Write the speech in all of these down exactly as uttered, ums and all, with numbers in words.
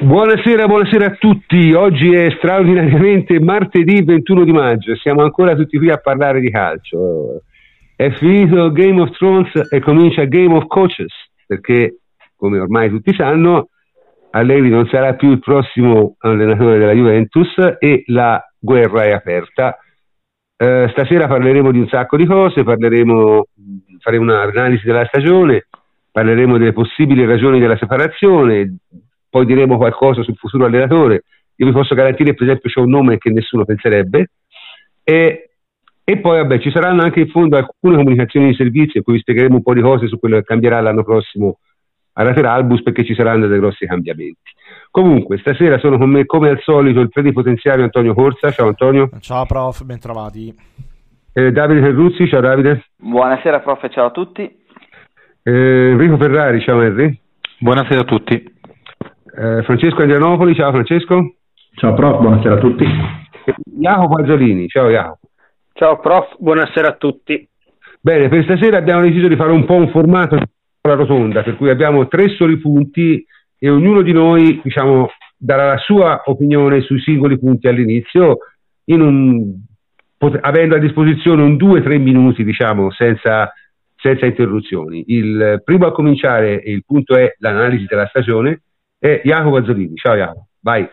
Buonasera, buonasera a tutti. Oggi è straordinariamente martedì ventuno di maggio. Siamo ancora tutti qui a parlare di calcio. È finito Game of Thrones e comincia Game of Coaches, perché, come ormai tutti sanno, Allegri non sarà più il prossimo allenatore della Juventus e la guerra è aperta. Eh, stasera parleremo di un sacco di cose, parleremo, faremo un'analisi della stagione, parleremo delle possibili ragioni della separazione, poi diremo qualcosa sul futuro allenatore. Io vi posso garantire, per esempio, c'è un nome che nessuno penserebbe, e, e poi vabbè, ci saranno anche in fondo alcune comunicazioni di servizio in cui vi spiegheremo un po' di cose su quello che cambierà l'anno prossimo a Lateralbus, perché ci saranno dei grossi cambiamenti. Comunque, stasera sono con me, come al solito, il plenipotenziario Antonio Corsa. Ciao Antonio. Ciao prof, ben trovati. Eh, Davide Terruzzi. Ciao Davide. Buonasera prof, ciao a tutti. Eh, Enrico Ferrari. Ciao Henry. Buonasera a tutti. Eh, Francesco Andrianopoli. Ciao Francesco. Ciao prof, buonasera a tutti. Eh, Jacopo Azzolini. Ciao Jacopo. Ciao prof, buonasera a tutti. Bene, per stasera abbiamo deciso di fare un po' un formato alla rotonda, per cui abbiamo tre soli punti e ognuno di noi, diciamo, darà la sua opinione sui singoli punti all'inizio, in un, pot- avendo a disposizione un due tre minuti, diciamo, senza, senza interruzioni. Il primo a cominciare, e il punto è l'analisi della stagione, è Jacopo Azzolini. Ciao Jacopo, vai.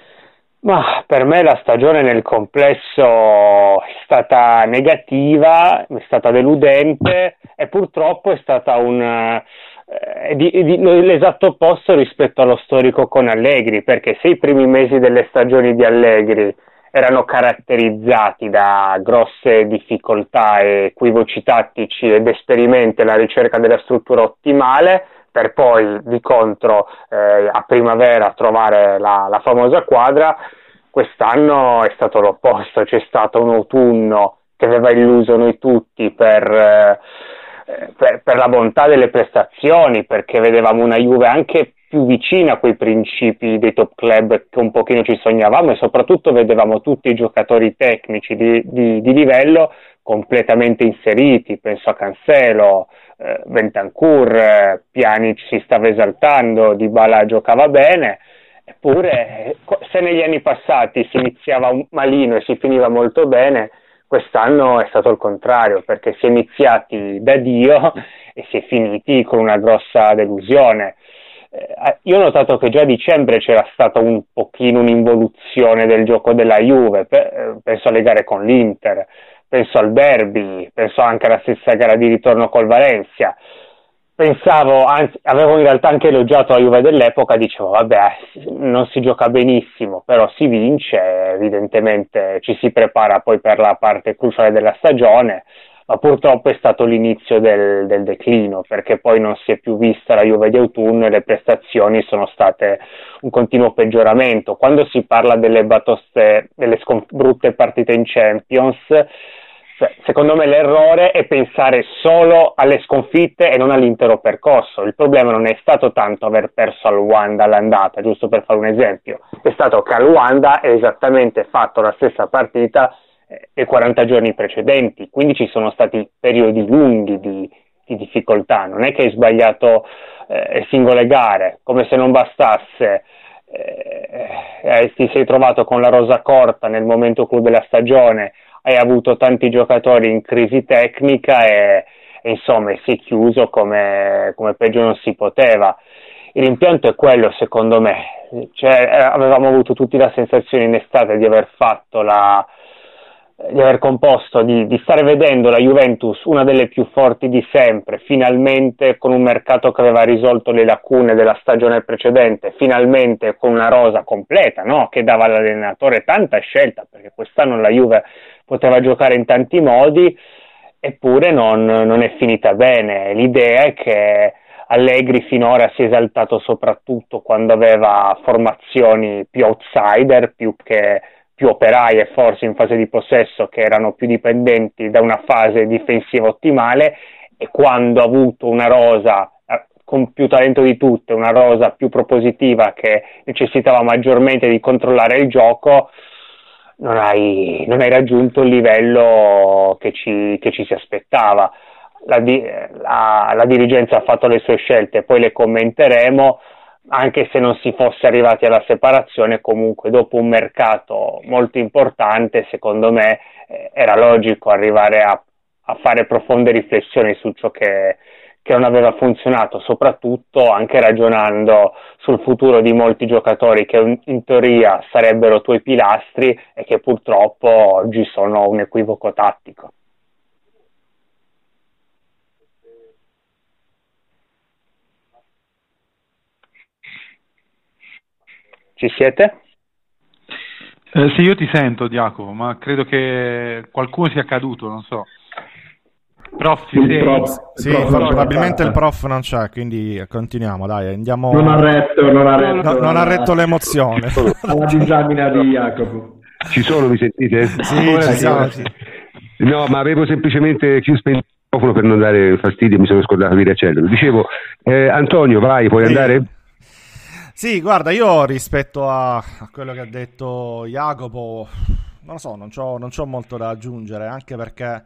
Ma per me la stagione nel complesso è stata negativa, è stata deludente e purtroppo è stata un eh, di, di, l'esatto opposto rispetto allo storico con Allegri, perché se i primi mesi delle stagioni di Allegri erano caratterizzati da grosse difficoltà e equivoci tattici ed esperimenti alla ricerca della struttura ottimale, per poi di contro eh, a primavera trovare la, la famosa quadra, quest'anno è stato l'opposto. C'è stato un autunno che aveva illuso noi tutti per, eh, per, per la bontà delle prestazioni, perché vedevamo una Juve anche più vicina a quei principi dei top club che un pochino ci sognavamo, e soprattutto vedevamo tutti i giocatori tecnici di, di, di livello completamente inseriti. Penso a Cancelo, eh, Bentancur, eh, Pjanic si stava esaltando, Dybala giocava bene. Eppure, se negli anni passati si iniziava malino e si finiva molto bene, quest'anno è stato il contrario, perché si è iniziati da Dio e si è finiti con una grossa delusione. Eh, io ho notato che già a dicembre c'era stata un pochino un'involuzione del gioco della Juve, Pe- penso alle gare con l'Inter, penso al derby, penso anche alla stessa gara di ritorno col Valencia. Pensavo, anzi, avevo in realtà anche elogiato la Juve dell'epoca, dicevo vabbè, non si gioca benissimo, però si vince, evidentemente ci si prepara poi per la parte cruciale della stagione, ma purtroppo è stato l'inizio del, del declino, perché poi non si è più vista la Juve di autunno e le prestazioni sono state un continuo peggioramento. Quando si parla delle batoste, delle sconf- brutte partite in Champions, secondo me l'errore è pensare solo alle sconfitte e non all'intero percorso. Il problema non è stato tanto aver perso al Wanda all'andata, giusto per fare un esempio, è stato che al Wanda è esattamente fatto la stessa partita dei quaranta giorni precedenti, quindi ci sono stati periodi lunghi di, di difficoltà. Non è che hai sbagliato eh, singole gare, come se non bastasse. Eh, eh, ti sei trovato con la rosa corta nel momento clou della stagione, hai avuto tanti giocatori in crisi tecnica e, e insomma si è chiuso come, come peggio non si poteva. Il rimpianto è quello, secondo me, cioè, avevamo avuto tutti la sensazione in estate di aver fatto la di aver composto, di, di stare vedendo la Juventus una delle più forti di sempre, finalmente con un mercato che aveva risolto le lacune della stagione precedente, finalmente con una rosa completa, no? Che dava all'allenatore tanta scelta, perché quest'anno la Juve poteva giocare in tanti modi, eppure non, non è finita bene. L'idea è che Allegri finora si è esaltato soprattutto quando aveva formazioni più outsider, più che più operaie forse in fase di possesso, che erano più dipendenti da una fase difensiva ottimale, e quando ha avuto una rosa con più talento di tutte, una rosa più propositiva che necessitava maggiormente di controllare il gioco, non hai, non hai raggiunto il livello che ci, che ci si aspettava. La, la, la dirigenza ha fatto le sue scelte, poi le commenteremo, anche se non si fosse arrivati alla separazione, comunque dopo un mercato molto importante, secondo me eh, era logico arrivare a, a fare profonde riflessioni su ciò che, che non aveva funzionato, soprattutto anche ragionando sul futuro di molti giocatori che in teoria sarebbero tuoi pilastri e che purtroppo oggi sono un equivoco tattico. Ci siete? Eh, sì, io ti sento, Jacopo, ma credo che qualcuno sia caduto, non so. Prof, ci Il sei? prof- Sì, il prof non c'è probabilmente il stata. prof non c'è, quindi continuiamo, dai, andiamo. Non ha retto, non ha retto, No, non ha alla- retto l'emozione. alla disamina di Jacopo. Ci sono, mi sentite? Sì, Ora ci sì, siamo, ora sì. sì. No, ma avevo semplicemente chiuso il microfono per non dare fastidio, mi sono scordato di riaccenderlo. Dicevo, eh, Antonio, vai, puoi Sì. andare? Sì, guarda, io rispetto a, a quello che ha detto Jacopo, non lo so, non c'ho, non c'ho molto da aggiungere, anche perché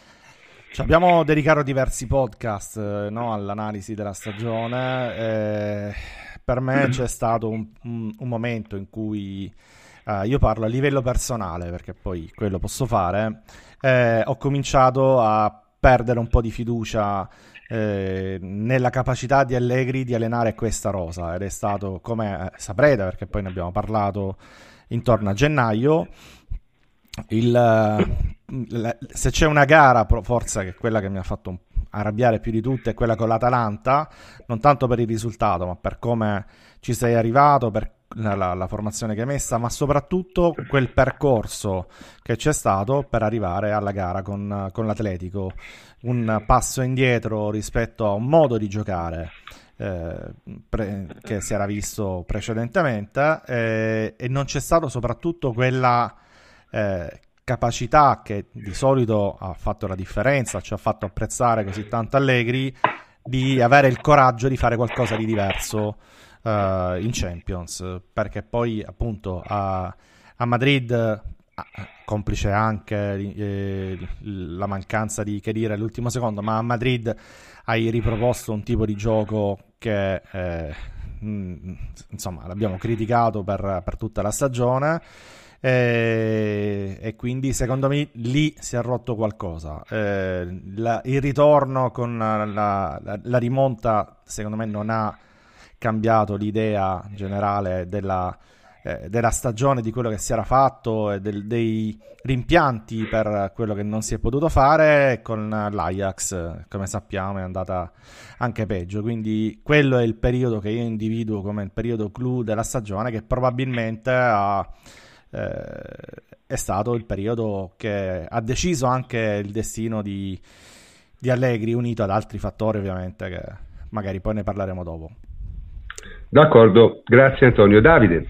ci abbiamo dedicato diversi podcast, eh, no, all'analisi della stagione. E per me c'è stato un, un- un momento in cui eh, io parlo a livello personale, perché poi quello posso fare, eh, ho cominciato a perdere un po' di fiducia eh, nella capacità di Allegri di allenare questa rosa, ed è stato, come eh, saprete, perché poi ne abbiamo parlato intorno a gennaio, il, la- se c'è una gara, pro- forse che è quella che mi ha fatto un- arrabbiare più di tutte, è quella con l'Atalanta, non tanto per il risultato, ma per come ci sei arrivato, per la, la- la formazione che hai messa, ma soprattutto quel percorso che c'è stato per arrivare alla gara con, con l'Atletico. Un passo indietro rispetto a un modo di giocare eh, pre- che si era visto precedentemente, eh, e non c'è stato soprattutto quella eh, capacità che di solito ha fatto la differenza, ci ha fatto apprezzare così tanto Allegri, di avere il coraggio di fare qualcosa di diverso eh, in Champions, perché poi appunto a, a Madrid, ah, complice anche eh, la mancanza di Khedira all'ultimo secondo, ma a Madrid hai riproposto un tipo di gioco che eh, mh, insomma l'abbiamo criticato per, per tutta la stagione. E, e quindi secondo me lì si è rotto qualcosa. Eh, la- il ritorno con la, la- la rimonta secondo me non ha cambiato l'idea generale della, eh, della stagione, di quello che si era fatto e del- dei rimpianti per quello che non si è potuto fare. E con l'Ajax, eh, come sappiamo, è andata anche peggio, quindi quello è il periodo che io individuo come il periodo clou della stagione, che probabilmente ha eh, è stato il periodo che ha deciso anche il destino di, di Allegri, unito ad altri fattori ovviamente che magari poi ne parleremo dopo. D'accordo, grazie Antonio. Davide?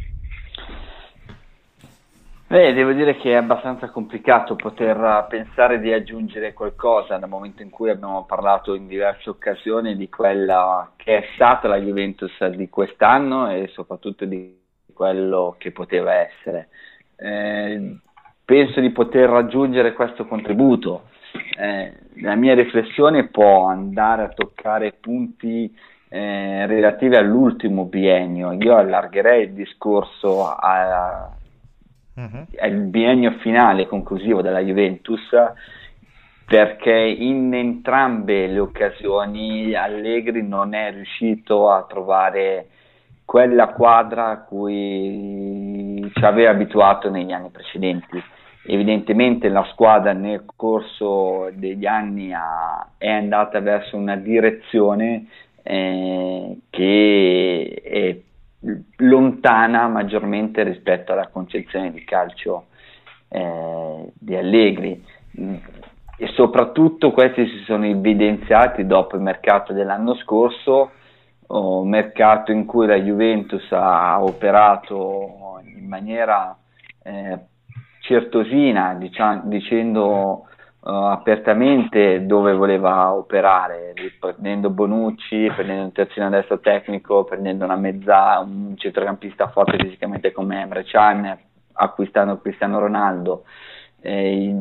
Beh, devo dire che è abbastanza complicato poter pensare di aggiungere qualcosa dal momento in cui abbiamo parlato in diverse occasioni di quella che è stata la Juventus di quest'anno e soprattutto di quello che poteva essere. Eh, penso di poter raggiungere questo contributo. Eh, la mia riflessione può andare a toccare punti eh, relativi all'ultimo biennio. Io allargherei il discorso a, Uh-huh. al biennio finale conclusivo della Juventus, perché in entrambe le occasioni Allegri non è riuscito a trovare quella quadra a cui ci aveva abituato negli anni precedenti. Evidentemente la squadra nel corso degli anni ha, è andata verso una direzione eh, che è lontana maggiormente rispetto alla concezione di calcio eh, di Allegri, e soprattutto questi si sono evidenziati dopo il mercato dell'anno scorso, oh, mercato in cui la Juventus ha operato in maniera eh, certosina, diciamo, dicendo uh, apertamente dove voleva operare, prendendo Bonucci, prendendo un terzino destro tecnico, prendendo una mezza, un centrocampista forte fisicamente come Emre Can, acquistando Cristiano Ronaldo. Eh,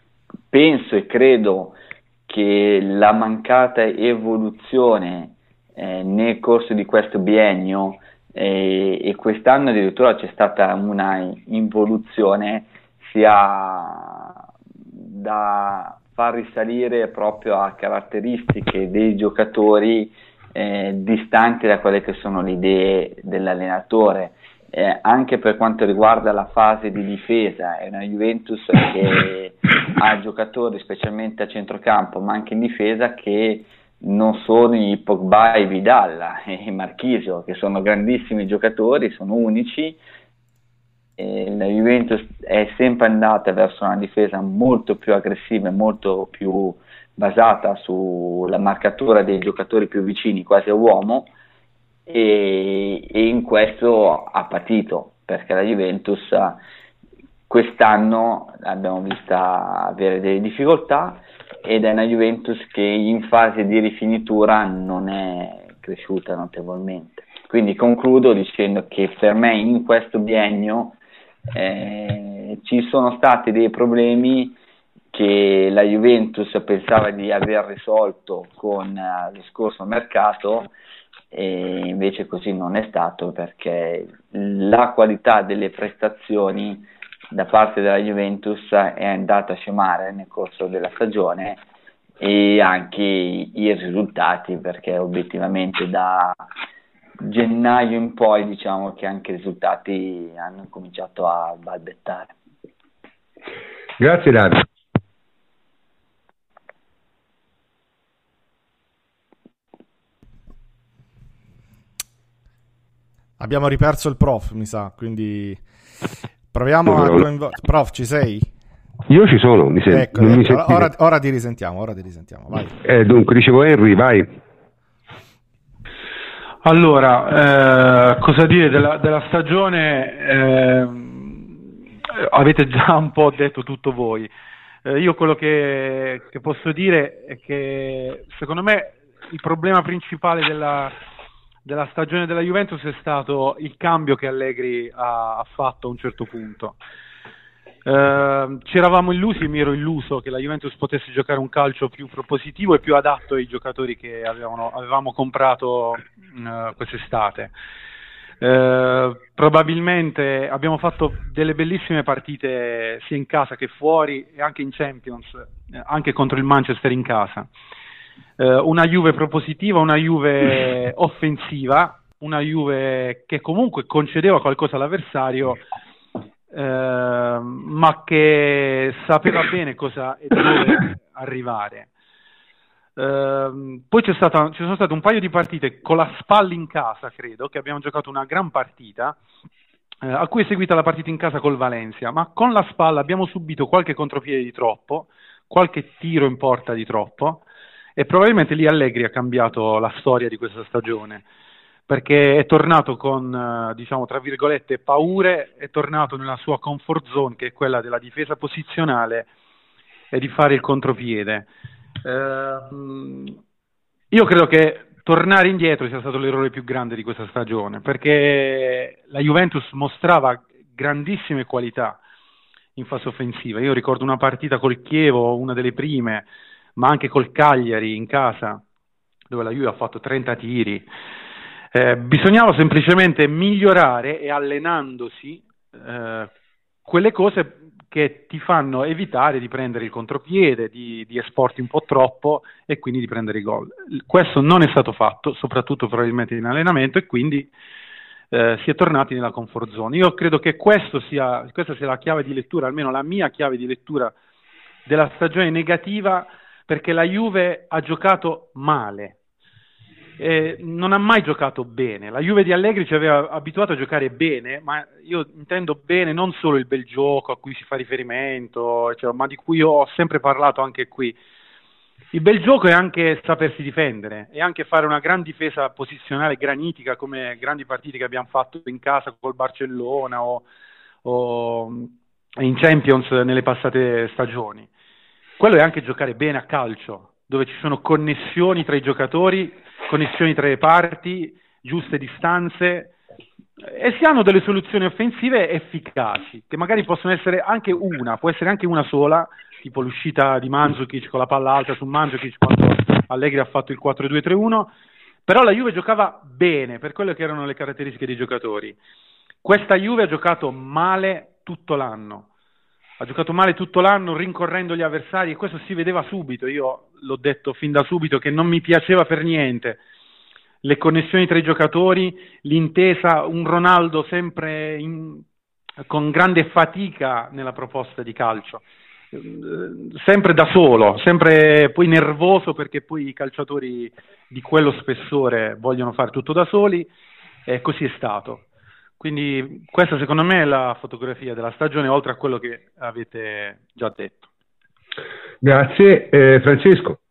penso e credo che la mancata evoluzione eh, nel corso di questo biennio, e, e quest'anno addirittura c'è stata una involuzione sia da far risalire proprio a caratteristiche dei giocatori eh, distanti da quelle che sono le idee dell'allenatore. Eh, anche per quanto riguarda la fase di difesa, è una Juventus che ha giocatori specialmente a centrocampo ma anche in difesa che non sono i Pogba, i Vidal e i Marchisio, che sono grandissimi giocatori, sono unici. E la Juventus è sempre andata verso una difesa molto più aggressiva e molto più basata sulla marcatura dei giocatori più vicini, quasi a uomo, e, e in questo ha patito, perché la Juventus quest'anno l'abbiamo vista avere delle difficoltà, ed è una Juventus che in fase di rifinitura non è cresciuta notevolmente. Quindi concludo dicendo che per me in questo biennio eh, ci sono stati dei problemi che la Juventus pensava di aver risolto con uh, lo scorso mercato, e invece così non è stato, perché la qualità delle prestazioni da parte della Juventus è andata a scemare nel corso della stagione, e anche i risultati, perché obiettivamente da gennaio in poi diciamo che anche i risultati hanno cominciato a balbettare. Grazie Dario. Abbiamo riperso il prof, mi sa, quindi proviamo a coinvolgere. Prof, ci sei? Io ci sono, mi sento. Ecco, non ecco. Mi Ora, ora ti risentiamo, ora ti risentiamo, vai. Eh, dunque, dicevo Henry, vai. Allora, eh, cosa dire della, della stagione? Eh, avete già un po' detto tutto voi. Eh, io quello che, che posso dire è che secondo me il problema principale della, della stagione della Juventus è stato il cambio che Allegri ha, ha fatto a un certo punto. Eh, ci eravamo illusi, mi ero illuso che la Juventus potesse giocare un calcio più propositivo e più adatto ai giocatori che avevano, avevamo comprato eh, quest'estate. Eh, probabilmente abbiamo fatto delle bellissime partite sia in casa che fuori, e anche in Champions, eh, anche contro il Manchester in casa. Eh, una Juve propositiva, una Juve offensiva, una Juve che comunque concedeva qualcosa all'avversario, eh, ma che sapeva bene cosa e dove arrivare. Uh, poi c'è stata, ci sono state un paio di partite con la Spal in casa, credo, che abbiamo giocato una gran partita, uh, a cui è seguita la partita in casa col Valencia, ma con la Spal abbiamo subito qualche contropiede di troppo, qualche tiro in porta di troppo, e probabilmente lì Allegri ha cambiato la storia di questa stagione, perché è tornato con, uh, diciamo, tra virgolette, paure, è tornato nella sua comfort zone, che è quella della difesa posizionale e di fare il contropiede. Uh, io credo che tornare indietro sia stato l'errore più grande di questa stagione, perché la Juventus mostrava grandissime qualità in fase offensiva. Io ricordo una partita col Chievo, una delle prime, ma anche col Cagliari in casa, dove la Juve ha fatto trenta tiri. Eh, bisognava semplicemente migliorare, e allenandosi eh, quelle cose che ti fanno evitare di prendere il contropiede, di, di esporti un po' troppo e quindi di prendere i gol. Questo non è stato fatto, soprattutto probabilmente in allenamento, e quindi eh, si è tornati nella comfort zone. Io credo che questo sia, questa sia la chiave di lettura, almeno la mia chiave di lettura della stagione negativa, perché la Juve ha giocato male. Eh, non ha mai giocato bene. La Juve di Allegri ci aveva abituato a giocare bene, ma io intendo bene non solo il bel gioco a cui si fa riferimento, cioè, ma di cui io ho sempre parlato anche qui. Il bel gioco è anche sapersi difendere, è anche fare una gran difesa posizionale granitica, come grandi partite che abbiamo fatto in casa col Barcellona o, o in Champions nelle passate stagioni. Quello è anche giocare bene a calcio, dove ci sono connessioni tra i giocatori, connessioni tra le parti, giuste distanze, e si hanno delle soluzioni offensive efficaci, che magari possono essere anche una, può essere anche una sola, tipo l'uscita di Mandzukic con la palla alta su Mandzukic quando Allegri ha fatto il quattro due tre uno, Però la Juve giocava bene per quelle che erano le caratteristiche dei giocatori. Questa Juve ha giocato male tutto l'anno, ha giocato male tutto l'anno rincorrendo gli avversari, e questo si vedeva subito. Io l'ho detto fin da subito che non mi piaceva per niente le connessioni tra i giocatori, l'intesa, un Ronaldo sempre in, con grande fatica nella proposta di calcio, sempre da solo, sempre poi nervoso perché poi i calciatori di quello spessore vogliono fare tutto da soli, e così è stato. Quindi questa secondo me è la fotografia della stagione, oltre a quello che avete già detto. Grazie. eh, Francesco.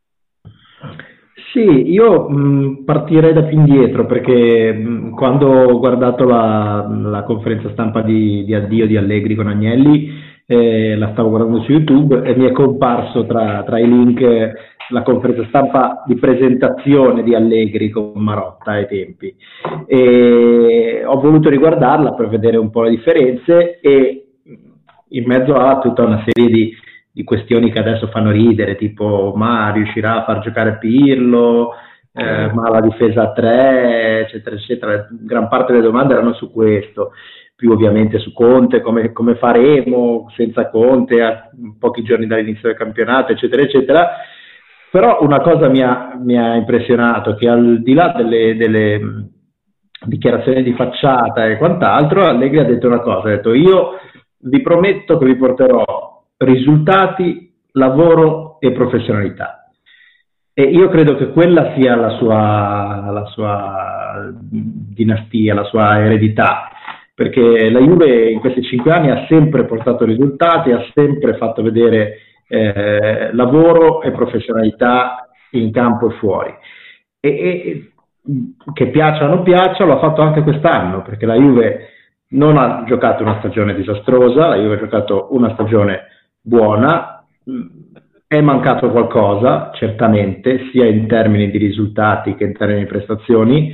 Sì, io mh, partirei da più indietro, perché mh, quando ho guardato la, la conferenza stampa di, di addio di Allegri con Agnelli, eh, la stavo guardando su YouTube e mi è comparso tra, tra i link eh, la conferenza stampa di presentazione di Allegri con Marotta ai tempi, e ho voluto riguardarla per vedere un po' le differenze, e in mezzo a tutta una serie di, di questioni che adesso fanno ridere, tipo ma riuscirà a far giocare Pirlo, eh, ma la difesa a tre, eccetera eccetera, gran parte delle domande erano su questo, più ovviamente su Conte, come, come faremo senza Conte a pochi giorni dall'inizio del campionato, eccetera eccetera. Però una cosa mi ha, mi ha impressionato, che al di là delle, delle dichiarazioni di facciata e quant'altro, Allegri ha detto una cosa, ha detto: io vi prometto che vi porterò risultati, lavoro e professionalità. E io credo che quella sia la sua, la sua dinastia, la sua eredità, perché la Juve in questi cinque anni ha sempre portato risultati, ha sempre fatto vedere eh, lavoro e professionalità in campo e fuori. E, e che piaccia o non piaccia, lo ha fatto anche quest'anno, perché la Juve non ha giocato una stagione disastrosa, la Juve ha giocato una stagione buona, è mancato qualcosa, certamente, sia in termini di risultati che in termini di prestazioni,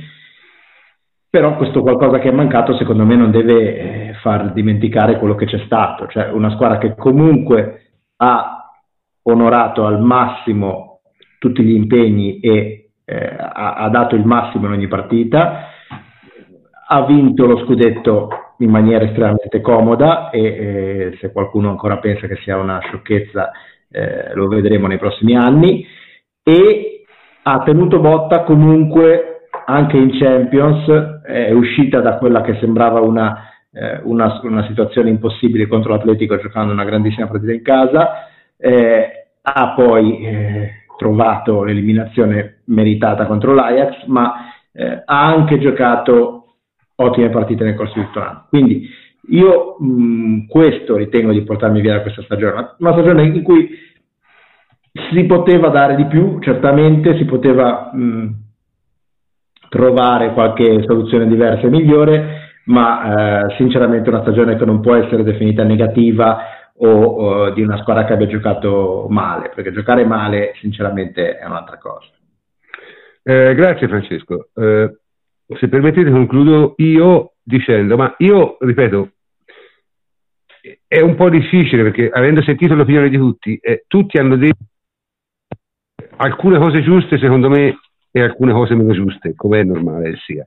però questo qualcosa che è mancato secondo me non deve eh, far dimenticare quello che c'è stato, cioè una squadra che comunque ha onorato al massimo tutti gli impegni e eh, ha, ha dato il massimo in ogni partita, ha vinto lo scudetto in maniera estremamente comoda, e eh, se qualcuno ancora pensa che sia una sciocchezza eh, lo vedremo nei prossimi anni, e ha tenuto botta comunque anche in Champions, è uscita da quella che sembrava una, eh, una, una situazione impossibile contro l'Atletico giocando una grandissima partita in casa, eh, ha poi eh, trovato l'eliminazione meritata contro l'Ajax, ma eh, ha anche giocato ottime partite nel corso di tutto l'anno. Quindi io mh, questo ritengo di portarmi via da questa stagione, una stagione in cui si poteva dare di più, certamente si poteva mh, trovare qualche soluzione diversa e migliore, ma eh, sinceramente una stagione che non può essere definita negativa o, o di una squadra che abbia giocato male, perché giocare male sinceramente è un'altra cosa. Eh, grazie Francesco. Eh, se permettete concludo io dicendo, ma io ripeto, è un po' difficile perché avendo sentito l'opinione di tutti, eh, tutti hanno detto alcune cose giuste secondo me e alcune cose meno giuste, come è normale che sia.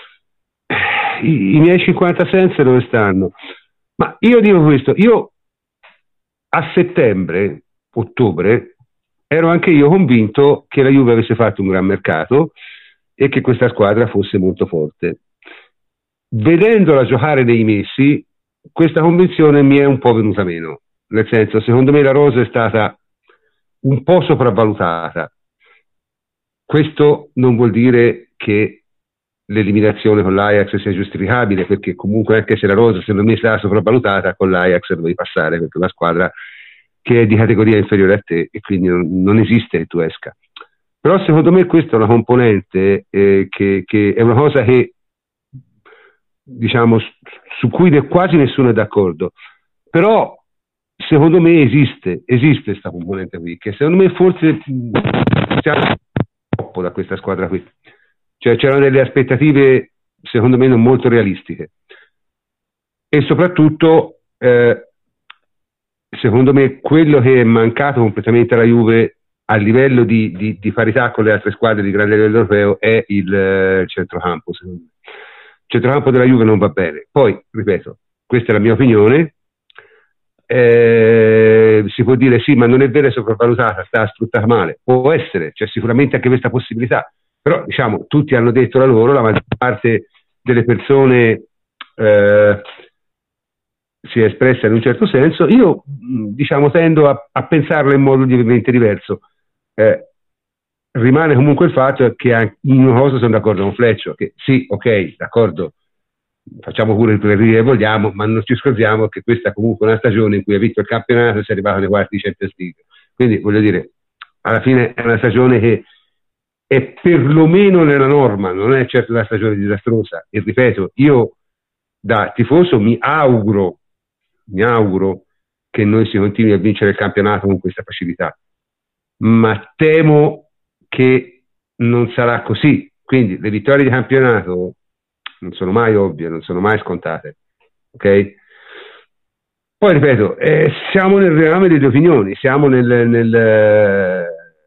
I, i miei cinquanta cents dove stanno? Ma io dico questo, io a settembre, ottobre, ero anche io convinto che la Juve avesse fatto un gran mercato e che questa squadra fosse molto forte. Vedendola giocare nei mesi, questa convinzione mi è un po' venuta meno, nel senso, secondo me la rosa è stata un po' sopravvalutata. Questo non vuol dire che l'eliminazione con l'Ajax sia giustificabile, perché comunque anche se la rosa secondo me è stata sopravvalutata, con l'Ajax dovevi passare, perché è una squadra che è di categoria inferiore a te e quindi non, non esiste che tu esca. Però secondo me questa è una componente eh, che, che è una cosa che diciamo su cui quasi nessuno è d'accordo, però secondo me esiste esiste questa componente qui, che secondo me forse siamo troppo da questa squadra qui, cioè c'erano delle aspettative secondo me non molto realistiche, e soprattutto eh, secondo me quello che è mancato completamente alla Juve a livello di, di, di parità con le altre squadre di grande livello europeo è il eh, centrocampo, secondo me. Il centrocampo della Juve non va bene. Poi, ripeto, questa è la mia opinione. Eh, si può dire sì, ma non è vero, è sopravvalutata, sta sfruttata male. Può essere, c'è sicuramente anche questa possibilità. Però, diciamo, tutti hanno detto la loro, la maggior parte delle persone eh, si è espressa in un certo senso. Io, diciamo, tendo a, a pensarla in modo lievemente diverso. Eh, rimane comunque il fatto che in una cosa sono d'accordo con Fleccio, che sì, ok, d'accordo, facciamo pure il preferire che vogliamo, ma non ci scordiamo che questa è comunque una stagione in cui ha vinto il campionato e si è arrivato nei quarti di Champions League. Quindi, voglio dire, alla fine è una stagione che è perlomeno nella norma, non è certo una stagione disastrosa. E ripeto, io da tifoso mi auguro, mi auguro che noi si continui a vincere il campionato con questa facilità, ma temo che non sarà così. Quindi le vittorie di campionato non sono mai ovvie, non sono mai scontate, ok? Poi ripeto, eh, siamo nel reame delle opinioni, siamo nel, nel,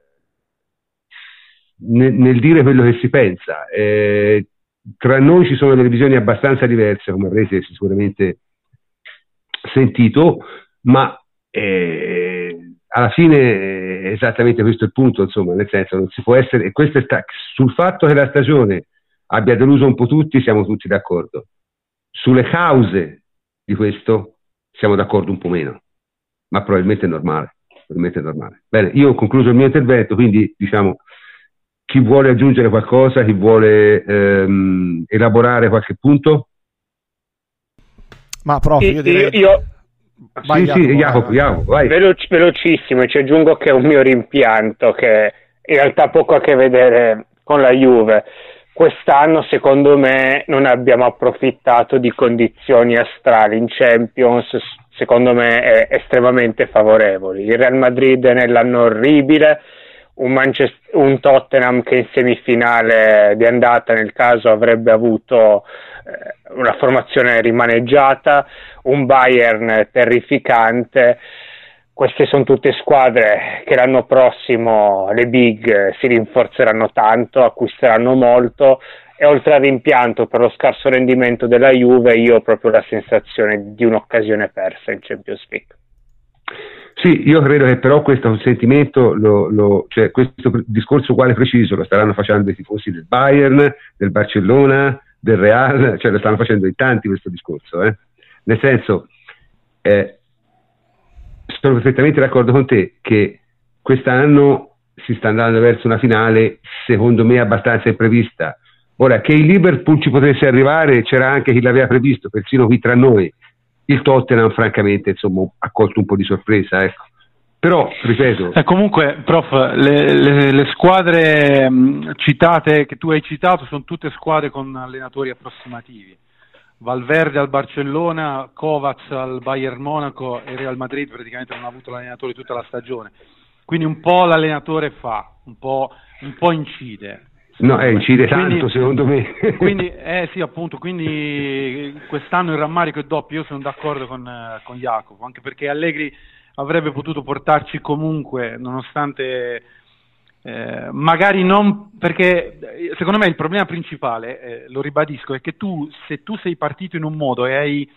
nel, nel dire quello che si pensa. Eh, tra noi ci sono delle visioni abbastanza diverse, come avrete sicuramente sentito, ma eh, alla fine è esattamente questo il punto, insomma, nel senso, non si può essere, e questo è sta- sul fatto che la stagione abbia deluso un po' tutti, siamo tutti d'accordo. Sulle cause di questo siamo d'accordo un po' meno, ma probabilmente è normale, probabilmente è normale. Bene, io ho concluso il mio intervento, quindi diciamo, chi vuole aggiungere qualcosa, chi vuole ehm, elaborare qualche punto? Ma prof, io direi... Io, io... Vai, sì, sì, Jacopo, Jacopo, vai. Veloc- velocissimo, ci aggiungo che è un mio rimpianto che in realtà poco a che vedere con la Juve. Quest'anno secondo me non abbiamo approfittato di condizioni astrali in Champions, secondo me è estremamente favorevoli. Il Real Madrid è nell'anno orribile, un, Manchester- un Tottenham che in semifinale di andata nel caso avrebbe avuto eh, una formazione rimaneggiata, un Bayern terrificante. Queste sono tutte squadre che l'anno prossimo, le big, si rinforzeranno tanto, acquisteranno molto, e oltre al rimpianto per lo scarso rendimento della Juve, io ho proprio la sensazione di un'occasione persa in Champions League. Sì, io credo che però questo sentimento, lo, lo, cioè questo discorso uguale preciso lo staranno facendo i tifosi del Bayern, del Barcellona, del Real, cioè lo stanno facendo in tanti questo discorso, eh? Nel senso, eh, sono perfettamente d'accordo con te che quest'anno si sta andando verso una finale secondo me abbastanza imprevista. Ora, che il Liverpool ci potesse arrivare c'era anche chi l'aveva previsto, persino qui tra noi. Il Tottenham francamente insomma ha colto un po' di sorpresa, ecco. Però ripeto eh, comunque prof, le, le, le squadre mh, citate, che tu hai citato, sono tutte squadre con allenatori approssimativi. Valverde al Barcellona, Kovac al Bayern Monaco e Real Madrid praticamente non ha avuto l'allenatore tutta la stagione, quindi un po' l'allenatore fa, un po', un po' incide. No, eh, incide quindi, tanto secondo me. quindi, eh sì, appunto, quindi quest'anno il rammarico è doppio. Io sono d'accordo con, eh, con Jacopo, anche perché Allegri avrebbe potuto portarci comunque, nonostante eh, magari non, perché secondo me il problema principale, eh, lo ribadisco, è che tu, se tu sei partito in un modo e hai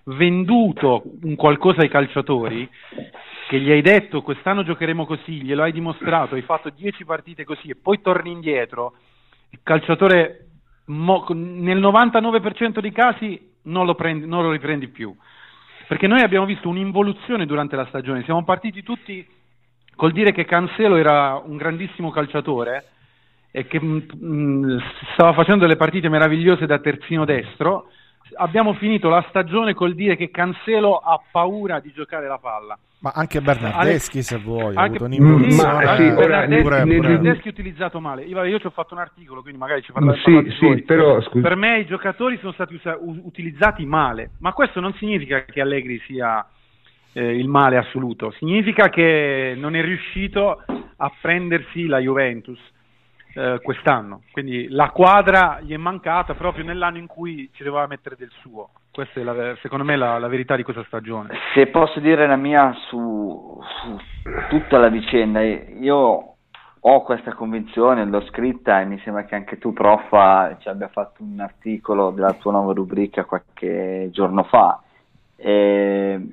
venduto un qualcosa ai calciatori, che gli hai detto quest'anno giocheremo così, glielo hai dimostrato, hai fatto dieci partite così e poi torni indietro, il calciatore mo, nel novantanove per cento dei casi non lo, prendi, non lo riprendi più, perché noi abbiamo visto un'involuzione durante la stagione. Siamo partiti tutti col dire che Cancelo era un grandissimo calciatore e che mh, stava facendo delle partite meravigliose da terzino destro. Abbiamo finito la stagione col dire che Cancelo ha paura di giocare la palla. Ma anche Bernardeschi, se vuoi, ha anche, avuto un'involuzione. Ma sì, ora, Bernardeschi, pure, nel, pure. Bernardeschi utilizzato male. Io, io ci ho fatto un articolo, quindi magari ci parlate, sì, parlate sì, voi. però, scusi. Per me i giocatori sono stati usa, utilizzati male, ma questo non significa che Allegri sia eh, il male assoluto, significa che non è riuscito a prendersi la Juventus eh, quest'anno, quindi la quadra gli è mancata proprio nell'anno in cui ci doveva mettere del suo. Questa è la, secondo me la, la verità di questa stagione. Se posso dire la mia su, su tutta la vicenda, io ho questa convinzione, l'ho scritta e mi sembra che anche tu, prof, ci abbia fatto un articolo della tua nuova rubrica qualche giorno fa. E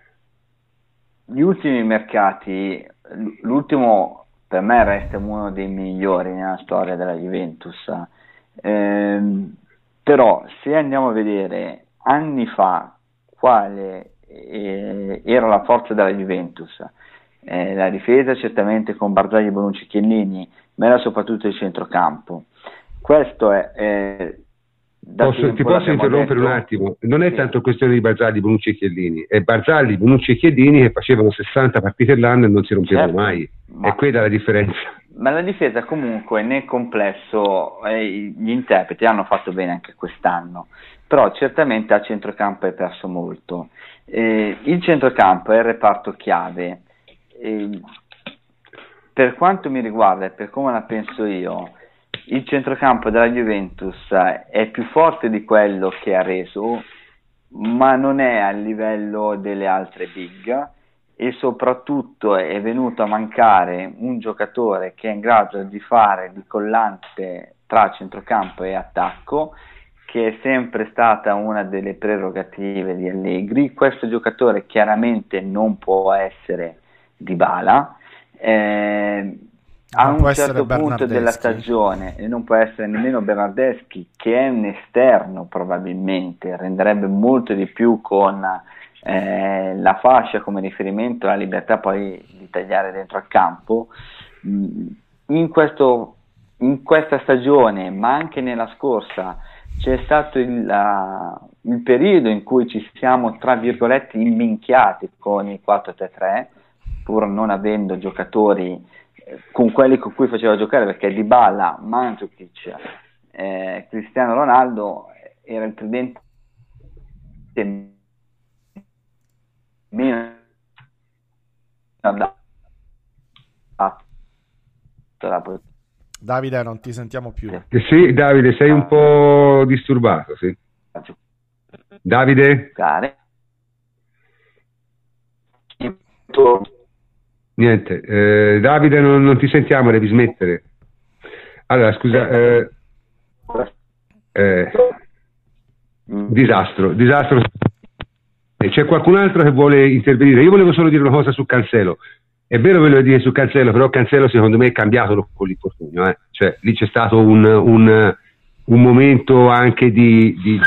gli ultimi mercati, l'ultimo per me resta uno dei migliori nella storia della Juventus, eh, però se andiamo a vedere anni fa quale eh, era la forza della Juventus, eh, la difesa certamente con Barzagli, Bonucci, Chiellini, ma era soprattutto il centrocampo. Questo è eh, Posso, ti posso interrompere detto... un attimo? Non è sì. tanto questione di Barzagli, Bonucci e Chiellini, è Barzagli, Bonucci e Chiellini che facevano sessanta partite l'anno e non si rompevano certo, mai, ma... è quella la differenza. Ma la difesa comunque nel complesso, eh, gli interpreti hanno fatto bene anche quest'anno, però certamente a centrocampo hai perso molto. Eh, il centrocampo è il reparto chiave, eh, per quanto mi riguarda e per come la penso io, il centrocampo della Juventus è più forte di quello che ha reso, ma non è a livello delle altre big, e soprattutto è venuto a mancare un giocatore che è in grado di fare di collante tra centrocampo e attacco, che è sempre stata una delle prerogative di Allegri. Questo giocatore chiaramente non può essere Dybala, eh, a un certo punto della stagione, e non può essere nemmeno Bernardeschi, che è un esterno, probabilmente renderebbe molto di più con eh, la fascia come riferimento, la libertà poi di tagliare dentro al campo. In, questo, in questa stagione, ma anche nella scorsa, c'è stato il, la, il periodo in cui ci siamo tra virgolette imminchiati con il quattro tre tre, pur non avendo giocatori con quelli con cui faceva giocare, perché Dybala, Mandzukic, eh, Cristiano Ronaldo era il tridente meno Davide, non ti sentiamo più. Eh sì, Davide, sei un po' disturbato, sì. Davide? Niente, eh, Davide non, non ti sentiamo, devi smettere. Allora, scusa, eh, eh, disastro, disastro. C'è qualcun altro che vuole intervenire? Io volevo solo dire una cosa su Cancelo. È vero quello che dice su Cancelo, però Cancelo secondo me è cambiato con l'infortunio, eh? Cioè lì c'è stato un, un, un momento anche di, di,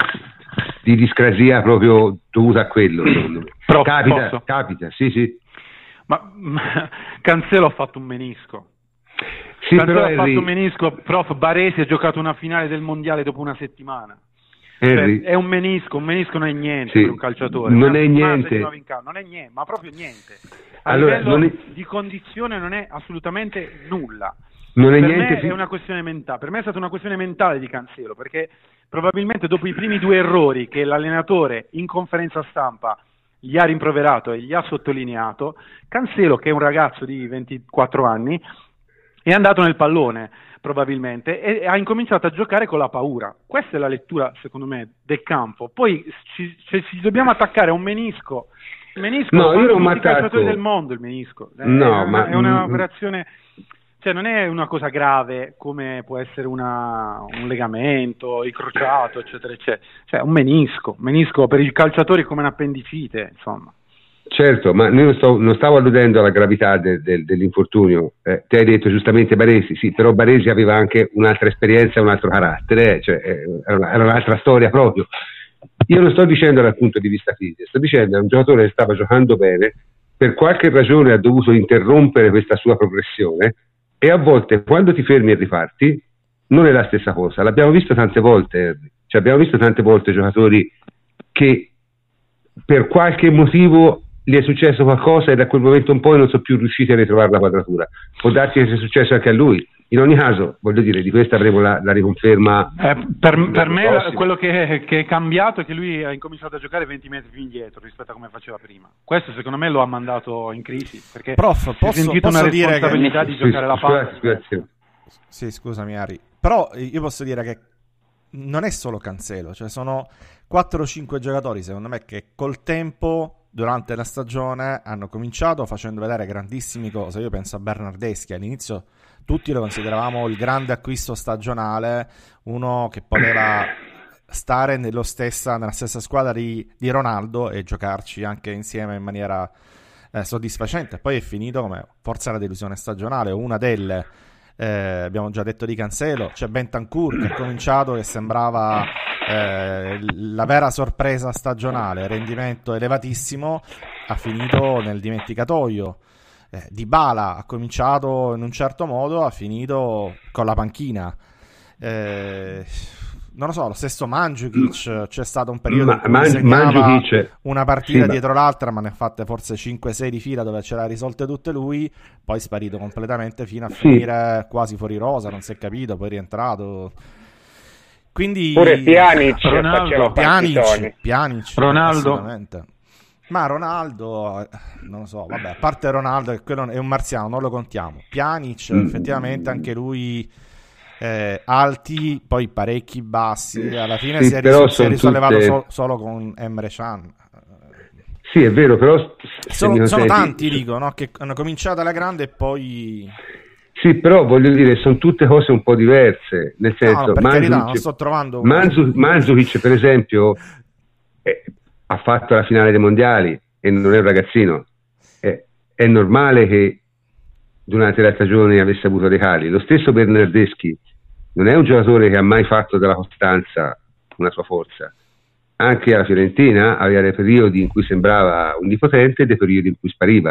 di discrasia proprio dovuto a quello, secondo me. Però, capita, posso? capita, sì sì. Ma, ma Cancelo ha fatto un menisco. Sì, Cancelo però ha Henry... fatto un menisco, prof. Baresi ha giocato una finale del mondiale dopo una settimana. Henry... Cioè, è un menisco, un menisco non è niente sì, per un calciatore. Non è niente. Non è niente, ma proprio niente. A allora, livello è... di condizione non è assolutamente nulla. Non è per niente, me sì. è una questione mentale. Per me è stata una questione mentale di Cancelo, perché probabilmente dopo i primi due errori che l'allenatore in conferenza stampa gli ha rimproverato e gli ha sottolineato, Cancelo, che è un ragazzo di ventiquattro anni, è andato nel pallone probabilmente e ha incominciato a giocare con la paura. Questa è la lettura, secondo me, del campo. Poi ci, ci, ci dobbiamo attaccare a un menisco. Il menisco no, io non tutti i calciatori del mondo, il menisco. È, no, è, ma... è un'operazione... Cioè non è una cosa grave come può essere una, un legamento, incrociato, eccetera, eccetera. Cioè un menisco, menisco per i calciatori come un'appendicite, insomma. Certo, ma io non, sto, non stavo alludendo alla gravità de, de, dell'infortunio. Eh, te hai detto giustamente Baresi, sì, però Baresi aveva anche un'altra esperienza, un altro carattere, eh, cioè, era, era un'altra storia proprio. Io non sto dicendo dal punto di vista fisico, sto dicendo che un giocatore che stava giocando bene, per qualche ragione ha dovuto interrompere questa sua progressione. E a volte quando ti fermi e riparti non è la stessa cosa. L'abbiamo visto tante volte, cioè abbiamo visto tante volte giocatori che per qualche motivo gli è successo qualcosa e da quel momento in poi non sono più riusciti a ritrovare la quadratura. Può darsi che sia successo anche a lui. In ogni caso, voglio dire, di questo avremo la, la riconferma. Eh, per per me prossimo. Quello che, che è cambiato è che lui ha incominciato a giocare venti metri più indietro rispetto a come faceva prima. Questo secondo me lo ha mandato in crisi, perché Prof, si è sentito una responsabilità che... di giocare sì, la palla. Scusate, sì, scusami Ari. Però io posso dire che non è solo Cancelo, cioè sono quattro o cinque giocatori secondo me che col tempo durante la stagione hanno cominciato facendo vedere grandissime cose. Io penso a Bernardeschi, all'inizio tutti lo consideravamo il grande acquisto stagionale, uno che poteva stare nello stessa, nella stessa squadra di, di Ronaldo e giocarci anche insieme in maniera eh, soddisfacente. Poi è finito come forse la delusione stagionale, una delle, eh, abbiamo già detto di Cancelo, c'è Bentancur che ha cominciato che sembrava eh, la vera sorpresa stagionale, rendimento elevatissimo, ha finito nel dimenticatoio. Eh, Dybala ha cominciato in un certo modo, ha finito con la panchina. Eh, non lo so, lo stesso Mandzukic, c'è stato un periodo Ma, in cui Man- segnava Mandzukic, una partita sì, dietro l'altra, ma ne ha fatte forse cinque sei di fila dove ce l'ha risolte tutte lui, poi è sparito completamente fino a sì. finire quasi fuori rosa, non si è capito, poi è rientrato. Quindi Pure Pjanic Ronaldo, faceva partitoni. Pjanic, Pjanic, Ronaldo. assolutamente. Ma Ronaldo, eh, non lo so, vabbè, a parte Ronaldo, che quello è un marziano, non lo contiamo. Pjanic, Mm. effettivamente anche lui eh, alti, poi parecchi bassi, alla fine Sì, si è, però riso- si è sono risollevato tutte- sol- solo con Emre Can. Sì, è vero, però se mi Sono, sono consenti- tanti, dico, no? Che hanno cominciato alla grande e poi... Sì, però voglio dire, sono tutte cose un po' diverse, nel No, senso, no, per carità, non Mandzukic, sto trovando... una- Mandzu- Mandzukic, per esempio, eh, ha fatto la finale dei mondiali e non è un ragazzino. Eh, è normale che durante la stagione avesse avuto dei cali. Lo stesso Bernardeschi non è un giocatore che ha mai fatto della costanza una sua forza. Anche alla Fiorentina aveva dei periodi in cui sembrava onnipotente e dei periodi in cui spariva.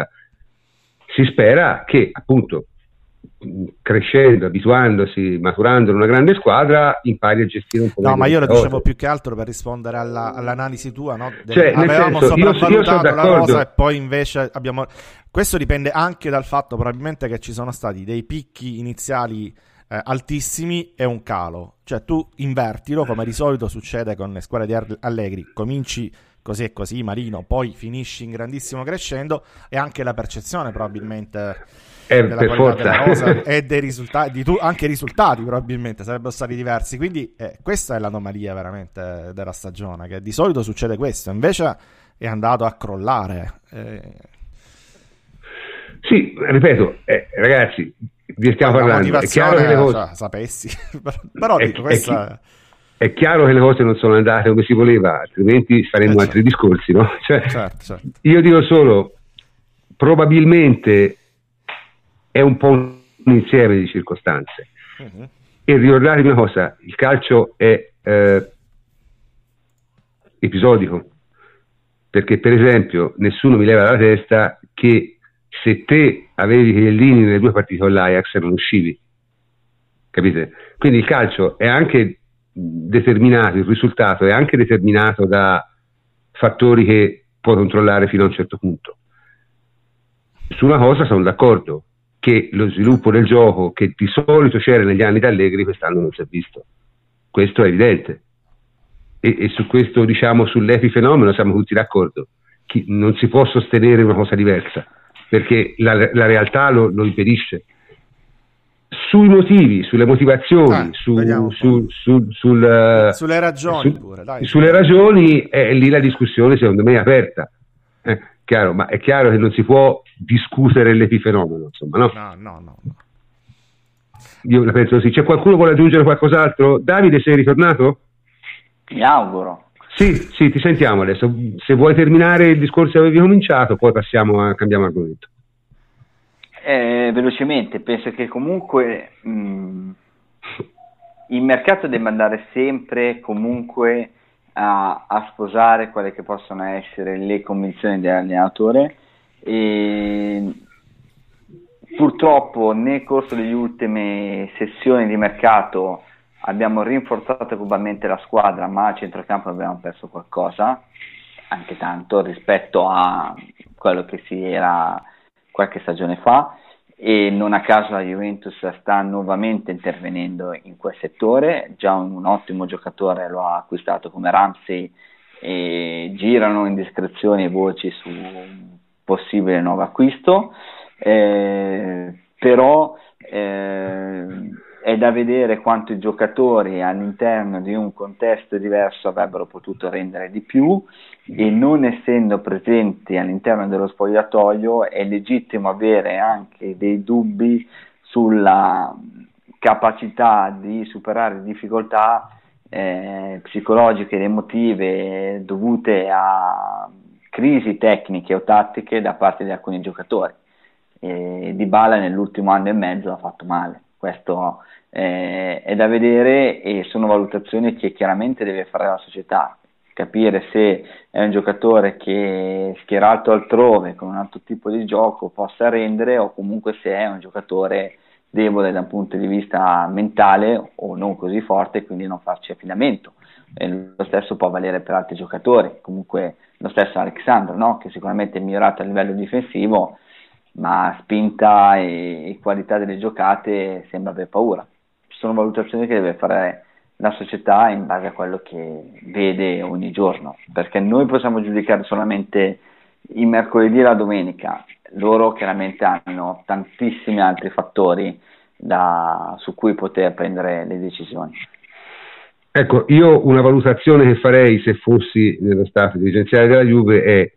Si spera che, appunto, crescendo, abituandosi, maturando in una grande squadra, impari a gestire un po' No, meglio ma io lo le cose. dicevo più che altro per rispondere alla- all'analisi tua, no? Del- Cioè, nel avevamo senso, io- io sono sopravvalutato la d'accordo. rosa e poi invece abbiamo... Questo dipende anche dal fatto probabilmente che ci sono stati dei picchi iniziali eh, altissimi e un calo. Cioè tu invertilo, come di solito succede con le squadre di Ar- Allegri, cominci così e così, Marino, poi finisci in grandissimo crescendo, e anche la percezione probabilmente... Eh, della per qualità forza. della rosa e dei risultati, di tu, anche i risultati probabilmente sarebbero stati diversi. Quindi eh, questa è l'anomalia veramente della stagione, che di solito succede questo, invece è andato a crollare. Eh, Sì, ripeto, eh, ragazzi, vi stiamo la parlando. È chiaro motivazione, che le cose, cioè, sapessi, però è, dico, è questa... chi- è chiaro che le cose non sono andate come si voleva, altrimenti faremmo Eh, altri discorsi, no? Cioè, certo, certo. io dico solo, probabilmente è un po' un insieme di circostanze. Mhm. E ricordatevi una cosa, il calcio è eh, episodico, perché per esempio nessuno mi leva dalla testa che se te avevi Chiellini nelle due partite con l'Ajax non uscivi, capite? Quindi il calcio è anche determinato, il risultato è anche determinato da fattori che puoi controllare fino a un certo punto. Su una cosa sono d'accordo, che lo sviluppo del gioco che di solito c'era negli anni d'Allegri quest'anno non si è visto, questo è evidente, e, e su questo, diciamo, sull'epifenomeno siamo tutti d'accordo. Chi, non si può sostenere una cosa diversa perché la, la realtà lo, lo impedisce. Sui motivi, sulle motivazioni, Eh, su, vediamo un po'. su, su, sul, eh, Sulle ragioni su- pure, dai. sulle ragioni è lì la discussione secondo me è aperta. Eh, chiaro, ma è chiaro che non si può discutere l'epifenomeno, insomma, no? No, no, no, no. Io la penso così. C'è qualcuno che vuole aggiungere qualcos'altro? Davide, sei ritornato? Mi auguro. Sì, sì, ti sentiamo adesso. Se vuoi terminare il discorso che avevi cominciato, poi passiamo a cambiamo argomento. Eh, velocemente, penso che comunque mh, il mercato debba andare sempre comunque a, a sposare quelle che possono essere le convinzioni dell'allenatore, e purtroppo nel corso delle ultime sessioni di mercato abbiamo rinforzato globalmente la squadra, ma a centrocampo abbiamo perso qualcosa, anche tanto rispetto a quello che si era qualche stagione fa, e non a caso la Juventus sta nuovamente intervenendo in quel settore. Già un ottimo giocatore lo ha acquistato come Ramsey, e girano indiscrezioni e voci su un possibile nuovo acquisto, eh, però eh, è da vedere quanto i giocatori all'interno di un contesto diverso avrebbero potuto rendere di più, e non essendo presenti all'interno dello spogliatoio è legittimo avere anche dei dubbi sulla capacità di superare difficoltà eh, psicologiche ed emotive dovute a crisi tecniche o tattiche da parte di alcuni giocatori. E Dybala nell'ultimo anno e mezzo ha fatto male, questo eh, è da vedere, e sono valutazioni che chiaramente deve fare la società, capire se è un giocatore che schierato altrove con un altro tipo di gioco possa rendere, o comunque se è un giocatore debole da un punto di vista mentale o non così forte, quindi non farci affidamento. E lo stesso può valere per altri giocatori, comunque lo stesso Alexandro, no? Che sicuramente è migliorato a livello difensivo, ma spinta e, e qualità delle giocate sembra aver paura. Ci sono valutazioni che deve fare la società in base a quello che vede ogni giorno, perché noi possiamo giudicare solamente il mercoledì e la domenica, loro chiaramente hanno tantissimi altri fattori da, su cui poter prendere le decisioni. Ecco, io una valutazione che farei se fossi nello staff dirigenziale della Juve è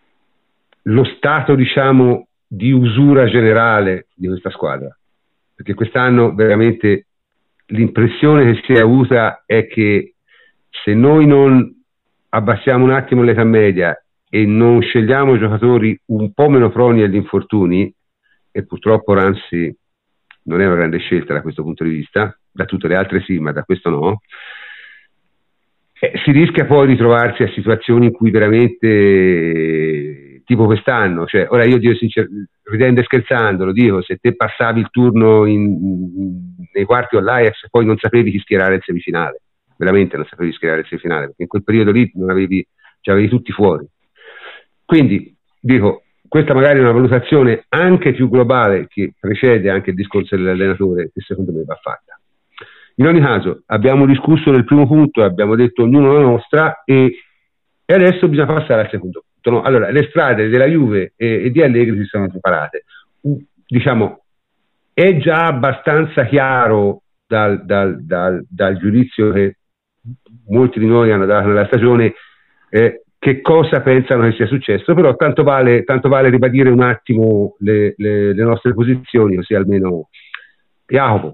lo stato, diciamo, di usura generale di questa squadra, perché quest'anno veramente l'impressione che si è avuta è che se noi non abbassiamo un attimo l'età media e non scegliamo giocatori un po' meno proni agli infortuni, e purtroppo Ramsey non è una grande scelta da questo punto di vista, da tutte le altre sì, ma da questo no, eh, si rischia poi di trovarsi a situazioni in cui veramente, tipo quest'anno, cioè, ora io dico sincer- ridendo e scherzando, lo dico, se te passavi il turno in, in, nei quarti all'Ajax e poi non sapevi chi schierare il semifinale, veramente non sapevi schierare il semifinale, perché in quel periodo lì non avevi, cioè avevi tutti fuori. Quindi dico, questa magari è una valutazione anche più globale che precede anche il discorso dell'allenatore, che secondo me va fatta. In ogni caso abbiamo discusso nel primo punto, abbiamo detto ognuno la nostra, e, e adesso bisogna passare al secondo punto, no? Allora, le strade della Juve e, e di Allegri si sono separate. Diciamo, è già abbastanza chiaro dal, dal, dal, dal giudizio che molti di noi hanno dato nella stagione eh, che cosa pensano che sia successo, però tanto vale, tanto vale ribadire un attimo le, le, le nostre posizioni, così almeno Jacopo.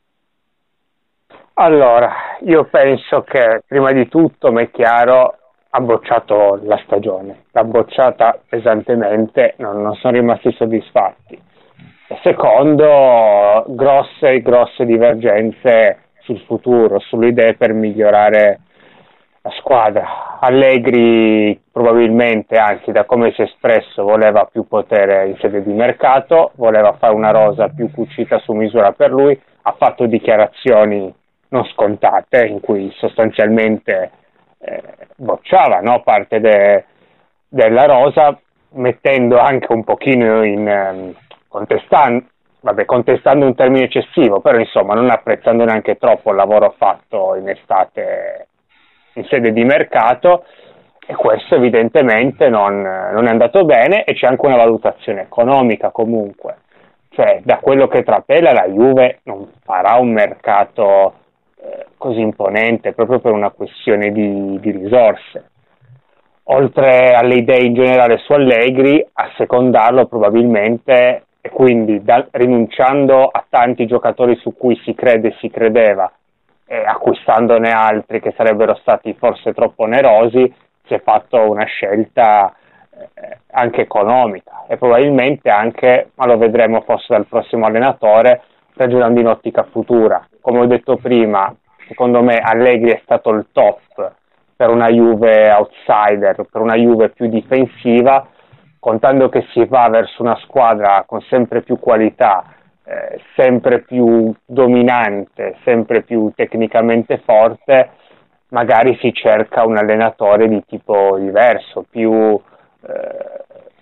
Allora, io penso che prima di tutto, mi è chiaro, ha bocciato la stagione, l'ha bocciata pesantemente, non, non sono rimasti soddisfatti. E secondo, grosse, grosse divergenze sul futuro, sulle idee per migliorare la squadra. Allegri probabilmente, anzi da come si è espresso, voleva più potere in sede di mercato, voleva fare una rosa più cucita su misura per lui, ha fatto dichiarazioni non scontate in cui sostanzialmente eh, bocciava, no, parte de, della rosa, mettendo anche un pochino in um, contestando, vabbè, contestando un termine eccessivo, però insomma non apprezzando neanche troppo il lavoro fatto in estate in sede di mercato, e questo evidentemente non, non è andato bene, e c'è anche una valutazione economica comunque, cioè da quello che trapela la Juve non farà un mercato eh, così imponente proprio per una questione di, di risorse. Oltre alle idee in generale su Allegri, a secondarlo probabilmente, e quindi da, rinunciando a tanti giocatori su cui si crede e si credeva, e acquistandone altri che sarebbero stati forse troppo onerosi, si è fatto una scelta eh, anche economica, e probabilmente anche, ma lo vedremo forse dal prossimo allenatore, ragionando in ottica futura. Come ho detto prima, secondo me Allegri è stato il top per una Juve outsider, per una Juve più difensiva, contando che si va verso una squadra con sempre più qualità, eh, sempre più dominante, sempre più tecnicamente forte, magari si cerca un allenatore di tipo diverso, più, eh,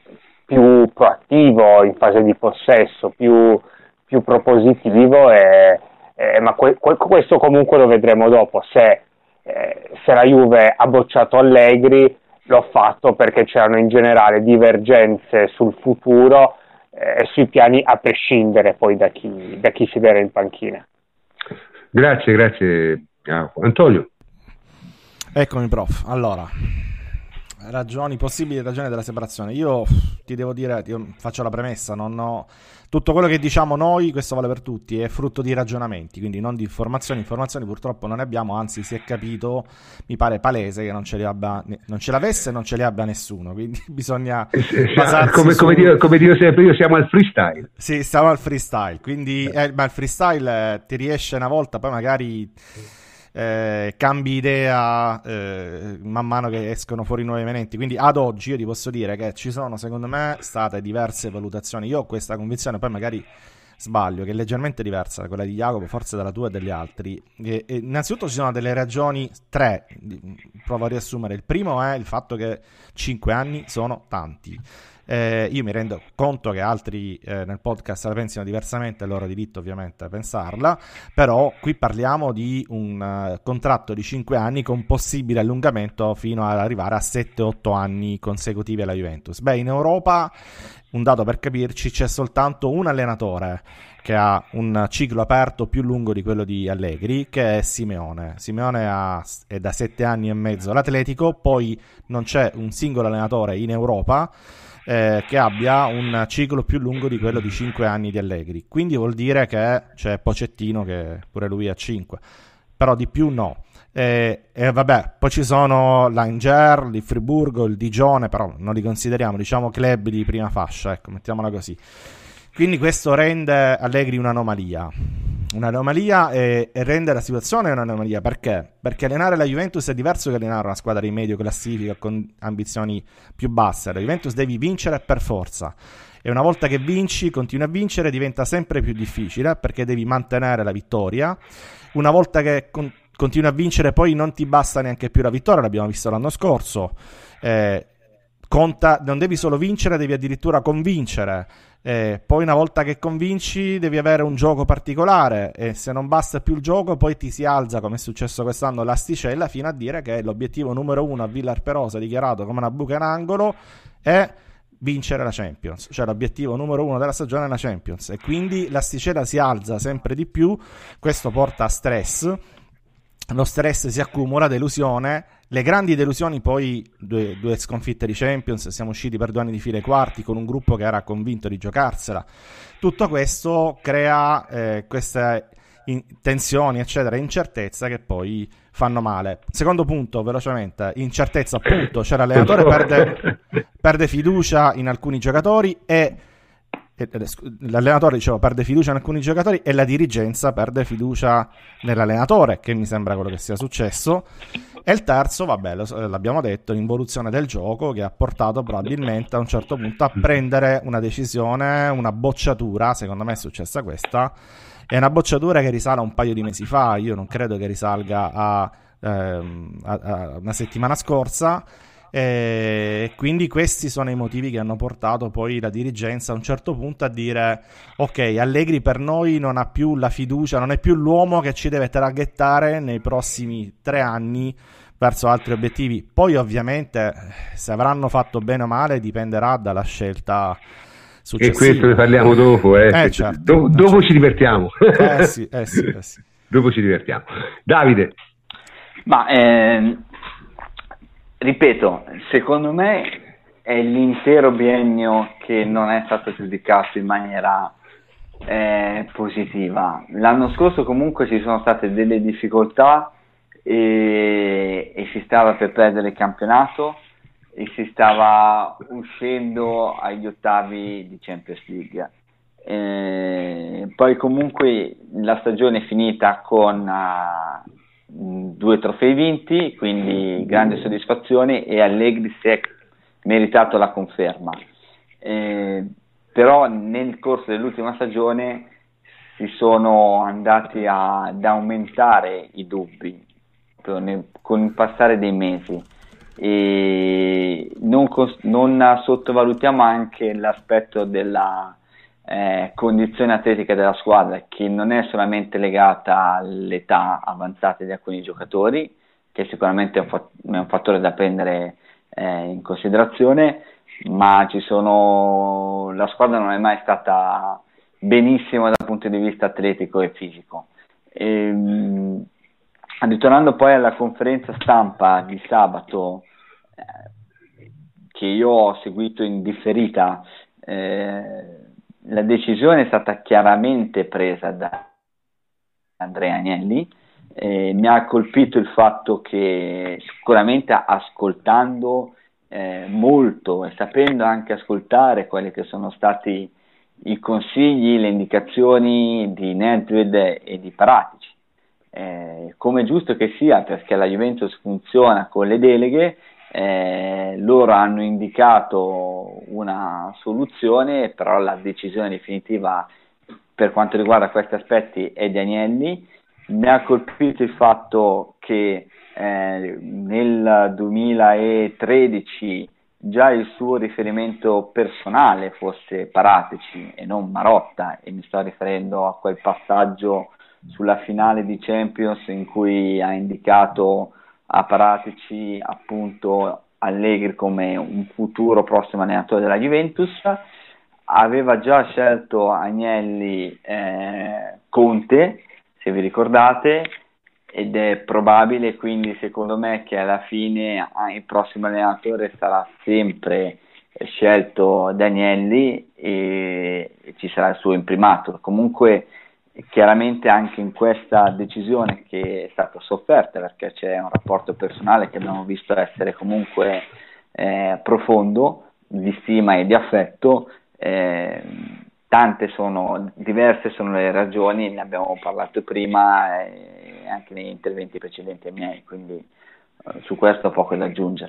più proattivo in fase di possesso, più, più propositivo, e, e, ma que, questo comunque lo vedremo dopo. Se, eh, se la Juve ha bocciato Allegri, l'ho fatto perché c'erano in generale divergenze sul futuro e eh, sui piani, a prescindere poi da chi, da chi siederà in panchina. Grazie, grazie Antonio. Eccomi prof, allora ragioni, possibili ragioni della separazione. Io ti devo dire, io faccio la premessa, non ho tutto quello che diciamo noi, questo vale per tutti, è frutto di ragionamenti, quindi non di informazioni. Informazioni purtroppo non ne abbiamo, anzi si è capito, mi pare palese, che non ce, li abbia, non ce l'avesse e non ce li abbia nessuno, quindi bisogna basarsi come, su... come, dico, come dico sempre io, siamo al freestyle. Sì, stiamo al freestyle, quindi eh, ma il freestyle eh, ti riesce una volta, poi magari... Eh, cambi idea eh, man mano che escono fuori nuovi elementi. Quindi ad oggi io ti posso dire che ci sono, secondo me, state diverse valutazioni. Io ho questa convinzione, poi magari sbaglio, che è leggermente diversa da quella di Jacopo, forse dalla tua e degli altri. E, e innanzitutto ci sono delle ragioni, tre, provo a riassumere. Il primo è il fatto che cinque anni sono tanti. Eh, io mi rendo conto che altri eh, nel podcast la pensino diversamente, è il loro diritto ovviamente a pensarla, però qui parliamo di un uh, contratto di cinque anni con possibile allungamento fino ad arrivare a sette otto anni consecutivi alla Juventus. Beh, in Europa, un dato per capirci, c'è soltanto un allenatore che ha un ciclo aperto più lungo di quello di Allegri, che è Simeone. Simeone ha, è da sette anni e mezzo all'Atletico, poi non c'è un singolo allenatore in Europa Eh, che abbia un ciclo più lungo di quello di cinque anni di Allegri. Quindi vuol dire che c'è Pochettino, che pure lui ha cinque, però di più no. E eh, eh, vabbè, poi ci sono l'Angers, il Friburgo, il Digione, però non li consideriamo, diciamo, club di prima fascia, ecco, mettiamola così. Quindi questo rende Allegri un'anomalia. Un'anomalia e, e rende la situazione un'anomalia. Perché? Perché allenare la Juventus è diverso che allenare una squadra di medio classifica con ambizioni più basse. La Juventus devi vincere per forza. E una volta che vinci, continui a vincere, diventa sempre più difficile perché devi mantenere la vittoria. Una volta che con, continui a vincere, poi non ti basta neanche più la vittoria, l'abbiamo visto l'anno scorso. Eh, conta, non devi solo vincere, devi addirittura convincere. Eh, poi una volta che convinci devi avere un gioco particolare e se non basta più il gioco poi ti si alza, come è successo quest'anno, l'asticella fino a dire che l'obiettivo numero uno a Villarperosa, dichiarato come una buca in angolo, è vincere la Champions, cioè l'obiettivo numero uno della stagione è la Champions, e quindi l'asticella si alza sempre di più. Questo porta a stress, lo stress si accumula, delusione, le grandi delusioni, poi due, due sconfitte di Champions, siamo usciti per due anni di fila ai quarti con un gruppo che era convinto di giocarsela. Tutto questo crea eh, queste in, tensioni, eccetera, incertezza che poi fanno male. Secondo punto, velocemente, incertezza, appunto, cioè l'allenatore perde, perde fiducia in alcuni giocatori e l'allenatore, dicevo, perde fiducia in alcuni giocatori e la dirigenza perde fiducia nell'allenatore, che mi sembra quello che sia successo. E il terzo, vabbè, lo, l'abbiamo detto, l'involuzione del gioco che ha portato probabilmente a un certo punto a prendere una decisione, una bocciatura, secondo me è successa questa, è una bocciatura che risale a un paio di mesi fa, io non credo che risalga a, ehm, a, a una settimana scorsa. E quindi questi sono i motivi che hanno portato poi la dirigenza a un certo punto a dire: ok, Allegri per noi non ha più la fiducia, non è più l'uomo che ci deve traghettare nei prossimi tre anni verso altri obiettivi. Poi ovviamente se avranno fatto bene o male dipenderà dalla scelta successiva. E questo ne parliamo dopo, eh. eh certo, Do- dopo certo. ci divertiamo. Eh sì, eh sì, eh sì. Dopo ci divertiamo. Davide. Ma eh, ripeto, secondo me è l'intero biennio che non è stato giudicato in maniera eh, positiva. L'anno scorso comunque ci sono state delle difficoltà e, e si stava per perdere il campionato e si stava uscendo agli ottavi di Champions League. Eh, poi comunque la stagione è finita con uh, due trofei vinti, quindi grande soddisfazione, e Allegri si è meritato la conferma. Eh, però nel corso dell'ultima stagione si sono andati a, ad aumentare i dubbi nel, con il passare dei mesi, e non, non sottovalutiamo anche l'aspetto della eh, condizione atletica della squadra, che non è solamente legata all'età avanzata di alcuni giocatori, che sicuramente è un, fat- è un fattore da prendere eh, in considerazione, ma ci sono la squadra non è mai stata benissimo dal punto di vista atletico e fisico. E, ritornando poi alla conferenza stampa di sabato, eh, che io ho seguito in differita, eh, la decisione è stata chiaramente presa da Andrea Agnelli. Eh, mi ha colpito il fatto che sicuramente ascoltando eh, molto e sapendo anche ascoltare quelli che sono stati i consigli, le indicazioni di Nedved e di Paratici, eh, come è giusto che sia, perché la Juventus funziona con le deleghe. Eh, loro hanno indicato una soluzione, però la decisione definitiva per quanto riguarda questi aspetti è di Agnelli. Mi ha colpito il fatto che eh, nel duemilatredici già il suo riferimento personale fosse Paratici e non Marotta, e mi sto riferendo a quel passaggio sulla finale di Champions in cui ha indicato a Paratici appunto Allegri come un futuro prossimo allenatore della Juventus. Aveva già scelto Agnelli eh, Conte, se vi ricordate, ed è probabile quindi secondo me che alla fine il prossimo allenatore sarà sempre scelto da Agnelli e, e ci sarà il suo imprimato. Comunque chiaramente anche in questa decisione, che è stata sofferta perché c'è un rapporto personale che abbiamo visto essere comunque eh, profondo, di stima e di affetto, eh, tante sono, diverse sono le ragioni, ne abbiamo parlato prima e anche negli interventi precedenti ai miei, quindi eh, su questo ho poco da aggiungere.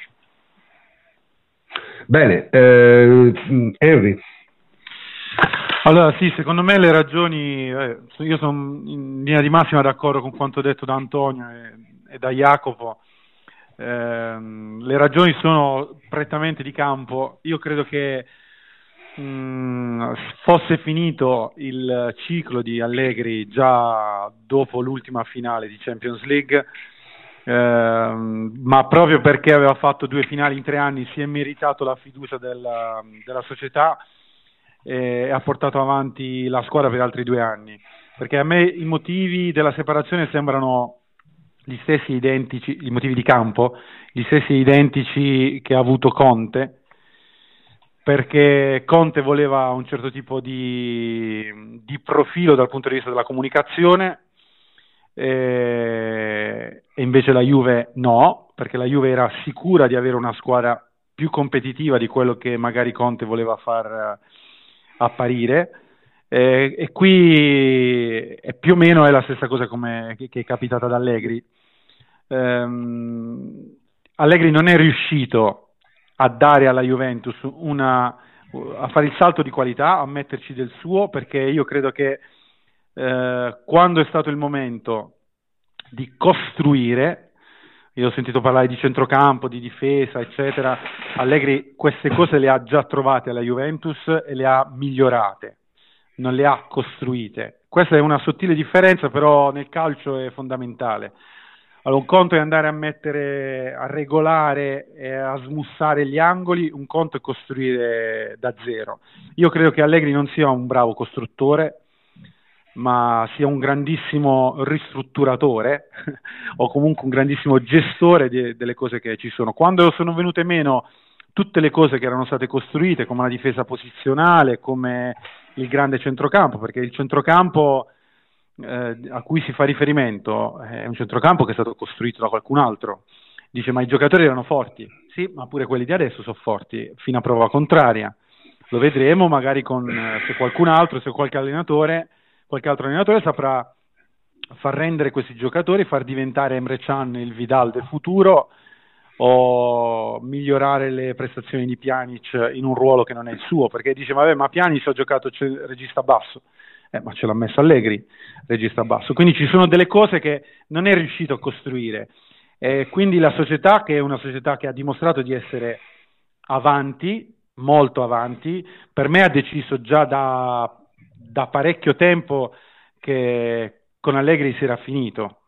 Bene, eh, Henry. Allora sì, secondo me le ragioni, eh, io sono in linea di massima d'accordo con quanto detto da Antonio e, e da Jacopo. Eh, le ragioni sono prettamente di campo. Io credo che mh, fosse finito il ciclo di Allegri già dopo l'ultima finale di Champions League, eh, ma proprio perché aveva fatto due finali in tre anni si è meritato la fiducia della, della società e ha portato avanti la squadra per altri due anni, perché a me i motivi della separazione sembrano gli stessi identici, i motivi di campo, gli stessi identici che ha avuto Conte, perché Conte voleva un certo tipo di, di profilo dal punto di vista della comunicazione e, e invece la Juve no, perché la Juve era sicura di avere una squadra più competitiva di quello che magari Conte voleva far apparire, eh, e qui è più o meno è la stessa cosa come, che, che è capitata ad Allegri. Um, Allegri non è riuscito a dare alla Juventus una, a fare il salto di qualità, a metterci del suo, perché io credo che eh, quando è stato il momento di costruire, io ho sentito parlare di centrocampo, di difesa, eccetera, Allegri queste cose le ha già trovate alla Juventus e le ha migliorate, non le ha costruite. Questa è una sottile differenza, però nel calcio è fondamentale. Allora, un conto è andare a mettere, a regolare e a smussare gli angoli, un conto è costruire da zero. Io credo che Allegri non sia un bravo costruttore, ma sia un grandissimo ristrutturatore o comunque un grandissimo gestore di, delle cose che ci sono. Quando sono venute meno tutte le cose che erano state costruite, come la difesa posizionale, come il grande centrocampo, perché il centrocampo eh, a cui si fa riferimento è un centrocampo che è stato costruito da qualcun altro. Dice, ma i giocatori erano forti? Sì, ma pure quelli di adesso sono forti, fino a prova contraria. Lo vedremo magari con eh, se qualcun altro, se qualche allenatore, qualche altro allenatore saprà far rendere questi giocatori, far diventare Emre Can il Vidal del futuro, o migliorare le prestazioni di Pjanic in un ruolo che non è il suo, perché dice, vabbè, ma Pjanic ha giocato regista basso, eh, ma ce l'ha messo Allegri regista basso, quindi ci sono delle cose che non è riuscito a costruire, e quindi la società, che è una società che ha dimostrato di essere avanti, molto avanti, per me ha deciso già da, da parecchio tempo che con Allegri si era finito.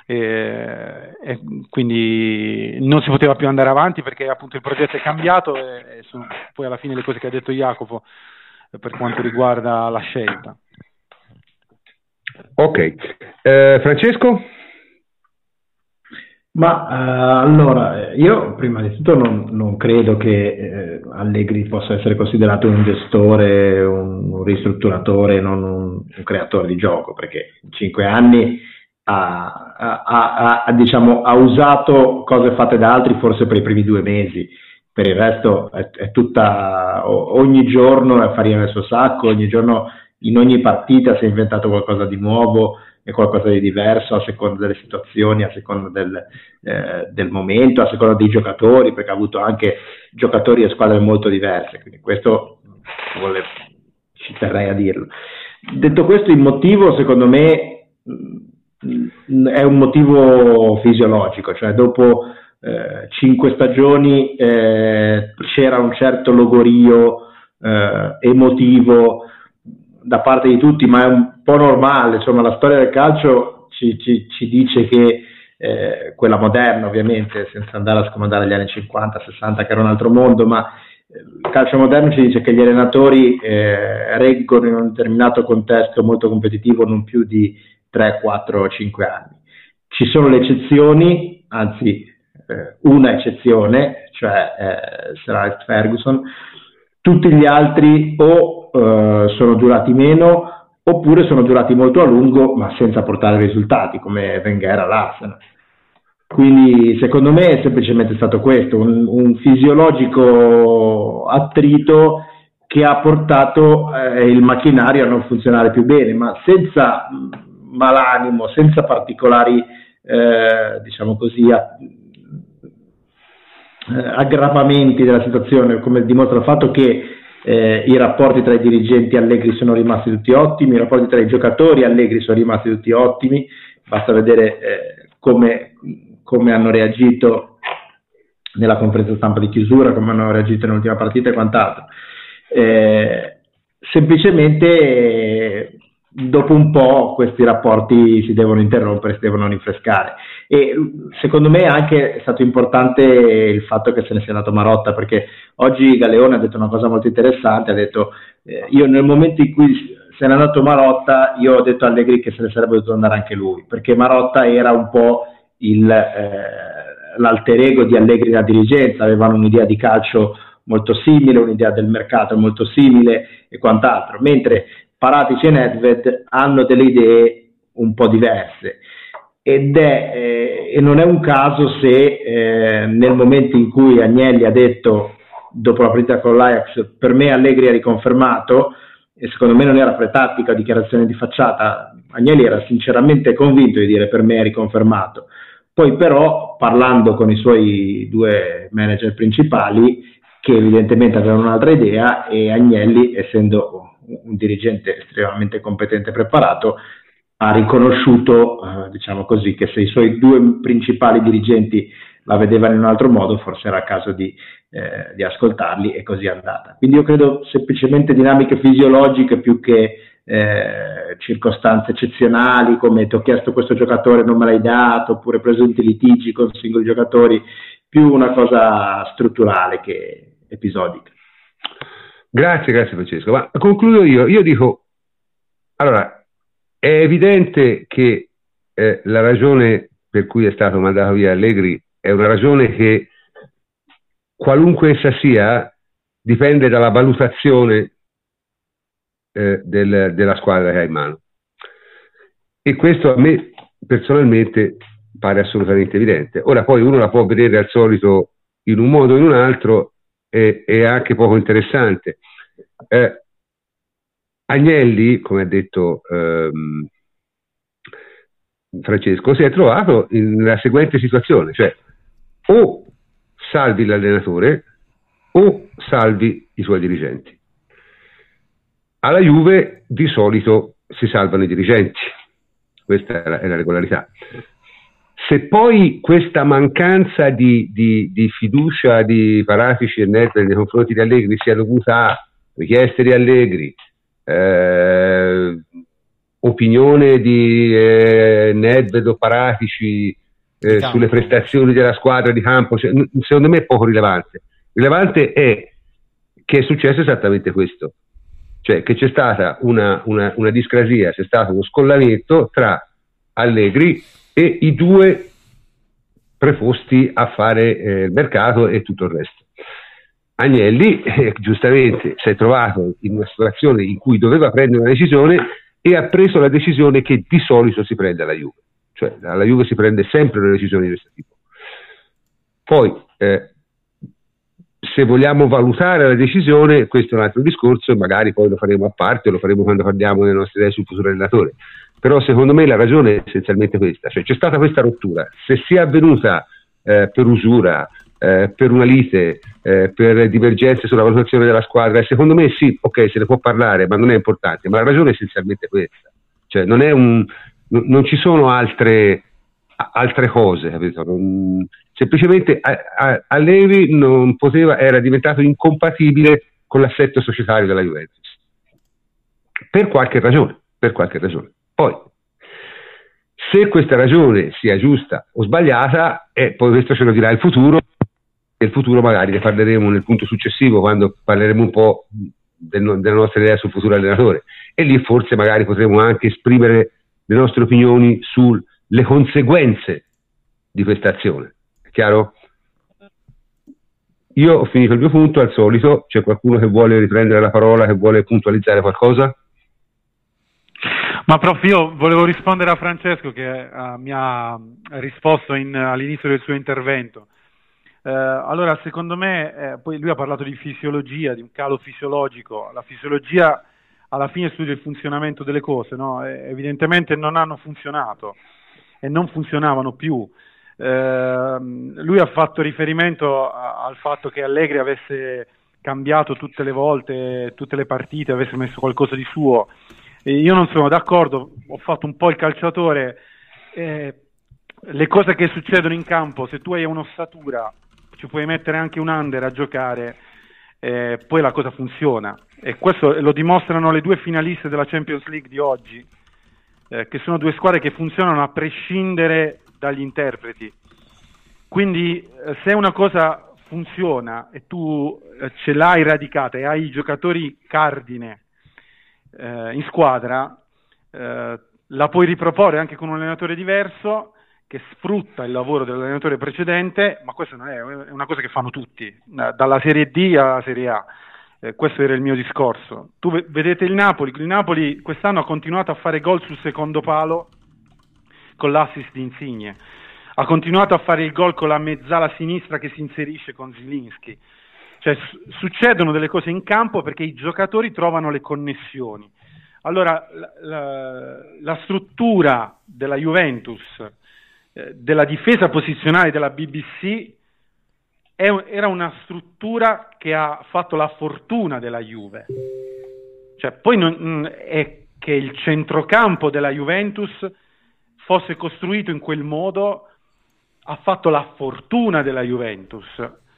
E, e quindi non si poteva più andare avanti, perché appunto il progetto è cambiato, e, e sono poi alla fine le cose che ha detto Jacopo per quanto riguarda la scelta. Ok, eh, Francesco? Ma uh, allora, io prima di tutto non, non credo che eh, Allegri possa essere considerato un gestore, un, un ristrutturatore, non un, un creatore di gioco, perché in cinque anni ha, ha, ha, ha, diciamo, ha usato cose fatte da altri forse per i primi due mesi, per il resto è, è tutta, ogni giorno è farina nel suo sacco, ogni giorno in ogni partita si è inventato qualcosa di nuovo e qualcosa di diverso a seconda delle situazioni, a seconda del, eh, del momento, a seconda dei giocatori, perché ha avuto anche giocatori e squadre molto diverse, quindi questo vuole, ci terrei a dirlo. Detto questo, il motivo secondo me mh, è un motivo fisiologico, cioè dopo eh, cinque stagioni eh, c'era un certo logorio eh, emotivo da parte di tutti, ma è un po' normale, insomma la storia del calcio ci, ci, ci dice che eh, quella moderna ovviamente, senza andare a scomandare gli anni cinquanta sessanta che era un altro mondo, ma eh, il calcio moderno ci dice che gli allenatori eh, reggono in un determinato contesto molto competitivo non più di tre, quattro, cinque anni. Ci sono le eccezioni, anzi eh, una eccezione, cioè eh, Sir Alex Ferguson. Tutti gli altri o eh, sono durati meno oppure sono durati molto a lungo ma senza portare risultati, come Wenger all'Arsenal. Quindi secondo me è semplicemente stato questo, un, un fisiologico attrito che ha portato eh, il macchinario a non funzionare più bene, ma senza malanimo, senza particolari eh, diciamo così a, aggravamenti della situazione, come dimostra il fatto che eh, i rapporti tra i dirigenti Allegri sono rimasti tutti ottimi, i rapporti tra i giocatori Allegri sono rimasti tutti ottimi, basta vedere eh, come, come hanno reagito nella conferenza stampa di chiusura, come hanno reagito nell'ultima partita e quant'altro. Eh, semplicemente eh, dopo un po' questi rapporti si devono interrompere, si devono rinfrescare, e secondo me anche è stato importante il fatto che se ne sia andato Marotta, perché oggi Galeone ha detto una cosa molto interessante, ha detto eh, io nel momento in cui se n'è andato Marotta io ho detto a Allegri che se ne sarebbe dovuto andare anche lui, perché Marotta era un po' il, eh, l'alter ego di Allegri nella dirigenza, avevano un'idea di calcio molto simile, un'idea del mercato molto simile e quant'altro, mentre Paratici e Nedved hanno delle idee un po' diverse, ed è eh, e non è un caso se eh, nel momento in cui Agnelli ha detto dopo la partita con l'Ajax per me Allegri è riconfermato, e secondo me non era pretattica dichiarazione di facciata, Agnelli era sinceramente convinto di dire per me è riconfermato, poi però parlando con i suoi due manager principali che evidentemente avevano un'altra idea, e Agnelli, essendo un dirigente estremamente competente e preparato, ha riconosciuto eh, diciamo così che se i suoi due principali dirigenti la vedevano in un altro modo forse era il caso di, eh, di ascoltarli, e così è andata. Quindi io credo semplicemente dinamiche fisiologiche più che eh, circostanze eccezionali come ti ho chiesto questo giocatore non me l'hai dato, oppure presunti litigi con singoli giocatori, più una cosa strutturale che episodica. Grazie, grazie Francesco. Ma concludo io. Io dico, allora, è evidente che eh, la ragione per cui è stato mandato via Allegri è una ragione che, qualunque essa sia, dipende dalla valutazione eh, del, della squadra che ha in mano. E questo a me personalmente pare assolutamente evidente. Ora poi uno la può vedere al solito in un modo o in un altro, e è anche poco interessante. Eh, Agnelli, come ha detto ehm, Francesco, si è trovato nella seguente situazione, cioè o salvi l'allenatore o salvi i suoi dirigenti. Alla Juve di solito si salvano i dirigenti, questa è la, è la regolarità. Se poi questa mancanza di, di, di fiducia di Paratici e Nedved nei confronti di Allegri sia dovuta a richieste di Allegri, eh, opinione di eh, Nedved o Paratici eh, sulle prestazioni della squadra di campo, cioè, secondo me è poco rilevante. Rilevante è che è successo esattamente questo, cioè che c'è stata una, una, una discrasia, c'è stato uno scollamento tra Allegri e i due preposti a fare eh, il mercato e tutto il resto. Agnelli eh, giustamente si è trovato in una situazione in cui doveva prendere una decisione e ha preso la decisione che di solito si prende alla Juve, cioè alla Juve si prende sempre una decisione di questo tipo. Poi eh, se vogliamo valutare la decisione, questo è un altro discorso e magari poi lo faremo a parte, lo faremo quando parliamo delle nostre idee sul futuro allenatore, però secondo me la ragione è essenzialmente questa, cioè c'è stata questa rottura, se sia avvenuta eh, per usura, eh, per una lite, eh, per divergenze sulla valutazione della squadra, secondo me sì, ok, se ne può parlare, ma non è importante, ma la ragione è essenzialmente questa, cioè non è un, n- non ci sono altre, a- altre cose, capito? Non, semplicemente a- a- Allegri non poteva, era diventato incompatibile con l'assetto societario della Juventus, per qualche ragione, per qualche ragione. Poi, se questa ragione sia giusta o sbagliata, eh, poi questo ce lo dirà il futuro, e il futuro magari ne parleremo nel punto successivo, quando parleremo un po' del, della nostra idea sul futuro allenatore, e lì forse magari potremo anche esprimere le nostre opinioni sulle conseguenze di questa azione. È chiaro? Io ho finito il mio punto, al solito. C'è qualcuno che vuole riprendere la parola, che vuole puntualizzare qualcosa? Ma prof, io volevo rispondere a Francesco che uh, mi ha risposto in, all'inizio del suo intervento. Uh, allora, secondo me, eh, poi lui ha parlato di fisiologia, di un calo fisiologico. La fisiologia alla fine studia il funzionamento delle cose, no? E evidentemente non hanno funzionato e non funzionavano più. Uh, lui ha fatto riferimento a, al fatto che Allegri avesse cambiato tutte le volte, tutte le partite, avesse messo qualcosa di suo. Io non sono d'accordo, ho fatto un po' il calciatore, eh, le cose che succedono in campo, se tu hai un'ossatura, ci puoi mettere anche un under a giocare, eh, poi la cosa funziona. E questo lo dimostrano le due finaliste della Champions League di oggi, eh, che sono due squadre che funzionano a prescindere dagli interpreti. Quindi eh, se una cosa funziona e tu eh, ce l'hai radicata e hai i giocatori cardine in squadra, eh, la puoi riproporre anche con un allenatore diverso che sfrutta il lavoro dell'allenatore precedente, ma questa non è, è una cosa che fanno tutti, dalla Serie D alla Serie A. Eh, questo era il mio discorso. Tu v- vedete il Napoli, il Napoli quest'anno ha continuato a fare gol sul secondo palo con l'assist di Insigne, ha continuato a fare il gol con la mezzala sinistra che si inserisce con Zielinski. Cioè, su- succedono delle cose in campo perché i giocatori trovano le connessioni. Allora, la, la, la struttura della Juventus, eh, della difesa posizionale della B B C, è, era una struttura che ha fatto la fortuna della Juve. Cioè, poi non, mh, è che il centrocampo della Juventus fosse costruito in quel modo, ha fatto la fortuna della Juventus.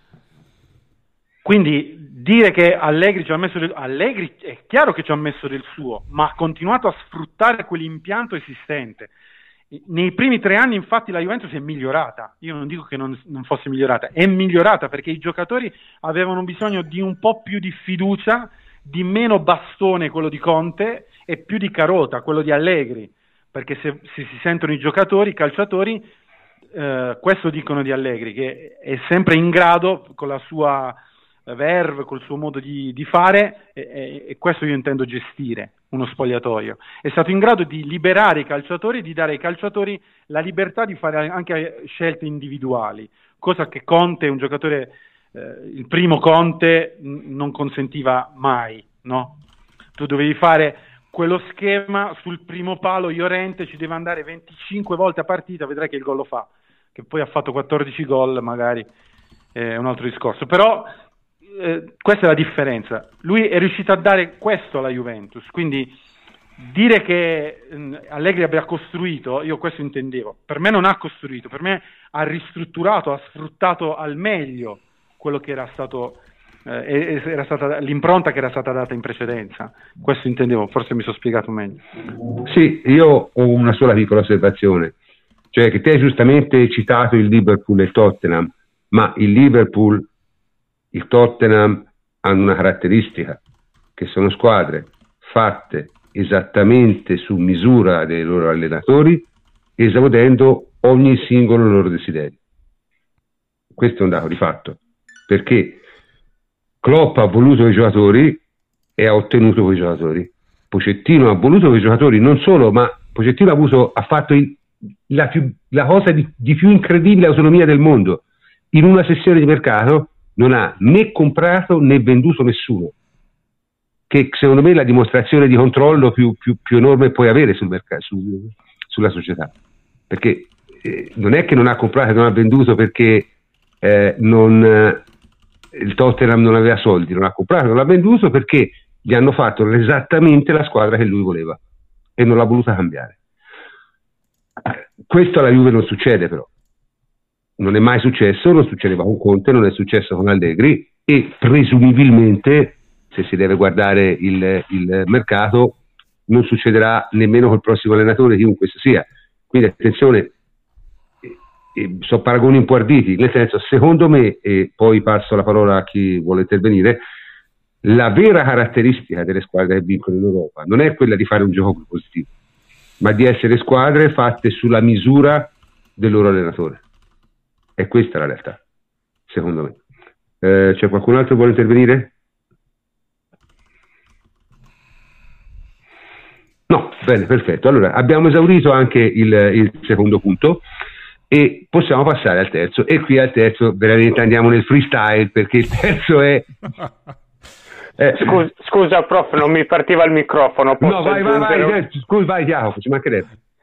Quindi dire che Allegri ci ha messo del... Allegri è chiaro che ci ha messo del suo, ma ha continuato a sfruttare quell'impianto esistente. Nei primi tre anni infatti la Juventus è migliorata, io non dico che non, non fosse migliorata, è migliorata perché i giocatori avevano bisogno di un po' più di fiducia, di meno bastone, quello di Conte, e più di carota, quello di Allegri, perché se, se si sentono i giocatori, i calciatori, eh, questo dicono di Allegri, che è sempre in grado con la sua verve, col suo modo di, di fare, e, e, e questo io intendo gestire uno spogliatoio. È stato in grado di liberare i calciatori, di dare ai calciatori la libertà di fare anche scelte individuali, cosa che Conte, un giocatore, eh, il primo Conte, n- non consentiva mai, no? Tu dovevi fare quello schema sul primo palo, Llorente ci deve andare venticinque volte a partita, vedrai che il gol lo fa, che poi ha fatto quattordici gol, magari è un altro discorso, però Eh, questa è la differenza. Lui è riuscito a dare questo alla Juventus, quindi dire che mh, Allegri abbia costruito, io questo intendevo, per me non ha costruito, per me ha ristrutturato, ha sfruttato al meglio quello che era stato eh, era stata l'impronta che era stata data in precedenza. Questo intendevo, forse mi sono spiegato meglio. Sì, io ho una sola piccola osservazione, cioè che te hai giustamente citato il Liverpool e il Tottenham, ma il Liverpool, il Tottenham hanno una caratteristica, che sono squadre fatte esattamente su misura dei loro allenatori, esaudendo ogni singolo loro desiderio. questo è un dato di fatto, perché Klopp ha voluto i giocatori e ha ottenuto quei giocatori. Pochettino ha voluto quei giocatori, non solo, ma Pochettino ha, avuto, ha fatto il, la, più, la cosa di, di più incredibile autonomia del mondo. In una sessione di mercato non ha né comprato né venduto nessuno, che secondo me è la dimostrazione di controllo più, più, più enorme puoi avere sul mercato, su, sulla società, perché eh, non è che non ha comprato e non ha venduto perché eh, non, eh, il Tottenham non aveva soldi, non ha comprato, non ha venduto perché gli hanno fatto esattamente la squadra che lui voleva e non l'ha voluta cambiare. Questo alla Juve non succede, però non è mai successo, non succedeva con Conte, non è successo con Allegri, e presumibilmente, se si deve guardare il, il mercato, non succederà nemmeno col prossimo allenatore, chiunque esso sia. Quindi attenzione, eh, eh, sono paragoni un po' arditi, nel senso, secondo me, e poi passo la parola a chi vuole intervenire, la vera caratteristica delle squadre che vincono in Europa non è quella di fare un gioco positivo, ma di essere squadre fatte sulla misura del loro allenatore. E questa è la realtà, secondo me. Eh, c'è qualcun altro che vuole intervenire? No, bene, perfetto. Allora, abbiamo esaurito anche il, il secondo punto e possiamo passare al terzo. E qui al terzo veramente andiamo nel freestyle, perché il terzo è... Eh, scusa, scusa, prof, non mi partiva il microfono. No, vai, vai, vai, scusa, vai, Jacopo, ci mancherebbe.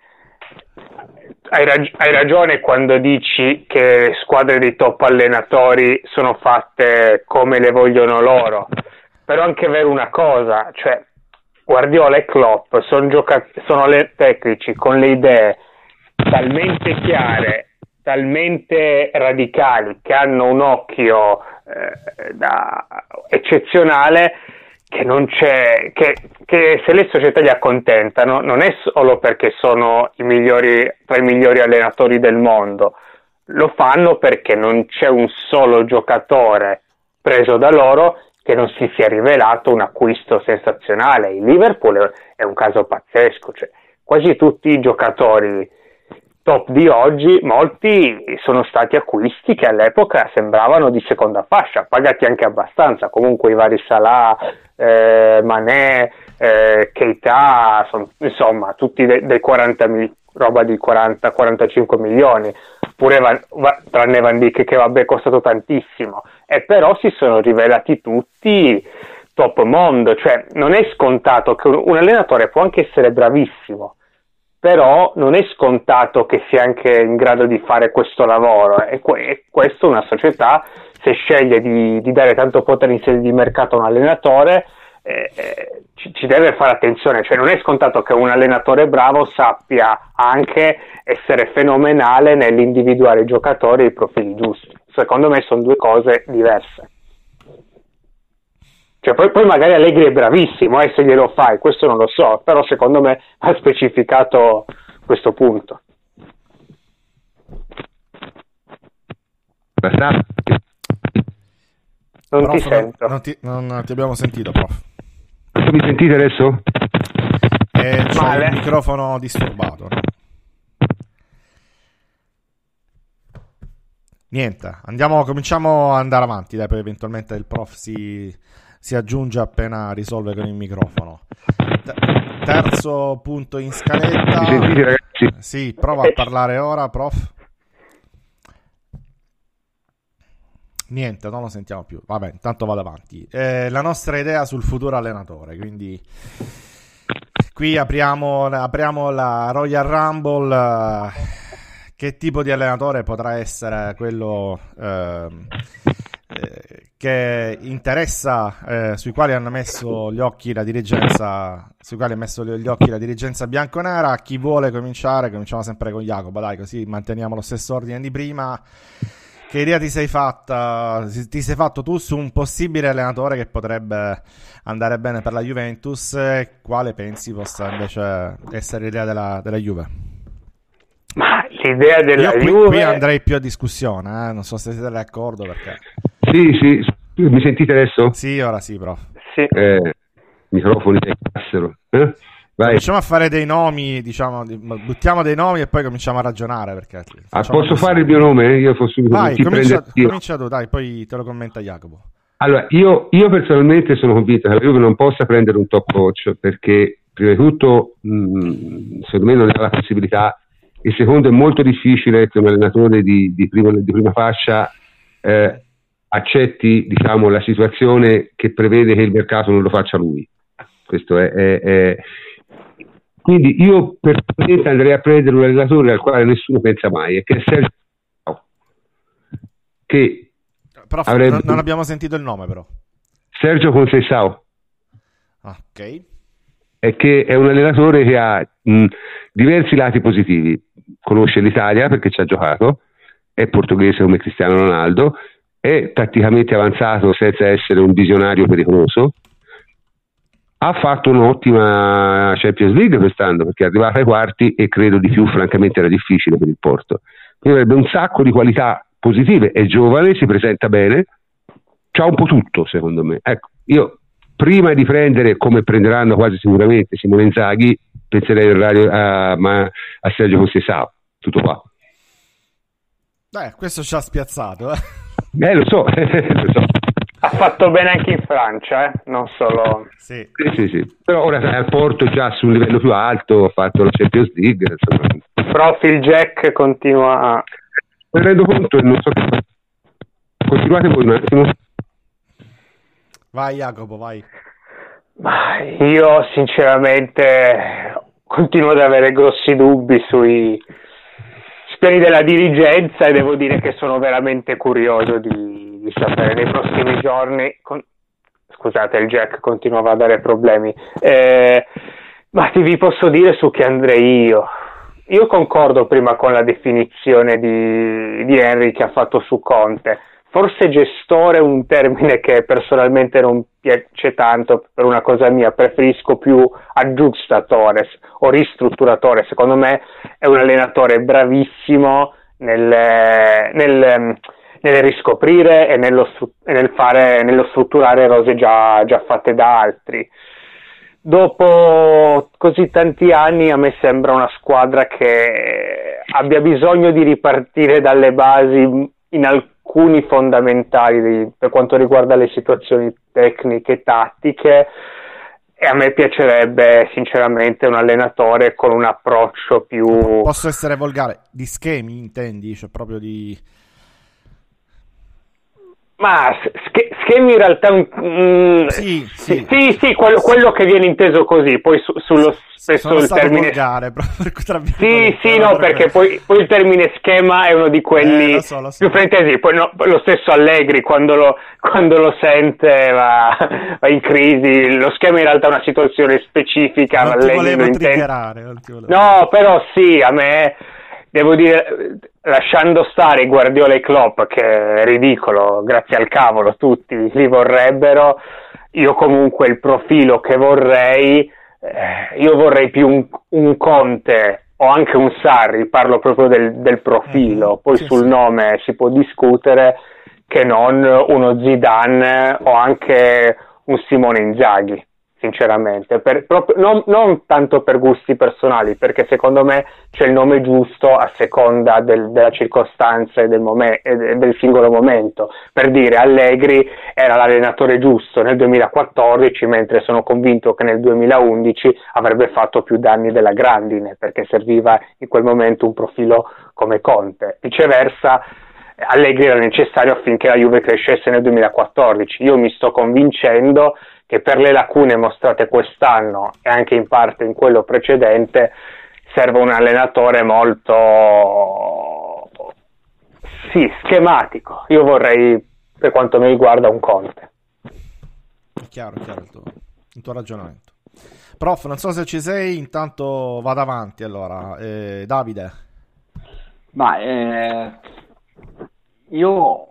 Hai, rag- hai ragione quando dici che squadre di top allenatori sono fatte come le vogliono loro, però è anche vero una cosa, cioè Guardiola e Klopp sono, gioca- sono le- tecnici con le idee talmente chiare, talmente radicali, che hanno un occhio eh, da eccezionale, che non c'è, che, che se le società li accontentano non è solo perché sono i migliori, tra i migliori allenatori del mondo, lo fanno perché non c'è un solo giocatore preso da loro che non si sia rivelato un acquisto sensazionale. Il Liverpool è un caso pazzesco, cioè quasi tutti i giocatori top di oggi, molti sono stati acquisti che all'epoca sembravano di seconda fascia, pagati anche abbastanza. Comunque i vari Salah, eh, Mané, eh, Keita, son, insomma tutti dei, dei quaranta mil, roba di quaranta quarantacinque milioni, pure Van, va, tranne Van Dijk, che vabbè è costato tantissimo, e però si sono rivelati tutti top mondo. Cioè non è scontato che un, un allenatore può anche essere bravissimo, però non è scontato che sia anche in grado di fare questo lavoro, e, que- e questo una società, se sceglie di, di dare tanto potere in sede di mercato a un allenatore, eh, eh, ci, ci deve fare attenzione. Cioè non è scontato che un allenatore bravo sappia anche essere fenomenale nell'individuare i giocatori e i profili giusti. Secondo me sono due cose diverse. Cioè, poi, poi magari Allegri è bravissimo, eh, se glielo fai, questo non lo so, però secondo me ha specificato questo punto. Non prof, ti sento. Non ti, non ti abbiamo sentito, prof. Mi sentite adesso? Eh, c'è il microfono disturbato. Niente, andiamo, cominciamo ad andare avanti, dai, poi eventualmente il prof si... si aggiunge appena risolve con il microfono. T- terzo punto in scaletta. Mi sentite, ragazzi? Sì, prova a parlare ora, prof. Niente, non lo sentiamo più. Vabbè, intanto vado avanti. Eh, la nostra idea sul futuro allenatore, quindi qui apriamo, apriamo la Royal Rumble. Eh, che tipo di allenatore potrà essere quello eh, eh, che interessa, eh, sui quali hanno messo gli occhi la dirigenza, sui quali ha messo gli occhi la dirigenza bianconera? Chi vuole cominciare? Cominciamo sempre con Jacopo, dai, così manteniamo lo stesso ordine di prima. Che idea ti sei fatta, ti sei fatto tu su un possibile allenatore che potrebbe andare bene per la Juventus, e quale pensi possa invece essere l'idea della, della Juve? Ma l'idea della Io qui, Juve... qui andrei più a discussione, eh? Non so se siete d'accordo, perché... Sì, sì, mi sentite adesso? Sì, ora sì, prof. Sì. Eh, microfoni del cassero. Eh? Vai. Cominciamo a fare dei nomi, diciamo, buttiamo dei nomi e poi cominciamo a ragionare. Perché ah, posso così. Fare il mio nome? Io fossi Vai, comincia, comincia tu, dai, poi te lo commenta Jacopo. Allora, io, io personalmente sono convinto che la Juve non possa prendere un top coach perché, prima di tutto, mh, secondo me non ha la possibilità, e secondo è molto difficile che un allenatore di, di, primo, di prima fascia eh, accetti, diciamo, la situazione che prevede che il mercato non lo faccia lui. Questo è, è, è... Quindi io personalmente andrei a prendere un allenatore al quale nessuno pensa mai, e che è Sergio, che però avrebbe... non abbiamo sentito il nome, però. Sergio Conceição. Ah, ok. È che è un allenatore che ha mh, diversi lati positivi. Conosce l'Italia perché ci ha giocato, è portoghese come Cristiano Ronaldo, è tatticamente avanzato senza essere un visionario pericoloso, ha fatto un'ottima Champions League quest'anno perché è arrivato ai quarti, e credo di più francamente era difficile per il Porto. Quindi avrebbe un sacco di qualità positive, è giovane, si presenta bene, c'ha un po' tutto secondo me. Ecco, io prima di prendere, come prenderanno quasi sicuramente, Simone Inzaghi, penserei al radio, a, ma, a Sergio Conceição. Tutto qua. Beh, questo ci ha spiazzato, eh. Eh, lo so, lo so. Ha fatto bene anche in Francia, eh? Non solo... Sì. Sì, sì, sì. Però ora al Porto già su un livello più alto, ha fatto la Champions League. Insomma. Però Phil Jack continua a... Mi rendo conto e non so che... Continuate voi un attimo. Vai Jacopo, vai. Ma io sinceramente continuo ad avere grossi dubbi sui piani della dirigenza, e devo dire che sono veramente curioso di, di sapere nei prossimi giorni. Con... Scusate, il Jack continuava a dare problemi. Eh, ma ti vi posso dire su che andrei io. Io concordo prima con la definizione di, di Henry che ha fatto su Conte. Forse gestore è un termine che personalmente non piace tanto per una cosa mia, preferisco più aggiustatore o ristrutturatore. Secondo me è un allenatore bravissimo nel, nel, nel riscoprire e, nello, e nel fare, nello strutturare rose già, già fatte da altri. Dopo così tanti anni a me sembra una squadra che abbia bisogno di ripartire dalle basi in alcuni alcuni fondamentali di, per quanto riguarda le situazioni tecniche e tattiche, e a me piacerebbe sinceramente un allenatore con un approccio più... Posso essere volgare? Di schemi intendi? Cioè proprio di... Ma sch- schemi in realtà mm, sì, sì, sì, sì quello, quello che viene inteso così, poi su, sullo stesso Sono il termine volgare, per sì sì no perché poi, poi il termine schema è uno di quelli eh, lo so, lo so. più fraintesi. Poi no, lo stesso Allegri quando lo, quando lo sente va, va in crisi. Lo schema in realtà è una situazione specifica. Non ti volevo intende... triggerare non ti volevo... no però sì, a me devo dire, lasciando stare Guardiola e Klopp, che è ridicolo, grazie al cavolo tutti li vorrebbero, io comunque il profilo che vorrei, eh, io vorrei più un, un Conte o anche un Sarri, parlo proprio del, del profilo, poi sì, sul sì. nome si può discutere, che non uno Zidane o anche un Simone Inzaghi. Sinceramente, per, proprio, non, non tanto per gusti personali, perché secondo me c'è il nome giusto a seconda del, della circostanza e del, momen- e del singolo momento. Per dire, Allegri era l'allenatore giusto nel duemilaquattordici, mentre sono convinto che nel duemilaundici avrebbe fatto più danni della grandine, perché serviva in quel momento un profilo come Conte. Viceversa, Allegri era necessario affinché la Juve crescesse nel duemilaquattordici. Io mi sto convincendo che per le lacune mostrate quest'anno e anche in parte in quello precedente serve un allenatore molto sì, schematico. Io vorrei, per quanto mi riguarda, un Conte. Chiaro, chiaro il tuo, il tuo ragionamento. Prof, non so se ci sei, intanto vado avanti allora. Eh, Davide. Ma eh, io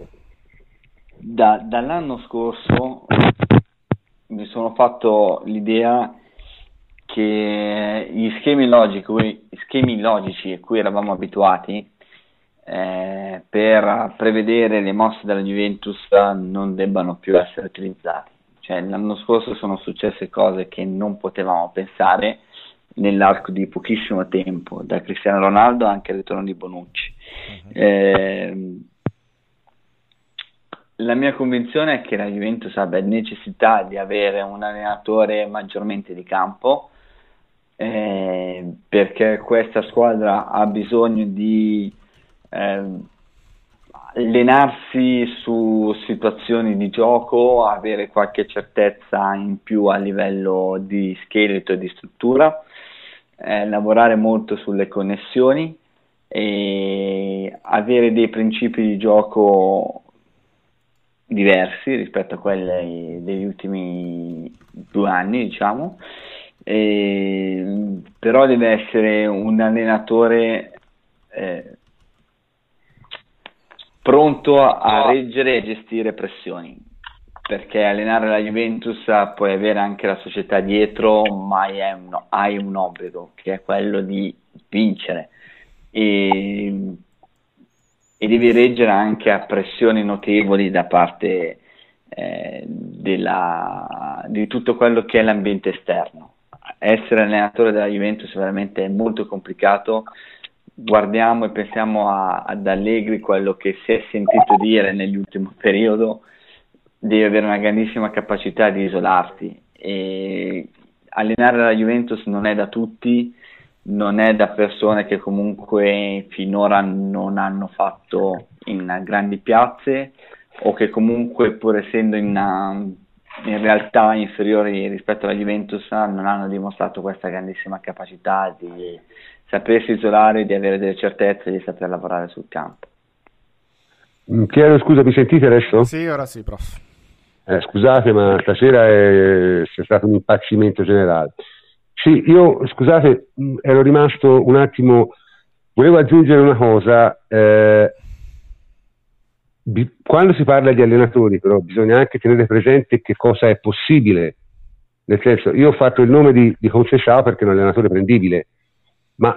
da, dall'anno scorso mi sono fatto l'idea che gli schemi logici, schemi logici a cui eravamo abituati eh, per prevedere le mosse della Juventus non debbano più essere utilizzati. cioè l'anno scorso sono successe cose che non potevamo pensare nell'arco di pochissimo tempo, da Cristiano Ronaldo anche al ritorno di Bonucci. Uh-huh. Eh, la mia convinzione è che la Juventus abbia necessità di avere un allenatore maggiormente di campo, eh, perché questa squadra ha bisogno di eh, allenarsi su situazioni di gioco, avere qualche certezza in più a livello di scheletro e di struttura, eh, lavorare molto sulle connessioni e avere dei principi di gioco diversi rispetto a quelli degli ultimi due anni, diciamo. E, però deve essere un allenatore eh, pronto a reggere e gestire pressioni, perché allenare la Juventus puoi avere anche la società dietro, ma hai un, hai un obbligo che è quello di vincere e, e devi reggere anche a pressioni notevoli da parte eh, della, di tutto quello che è l'ambiente esterno. Essere allenatore della Juventus veramente è molto complicato. Guardiamo e pensiamo a, ad Allegri, quello che si è sentito dire nell'ultimo periodo. Devi avere una grandissima capacità di isolarti, e allenare la Juventus non è da tutti, non è da persone che comunque finora non hanno fatto in grandi piazze o che comunque, pur essendo in, una, in realtà inferiori rispetto alla Juventus, non hanno dimostrato questa grandissima capacità di sapersi isolare, di avere delle certezze e di saper lavorare sul campo. Chiedo scusa, mi sentite adesso? Sì, ora sì, prof. Eh, scusate, ma stasera è, c'è stato un impazzimento generale. Sì, io, scusate, ero rimasto un attimo, volevo aggiungere una cosa. Eh, bi- quando si parla di allenatori, però, bisogna anche tenere presente che cosa è possibile. Nel senso, io ho fatto il nome di, di Conceição perché è un allenatore prendibile, ma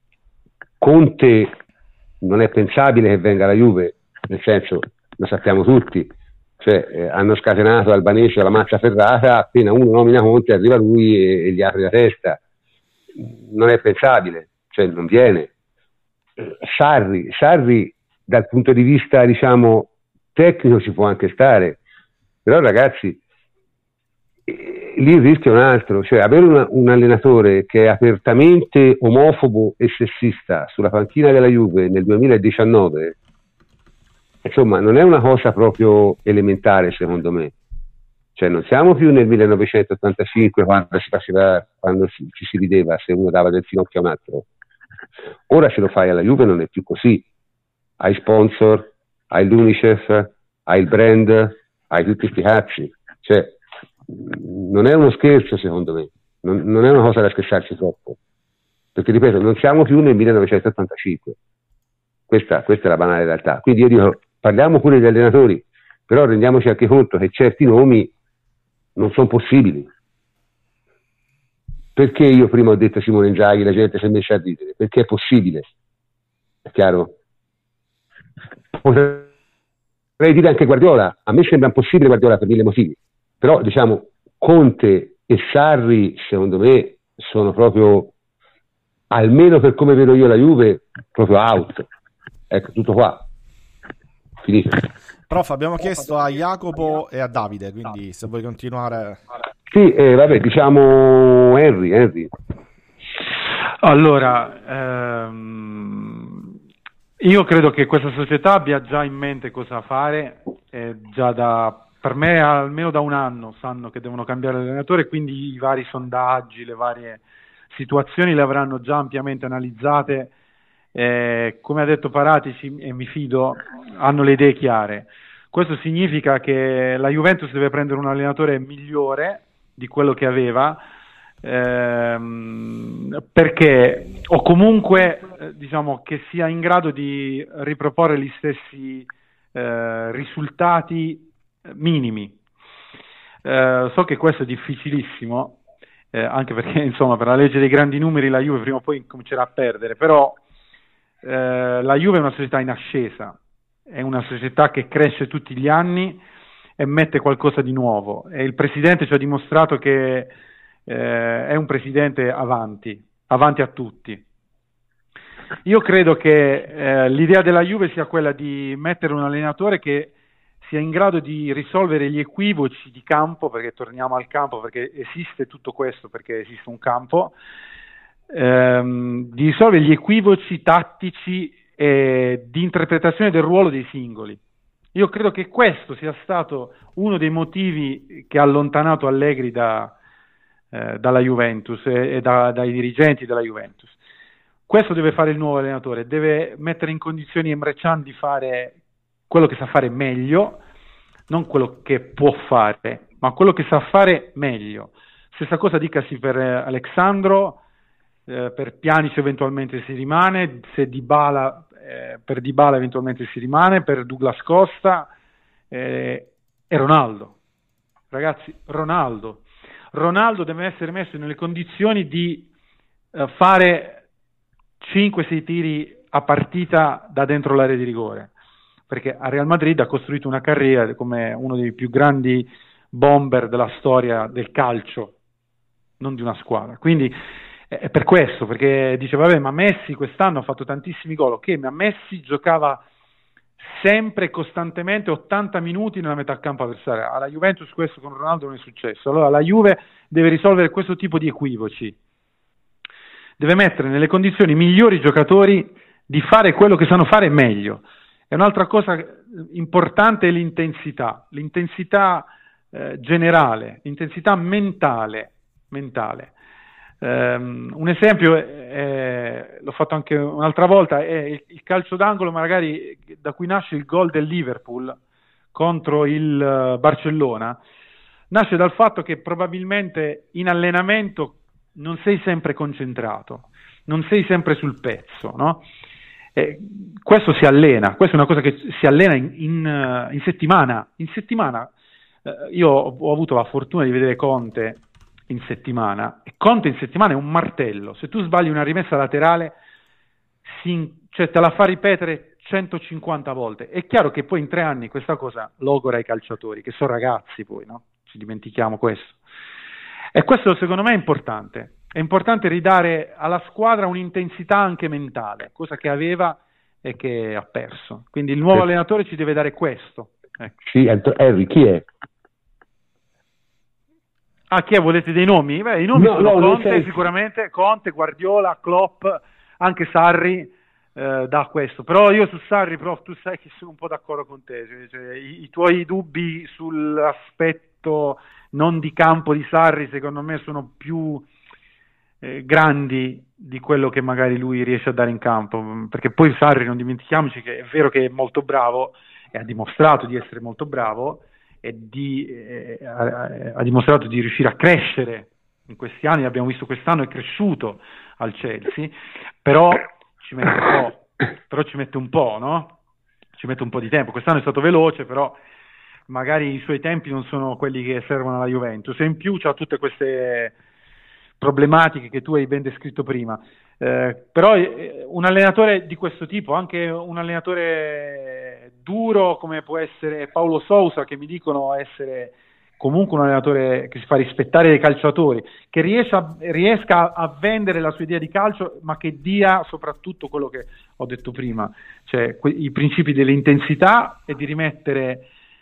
Conte non è pensabile che venga alla Juve, nel senso, lo sappiamo tutti. Cioè, eh, hanno scatenato Albanese alla mazza ferrata, appena uno nomina Conte arriva lui e, e gli apre la testa. Non è pensabile, cioè non viene. Sarri, Sarri dal punto di vista, diciamo, tecnico ci può anche stare, però ragazzi, eh, lì il rischio è un altro, cioè avere una, un allenatore che è apertamente omofobo e sessista sulla panchina della Juve nel duemiladiciannove, insomma, non è una cosa proprio elementare, secondo me. Cioè, non siamo più nel millenovecentottantacinque quando si faceva, quando ci si, si rideva se uno dava del finocchio a un altro. Ora se lo fai alla Juve non è più così. Hai sponsor, hai l'Unicef, hai il brand, hai tutti questi cazzi. Cioè, non è uno scherzo, secondo me. Non, non è una cosa da scherzarci troppo. Perché, ripeto, non siamo più nel millenovecentottantacinque. Questa, questa è la banale realtà. Quindi io dico, parliamo pure degli allenatori, però rendiamoci anche conto che certi nomi non sono possibili. Perché io prima ho detto Simone Inzaghi, la gente si è messa a ridere? Perché è possibile, è chiaro? Potrei dire anche Guardiola, a me sembra impossibile Guardiola per mille motivi, però diciamo Conte e Sarri secondo me sono proprio, almeno per come vedo io la Juve, proprio out. Ecco, tutto qua. Finito. Prof, abbiamo chiesto a Jacopo e a Davide, quindi se vuoi continuare. Sì, eh, vabbè, diciamo Henry, Henry. Allora, ehm, io credo che questa società abbia già in mente cosa fare, eh, già da, per me almeno da un anno sanno che devono cambiare allenatore, quindi i vari sondaggi, le varie situazioni le avranno già ampiamente analizzate. Eh, come ha detto Paratici, e mi fido, hanno le idee chiare. Questo significa che la Juventus deve prendere un allenatore migliore di quello che aveva, ehm, perché o comunque eh, diciamo che sia in grado di riproporre gli stessi eh, risultati minimi. Eh, so che questo è difficilissimo, eh, anche perché insomma per la legge dei grandi numeri la Juve prima o poi comincerà a perdere, però Eh, la Juve è una società in ascesa, è una società che cresce tutti gli anni e mette qualcosa di nuovo, e il presidente ci ha dimostrato che eh, è un presidente avanti, avanti a tutti. Io credo che eh, l'idea della Juve sia quella di mettere un allenatore che sia in grado di risolvere gli equivoci di campo, perché torniamo al campo, perché esiste tutto questo, perché esiste un campo, ehm, di risolvere gli equivoci tattici e di interpretazione del ruolo dei singoli. Io credo che questo sia stato uno dei motivi che ha allontanato Allegri da, eh, dalla Juventus e, e da, dai dirigenti della Juventus. Questo deve fare il nuovo allenatore, deve mettere in condizioni Emre Can di fare quello che sa fare meglio, non quello che può fare, ma quello che sa fare meglio. Stessa cosa dicasi per Alexandro, eh, per Pjanic eventualmente si rimane, se Dybala, eh, per Dybala eventualmente si rimane, per Douglas Costa eh, e Ronaldo. Ragazzi, Ronaldo. Ronaldo deve essere messo nelle condizioni di eh, fare cinque sei tiri a partita da dentro l'area di rigore, perché a Real Madrid ha costruito una carriera come uno dei più grandi bomber della storia del calcio, non di una squadra. Quindi è per questo, perché dice vabbè, ma Messi quest'anno ha fatto tantissimi gol, ok, ma Messi giocava sempre e costantemente ottanta minuti nella metà campo avversaria. Alla Juventus questo con Ronaldo non è successo. Allora la Juve deve risolvere questo tipo di equivoci, deve mettere nelle condizioni migliori i giocatori di fare quello che sanno fare meglio. E un'altra cosa importante è l'intensità, l'intensità eh, generale, l'intensità mentale. mentale. Um, un esempio, è, l'ho fatto anche un'altra volta, è il, il calcio d'angolo magari da cui nasce il gol del Liverpool contro il uh, Barcellona, nasce dal fatto che probabilmente in allenamento non sei sempre concentrato, non sei sempre sul pezzo, no? Eh, questo si allena, questa è una cosa che si allena in, in, in settimana. In settimana eh, io ho, ho avuto la fortuna di vedere Conte in settimana, e Conte in settimana è un martello. Se tu sbagli una rimessa laterale, si, cioè te la fa ripetere centocinquanta volte. È chiaro che poi in tre anni questa cosa logora ai calciatori, che sono ragazzi poi, no? Ci dimentichiamo questo. E questo secondo me è importante. È importante ridare alla squadra un'intensità anche mentale, cosa che aveva e che ha perso. Quindi il nuovo allenatore ci deve dare questo. Ecco. Sì, Harry, chi è? Ah, chi è? Volete dei nomi? Beh, i nomi no, sono no, Conte, sicuramente, Conte, Guardiola, Klopp, anche Sarri eh, da questo. Però io su Sarri, prof, tu sai che sono un po' d'accordo con te, cioè, cioè, i, i tuoi dubbi sull'aspetto non di campo di Sarri secondo me sono più eh, grandi di quello che magari lui riesce a dare in campo, perché poi Sarri, non dimentichiamoci che è vero che è molto bravo e ha dimostrato di essere molto bravo, e di, eh, ha, ha dimostrato di riuscire a crescere in questi anni. Abbiamo visto quest'anno è cresciuto al Chelsea, però ci mette un po', però ci mette un po', no? Ci mette un po' di tempo. Quest'anno è stato veloce, però magari i suoi tempi non sono quelli che servono alla Juventus, e in più c'ha tutte queste problematiche che tu hai ben descritto prima. Eh, però eh, un allenatore di questo tipo, anche un allenatore duro come può essere Paulo Sousa, che mi dicono essere comunque un allenatore che si fa rispettare dai calciatori, che riesca, riesca a vendere la sua idea di calcio, ma che dia soprattutto quello che ho detto prima, cioè que- i principi dell'intensità e di rimettere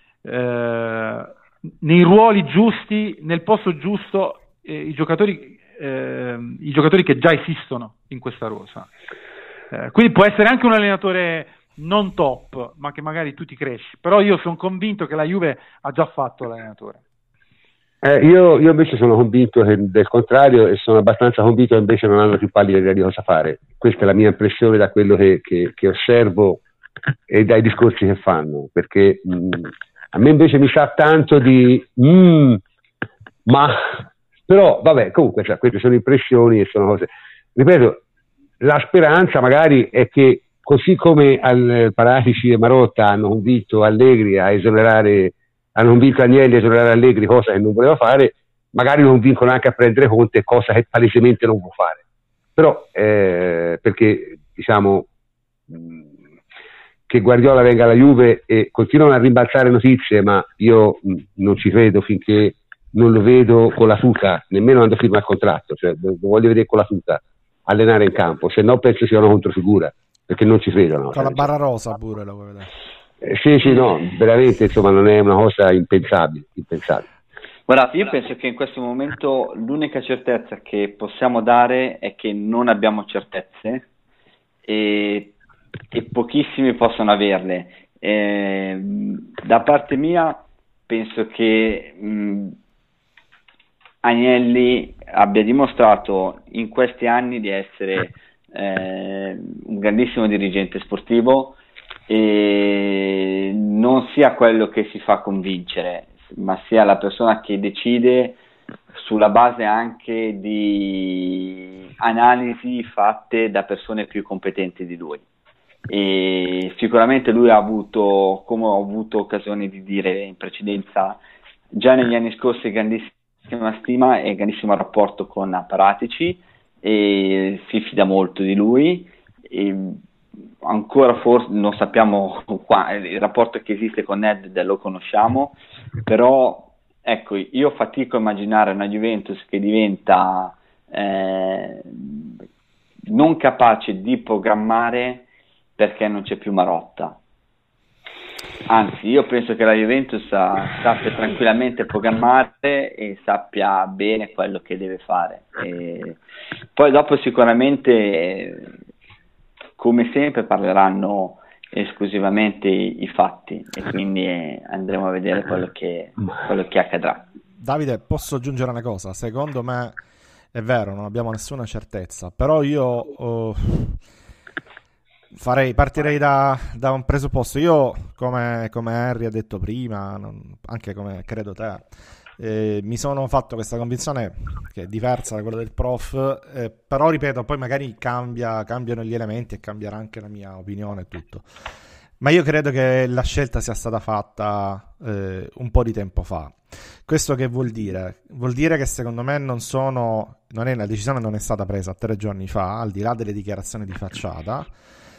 eh, nei ruoli giusti, nel posto giusto, eh, i giocatori Eh, i giocatori che già esistono in questa rosa. Eh, quindi può essere anche un allenatore non top, ma che magari tu ti cresci. Però io sono convinto che la Juve ha già fatto l'allenatore. Eh, io, io invece sono convinto che, del contrario, e sono abbastanza convinto che invece non hanno più pallida idea di cosa fare. Questa è la mia impressione da quello che, che, che osservo e dai discorsi che fanno, perché mh, a me invece mi sa tanto di mh, ma però vabbè, comunque cioè, queste sono impressioni e sono cose, ripeto, la speranza magari è che così come al Paratici e Marotta hanno convinto Allegri a esonerare, hanno convinto Agnelli a esonerare Allegri, cosa che non voleva fare, magari lo convincono anche a prendere Conte, cosa che palesemente non può fare. Però eh, perché diciamo mh, che Guardiola venga alla Juve, e continuano a rimbalzare notizie, ma io mh, non ci credo finché non lo vedo con la tuta, nemmeno quando firma il contratto, cioè lo voglio vedere con la tuta allenare in campo, se no penso sia una controfigura, perché non ci credono. Con la barra rosa pure lo vuoi vedere. Eh, sì, sì, no, veramente, insomma, non è una cosa impensabile, impensabile. Guardate, io penso che in questo momento l'unica certezza che possiamo dare è che non abbiamo certezze e, e pochissimi possono averle. Eh, da parte mia penso che mh, Agnelli abbia dimostrato in questi anni di essere eh, un grandissimo dirigente sportivo e non sia quello che si fa convincere, ma sia la persona che decide sulla base anche di analisi fatte da persone più competenti di lui. E sicuramente lui ha avuto, come ho avuto occasione di dire in precedenza, già negli anni scorsi grandissima stima e grandissimo rapporto con Apparatici, e si fida molto di lui, e ancora forse non sappiamo qua, il rapporto che esiste con Ned lo conosciamo, però ecco, io fatico a immaginare una Juventus che diventa eh, non capace di programmare perché non c'è più Marotta. Anzi, io penso che la Juventus sappia tranquillamente programmare e sappia bene quello che deve fare. E poi dopo sicuramente, come sempre, parleranno esclusivamente i, i fatti, e quindi eh, andremo a vedere quello che, quello che accadrà. Davide, posso aggiungere una cosa? Secondo me è vero, non abbiamo nessuna certezza, però io oh, farei, partirei da, da un presupposto. Io, come, come Henry ha detto prima, non, anche come credo te, eh, mi sono fatto questa convinzione che è diversa da quella del prof, eh, però ripeto, poi magari cambia, cambiano gli elementi e cambierà anche la mia opinione e tutto. Ma io credo che la scelta sia stata fatta eh, un po' di tempo fa. Questo che vuol dire? Vuol dire che secondo me non sono, non è, la decisione non è stata presa tre giorni fa, al di là delle dichiarazioni di facciata,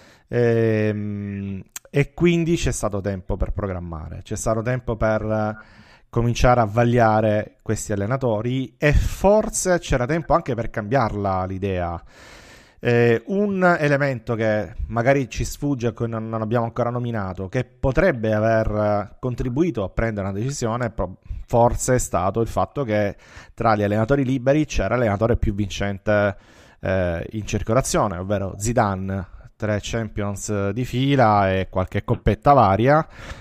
ehm, e quindi c'è stato tempo per programmare, c'è stato tempo per cominciare a vagliare questi allenatori, e forse c'era tempo anche per cambiarla l'idea. Eh, un elemento che magari ci sfugge e che non, non abbiamo ancora nominato, che potrebbe aver contribuito a prendere una decisione, forse è stato il fatto che tra gli allenatori liberi c'era l'allenatore più vincente eh, in circolazione, ovvero Zidane, tre Champions di fila e qualche coppetta varia.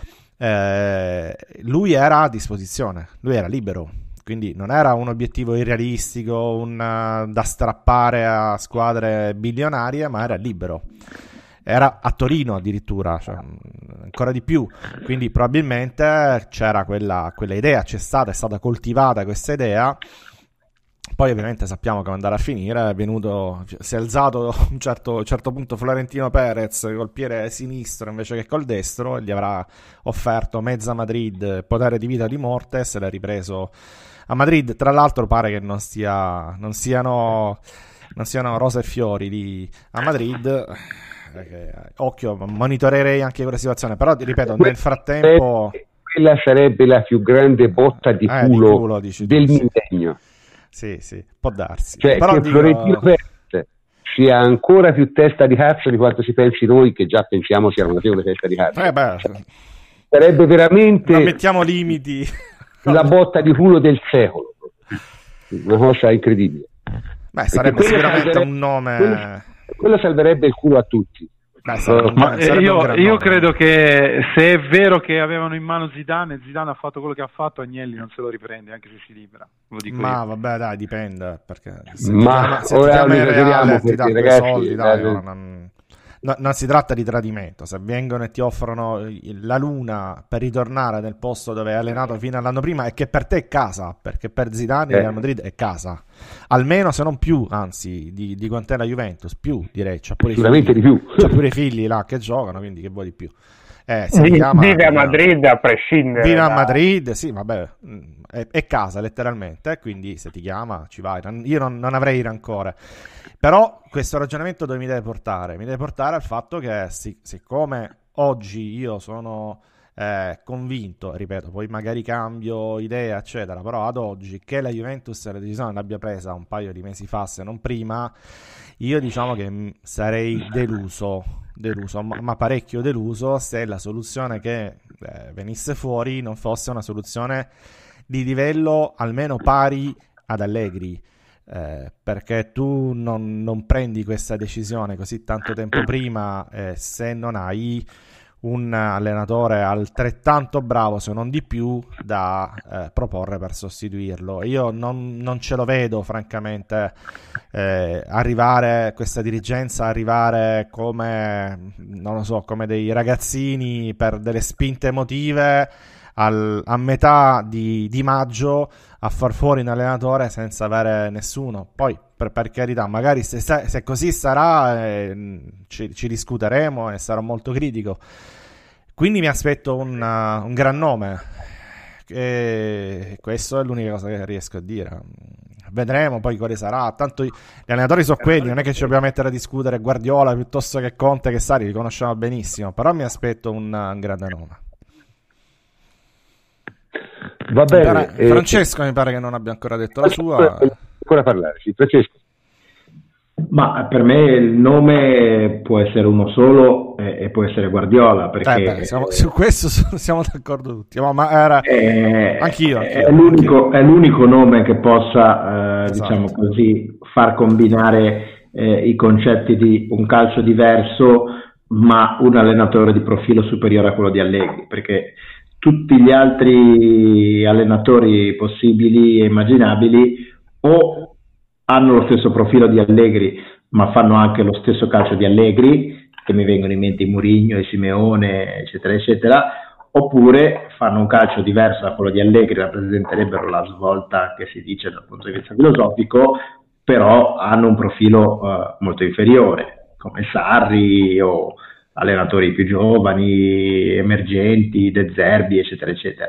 Eh, lui era a disposizione, lui era libero, quindi non era un obiettivo irrealistico, un, uh, da strappare a squadre bilionarie, ma era libero, era a Torino addirittura, cioè, ancora di più, quindi probabilmente c'era quella, quella idea, c'è stata, è stata coltivata questa idea. Poi ovviamente sappiamo come andare a finire, è venuto, si è alzato a un certo, certo punto Florentino Perez col piede sinistro invece che col destro, e gli avrà offerto mezza Madrid, potere di vita o di morte, se l'ha ripreso a Madrid. Tra l'altro pare che non, stia, non, siano, non siano rose e fiori lì a Madrid, perché, occhio, monitorerei anche quella situazione, però ripeto, nel frattempo... Quella sarebbe la più grande botta di eh, culo, di culo dici, del sì. millennio. Sì, sì, può darsi. Cioè, però che dico... Florentino Perez sia ancora più testa di cazzo di quanto si pensi noi, che già pensiamo sia una notevole testa di cazzo. Eh beh, sarebbe veramente... non mettiamo limiti. La botta di culo del secolo. Una cosa incredibile. Beh, sarebbe sicuramente un nome... Quello, quello salverebbe il culo a tutti. Beh, sarebbe, ma sarebbe io, un io nome. credo che se è vero che avevano in mano Zidane, Zidane ha fatto quello che ha fatto, Agnelli non se lo riprende anche se si libera, lo dico ma io. vabbè, dai, dipende, perché se ma ti chiama, se ora ti chiama il noi Reale, ti perché, dà quei ragazzi, soldi, dai, dai, ora non, no, non si tratta di tradimento. Se vengono e ti offrono la luna per ritornare nel posto dove hai allenato fino all'anno prima, e che per te è casa, perché per Zidane il eh. Real Madrid è casa, almeno se non più, anzi di, di quant'è la Juventus, più direi, c'ha pure sicuramente figli, di più, c'ha pure i figli là che giocano, quindi che vuoi di più. Eh, si Vive chiama, a Madrid a prescindere. Vive a da... Madrid, sì, vabbè, è, è casa letteralmente, quindi se ti chiama ci vai. Io non, non avrei rancore. Però questo ragionamento dove mi deve portare? Mi deve portare al fatto che sic- siccome oggi io sono eh, convinto, ripeto, poi magari cambio idea, eccetera, però ad oggi che la Juventus la decisione l'abbia presa un paio di mesi fa, se non prima, io diciamo che m- sarei deluso, deluso, ma, ma parecchio deluso se la soluzione che eh, venisse fuori non fosse una soluzione di livello almeno pari ad Allegri. Eh, perché tu non, non prendi questa decisione così tanto tempo prima eh, se non hai un allenatore altrettanto bravo, se non di più, da eh, proporre per sostituirlo. Io non, non ce lo vedo francamente eh, arrivare, questa dirigenza arrivare come, non lo so, come dei ragazzini per delle spinte emotive al, a metà di, di maggio a far fuori un allenatore senza avere nessuno. Poi per, per carità, magari se, se così sarà eh, ci, ci discuteremo e sarò molto critico. Quindi mi aspetto un, uh, un gran nome, e questo è l'unica cosa che riesco a dire. Vedremo poi quale sarà, tanto gli allenatori sono quelli, non è che ci dobbiamo mettere a discutere Guardiola piuttosto che Conte, che Sarri li conosciamo benissimo, però mi aspetto un, un grande nome. Va bene. Pare, eh, Francesco mi pare che non abbia ancora detto la sua. Ancora parlare, sì, Francesco. Ma per me il nome può essere uno solo e, e può essere Guardiola, perché eh beh, siamo, su questo siamo d'accordo tutti. Ma, ma era è, anch'io, anch'io, è, l'unico, anch'io. è l'unico nome che possa, eh, esatto. diciamo così, far combinare eh, i concetti di un calcio diverso, ma un allenatore di profilo superiore a quello di Allegri, perché tutti gli altri allenatori possibili e immaginabili o hanno lo stesso profilo di Allegri ma fanno anche lo stesso calcio di Allegri, che mi vengono in mente i Mourinho, i Simeone, eccetera eccetera, oppure fanno un calcio diverso da quello di Allegri, rappresenterebbero la svolta che si dice dal punto di vista filosofico, però hanno un profilo uh, molto inferiore, come Sarri o allenatori più giovani, emergenti, De Zerbi, eccetera eccetera.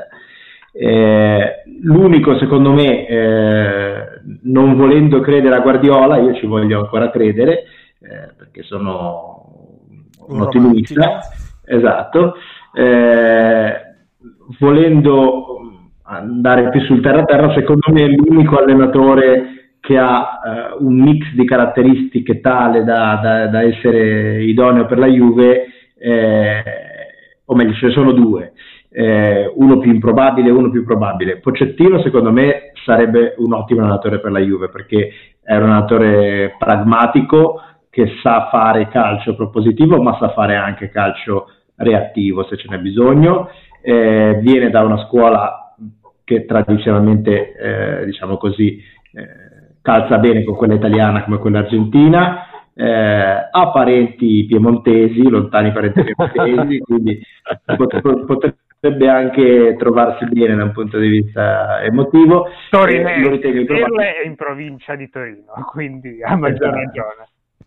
Eh, l'unico, secondo me, eh, non volendo credere a Guardiola, io ci voglio ancora credere, eh, perché sono un, un ottimista, esatto, eh, volendo andare più sul terra terra, secondo me è l'unico allenatore che ha eh, un mix di caratteristiche tale da, da, da essere idoneo per la Juve, eh, o meglio, ce ne sono due. Eh, uno più improbabile e uno più probabile. Pochettino secondo me sarebbe un ottimo allenatore per la Juve, perché è un allenatore pragmatico che sa fare calcio propositivo ma sa fare anche calcio reattivo se ce n'è bisogno, eh, viene da una scuola che tradizionalmente eh, diciamo così eh, calza bene con quella italiana come quella argentina, eh, ha parenti piemontesi, lontani parenti piemontesi, quindi potrebbe, potrebbe anche trovarsi bene da un punto di vista emotivo. Torinese, eh, è in provincia di Torino, quindi ha maggior ragione.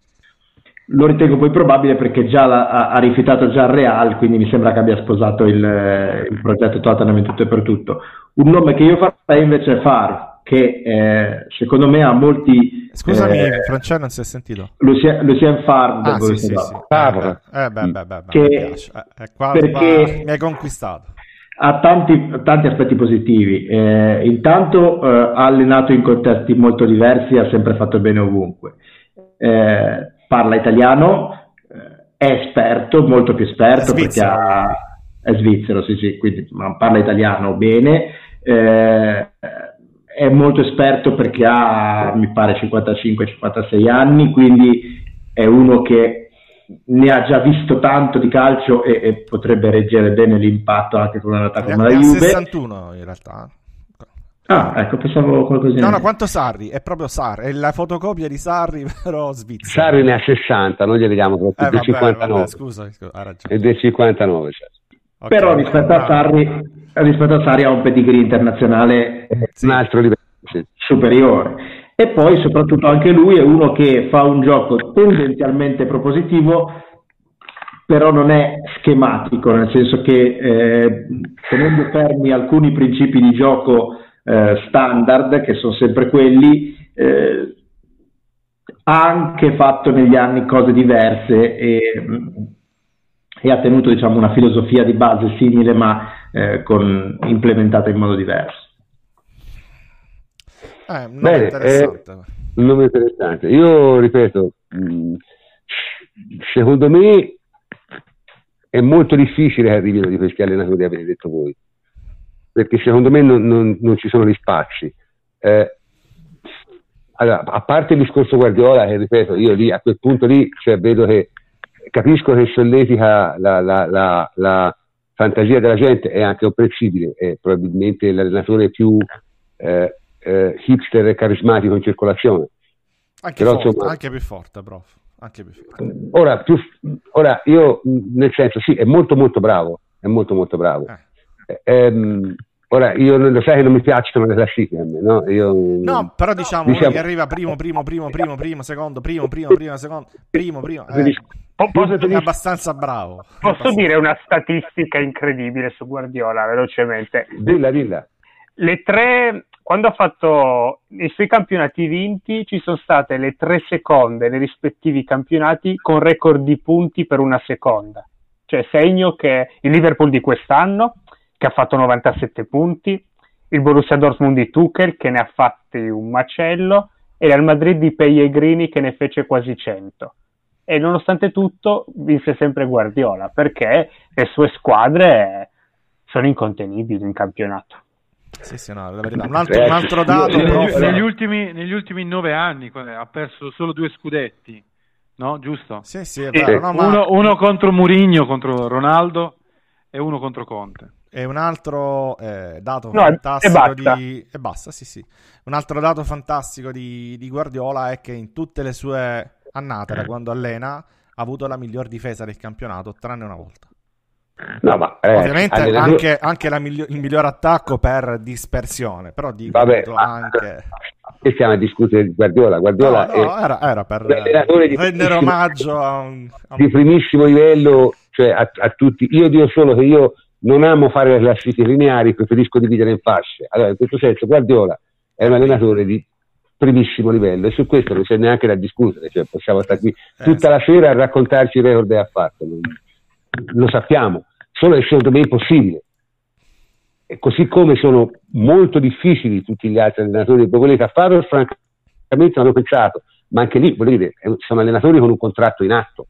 Lo ritengo poi probabile perché già la, ha, ha rifiutato già il Real, quindi mi sembra che abbia sposato il, il progetto Tottenham in tutto e per tutto. Un nome che io farei invece è Favre, che eh, secondo me ha molti... Scusami, eh, Francesco non si è sentito. Lucien, Lucien Favre, ah, sì, sì, sì. Favre. Eh, beh, beh, beh, che, mi piace. Eh, qua, perché qua mi hai conquistato. Ha tanti, tanti aspetti positivi. Eh, intanto eh, ha allenato in contesti molto diversi, ha sempre fatto bene ovunque. Eh, parla italiano, eh, è esperto, molto più esperto, perché ha, è svizzero, sì, sì, quindi ma parla italiano bene. Eh, è molto esperto perché ha, mi pare, cinquantacinque cinquantasei anni, quindi è uno che ne ha già visto tanto di calcio e, e potrebbe reggere bene l'impatto anche con una realtà come la Juve. sessantuno in realtà. Ah, ecco, pensavo qualcosina. No, no, quanto Sarri? È proprio Sarri, è la fotocopia di Sarri, però svizzera. Sarri ne ha sessanta, non glieli diamo troppo, eh, del vabbè, cinquantanove. Vabbè, scusa, scusa, ha ragione. È del cinquantanove, cioè. Okay, però rispetto a Sarri, rispetto a Sarri ha un pedigree internazionale sì. un altro livello sì. superiore. E poi soprattutto anche lui è uno che fa un gioco tendenzialmente propositivo, però non è schematico, nel senso che eh, tenendo fermi alcuni principi di gioco eh, standard, che sono sempre quelli, eh, ha anche fatto negli anni cose diverse e, e ha tenuto, diciamo, una filosofia di base simile ma eh, con, implementata in modo diverso. Eh, un nome Bene, interessante. eh, un nome interessante. Io ripeto, mh, secondo me è molto difficile che arrivino di questi allenatori, avete detto voi, perché secondo me non, non, non ci sono gli spazi. Eh, allora, a parte il discorso Guardiola, che ripeto, io lì a quel punto lì, cioè, vedo che capisco che solletica la, la, la, la fantasia della gente, è anche comprensibile, è probabilmente l'allenatore più eh, eh, hipster e carismatico in circolazione. Anche, Però, forte, insomma, anche più forte, prof. Anche più forte. Ora, più, ora, io, nel senso, sì, è molto molto bravo, è molto molto bravo. Eh. Ehm, ora, io lo sai che non mi piacciono le classifiche a me, no? Io, no, però diciamo, diciamo uno che arriva primo, primo, primo, primo, primo, secondo, primo, primo, primo, secondo, primo, primo, eh, Posso, è abbastanza bravo. Posso abbastanza. dire una statistica incredibile su Guardiola, velocemente? Dilla, dilla. Le tre, quando ha fatto i suoi campionati vinti, ci sono state le tre seconde nei rispettivi campionati con record di punti per una seconda. Cioè, segno che il Liverpool di quest'anno, che ha fatto novantasette punti, il Borussia Dortmund di Tuchel, che ne ha fatti un macello, e il Madrid di Pellegrini, che ne fece quasi cento. E nonostante tutto vinse sempre Guardiola, perché le sue squadre sono incontenibili in campionato. Sì, sì, no, la verità. Un altro, un altro dato, negli, prof. negli, ultimi, negli ultimi nove anni ha perso solo due scudetti, no? Giusto? Sì, sì, è vero. No, ma... uno, uno contro Mourinho, contro Ronaldo, e uno contro Conte. E un altro eh, dato no, fantastico e basta. di e basta, sì, sì. Un altro dato fantastico di, di Guardiola è che in tutte le sue annate, da quando allena, ha avuto la miglior difesa del campionato, tranne una volta. No, ma, eh, ovviamente allenatore... anche, anche la miglior, il miglior attacco per dispersione, però dico Vabbè, anche... che stiamo a discutere di Guardiola. Guardiola no, no, è era, era per di rendere omaggio a un, a un... di primissimo livello, cioè a, a tutti. Io dico solo che io non amo fare le classifiche lineari, preferisco dividere in fasce. Allora, in questo senso Guardiola è un allenatore di primissimo livello e su questo non c'è neanche da discutere, cioè possiamo stare qui tutta la sera a raccontarci i record che ha fatto, lo sappiamo, solo che secondo me è impossibile. E così come sono molto difficili tutti gli altri allenatori che volete a farlo, francamente non ho pensato, ma anche lì, voglio dire, sono allenatori con un contratto in atto.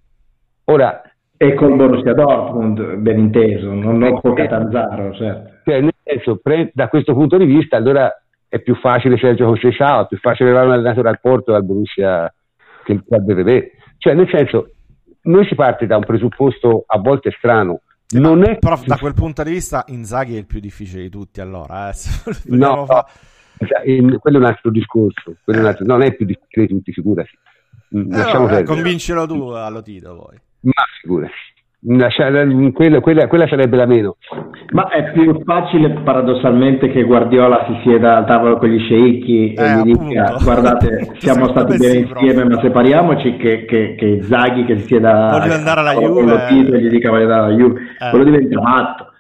Ora, e col Borussia Dortmund, ben inteso, non ho con Catanzaro, certo. Cioè, nel senso, pre- da questo punto di vista, allora è più facile Sergio Conceição, è più facile avere un allenatore al Porto al Borussia che il Club B V. Cioè, nel senso, noi si parte da un presupposto a volte strano. Non è però da quel punto di vista Inzaghi è il più difficile di tutti, allora. Eh. No, fa... no, quello è un altro discorso. Quello è un altro... Non è il più difficile di tutti, figurati. Eh, eh, convincilo tu allo Tito poi. Ma figurati, quella, quella, quella sarebbe la meno. Ma è più facile paradossalmente che Guardiola si sieda al tavolo con gli sceicchi e eh, gli dica guardate siamo stati bene sì, insieme proprio. Ma separiamoci, che, che, che Zaghi che si sieda voglio andare alla Juve con lo Tito e gli dica voglio andare alla Juve, eh. quello diventa matto.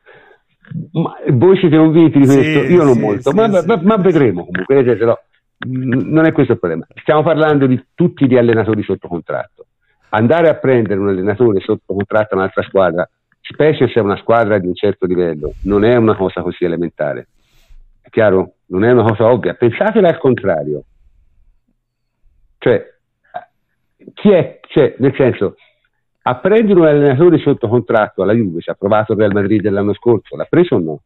Ma voi siete convinti di questo? Sì, io non sì, molto, sì, ma, sì. Ma, ma vedremo comunque, no, non è questo il problema. Stiamo parlando di tutti gli allenatori sotto contratto. Andare a prendere un allenatore sotto contratto a un'altra squadra, specie se è una squadra di un certo livello, non è una cosa così elementare. È chiaro? Non è una cosa ovvia. Pensatela al contrario. Cioè, chi è, cioè, nel senso, a prendere un allenatore sotto contratto alla Juve, ci ha provato il Real Madrid l'anno scorso, l'ha preso o no?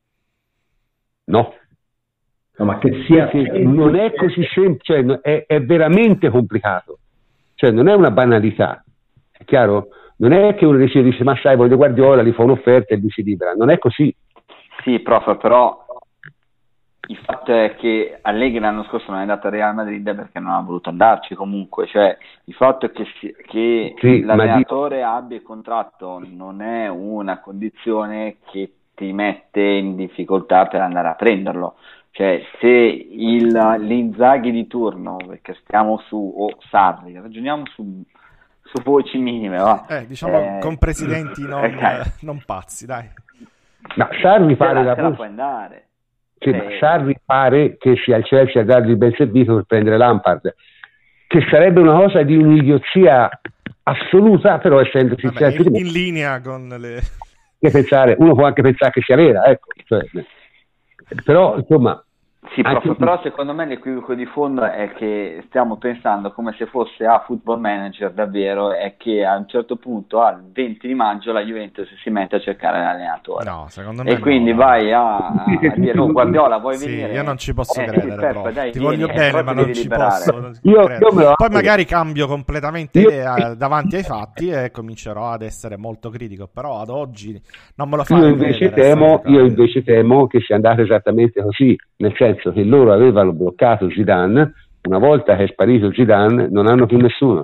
No. No, ma che sia che non è così semplice, cioè, è, è veramente complicato. Cioè non è una banalità, è chiaro? Non è che uno decide, dice ma sai voglio Guardiola, gli fa un'offerta e lui si libera, non è così. Sì, prof, però il fatto è che Allegri l'anno scorso non è andato al Real Madrid perché non ha voluto andarci comunque, cioè il fatto è che, si, che sì, l'allenatore di... abbia il contratto non è una condizione che ti mette in difficoltà per andare a prenderlo. Cioè, se il, l'Inzaghi di turno, perché stiamo su, o oh, Sarri, ragioniamo su, su voci minime, va? Eh, diciamo eh, con presidenti non, okay. eh, non pazzi, dai. Ma Sarri pare la, la può andare. Sì, eh. ma Sarri pare che sia il Chelsea a dargli il ben servito per prendere Lampard, che sarebbe una cosa di un'idiozia assoluta, però essendoci Vabbè, certi in, in linea con le... pensare, uno può anche pensare che sia vera, ecco, cioè, però insomma sì, prof, anche... però secondo me l'equivoco di fondo è che stiamo pensando come se fosse a Football Manager davvero, è che a un certo punto al venti di maggio la Juventus si mette a cercare l'allenatore, no, secondo me e quindi no, vai a, a dire oh, Guardiola vuoi sì, venire? io non ci posso eh, credere, sì, Peppa, però dai, ti vieni, voglio eh, bene, però ma ti non devi ci liberare. posso, non ci Io- credo. io me lo Poi auguro. magari cambio completamente Io- idea davanti ai fatti e comincerò ad essere molto critico, però ad oggi non me lo fa Io invece, rivedere temo, sta io cosa. invece temo che sia andato esattamente così, nel senso che loro avevano bloccato Zidane, una volta che è sparito Zidane non hanno più nessuno,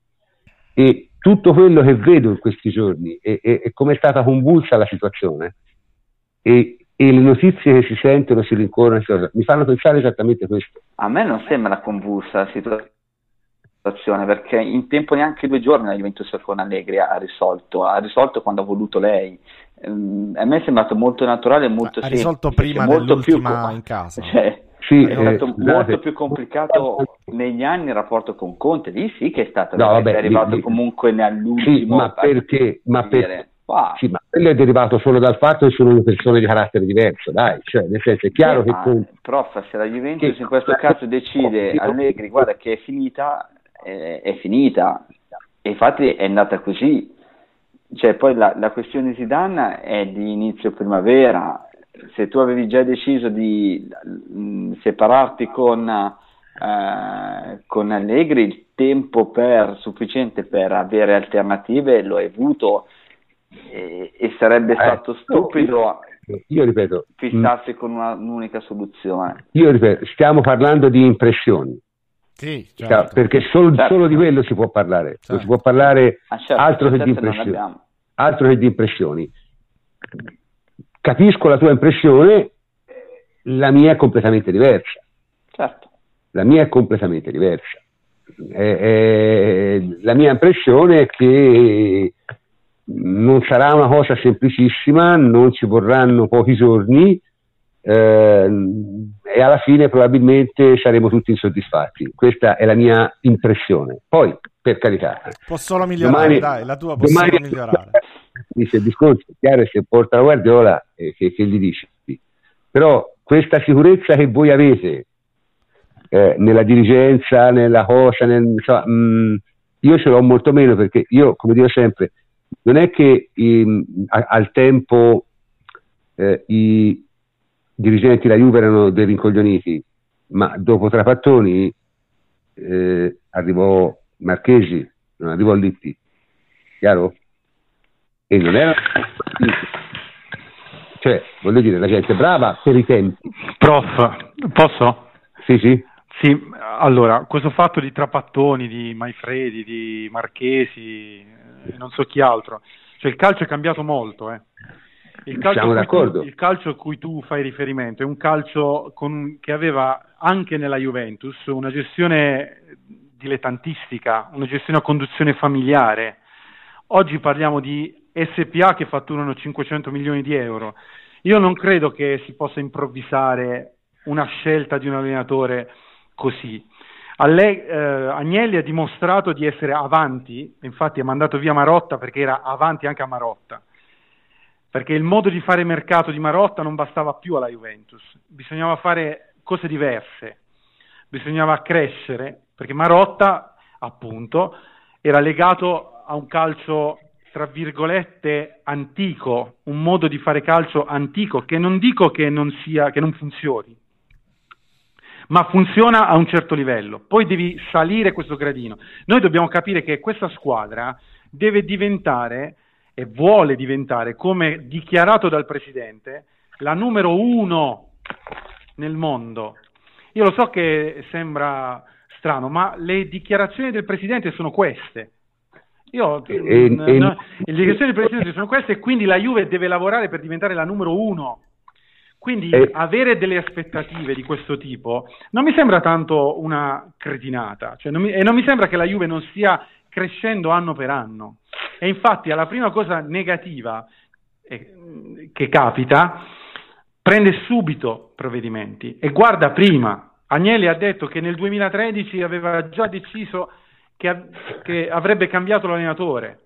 e tutto quello che vedo in questi giorni e, e, e come è stata convulsa la situazione e, e le notizie che si sentono, si rincorrono, mi fanno pensare esattamente questo. A me non sembra convulsa la situazione, perché in tempo neanche due giorni la Juventus con Allegri ha risolto, ha risolto quando ha voluto lei. Um, a me è sembrato molto naturale e molto Ha semplice, risolto prima molto dell'ultima più, in casa. Cioè, Sì, è stato eh, scusate. molto più complicato negli anni il rapporto con Conte, lì sì che è stato, No, vabbè, è arrivato lì- lì- comunque all'ultimo. Sì, ma perché? Ma, per dire, perché wow. sì, ma quello è derivato solo dal fatto che sono due persone di carattere diverso, dai, cioè nel senso è chiaro Sì, che ma, con- prof, se la Juventus che- in questo caso decide Io- Allegri, guarda che è finita, è, è finita, e infatti è andata così. Cioè, poi la, la questione Zidane è di inizio primavera. Se tu avevi già deciso di mh, separarti con, eh, con Allegri, il tempo per, sufficiente per avere alternative lo hai avuto, e, e sarebbe Eh, stato stupido io ripeto, mh, fissarsi con una, un'unica soluzione. io ripeto, stiamo parlando di impressioni, Sì, cioè, certo. perché solo, Certo. solo di quello si può parlare, non Certo. si può parlare Ah, certo, altro che di certezze non impressioni. abbiamo. Altro che di impressioni. Capisco la tua impressione, la mia è completamente diversa. Certo. La mia è completamente diversa. Eh, eh, la mia impressione è che non sarà una cosa semplicissima, non ci vorranno pochi giorni, eh, e alla fine probabilmente saremo tutti insoddisfatti. Questa è la mia impressione. Poi, per carità, Può solo migliorare, domani- dai, la tua può domani- solo migliorare. dice il discorso, è chiaro, se porta la Guardiola, eh, che, che gli dici? Però questa sicurezza che voi avete eh, nella dirigenza, nella cosa, nel, insomma, mh, io ce l'ho molto meno, perché io, come dico sempre, non è che i, a, al tempo eh, i dirigenti della Juve erano dei rincoglioniti, ma dopo Trapattoni eh, arrivò Marchesi, non arrivò Lippi, chiaro? E non era, cioè, voglio dire, la gente brava per i tempi. Prof, posso? Sì, sì. Sì, allora, questo fatto di Trapattoni, di Maifredi, di Marchesi, eh, non so chi altro, cioè il calcio è cambiato molto, eh. Il calcio, Siamo a cui d'accordo. tu, il calcio a cui tu fai riferimento è un calcio con, che aveva anche nella Juventus una gestione dilettantistica, una gestione a conduzione familiare. Oggi parliamo di S P A che fatturano cinquecento milioni di euro. Io non credo che si possa improvvisare una scelta di un allenatore così. Alle, eh, Agnelli ha dimostrato di essere avanti, infatti ha mandato via Marotta perché era avanti anche a Marotta, perché il modo di fare mercato di Marotta non bastava più alla Juventus, bisognava fare cose diverse, bisognava crescere, perché Marotta appunto era legato a un calcio tra virgolette antico, un modo di fare calcio antico, che non dico che non sia, che non funzioni, ma funziona a un certo livello, poi devi salire questo gradino. Noi dobbiamo capire che questa squadra deve diventare e vuole diventare, come dichiarato dal presidente, la numero uno nel mondo. Io lo so che sembra strano, ma le dichiarazioni del presidente sono queste. Io, E- n- e- no, le dichiarazioni del presidente sono queste, e quindi la Juve deve lavorare per diventare la numero uno. Quindi E- avere delle aspettative di questo tipo non mi sembra tanto una cretinata, cioè non mi, e non mi sembra che la Juve non stia crescendo anno per anno. E infatti alla prima cosa negativa eh, che capita, prende subito provvedimenti e guarda prima. Agnelli ha detto che nel duemilatredici aveva già deciso che, av- che avrebbe cambiato l'allenatore,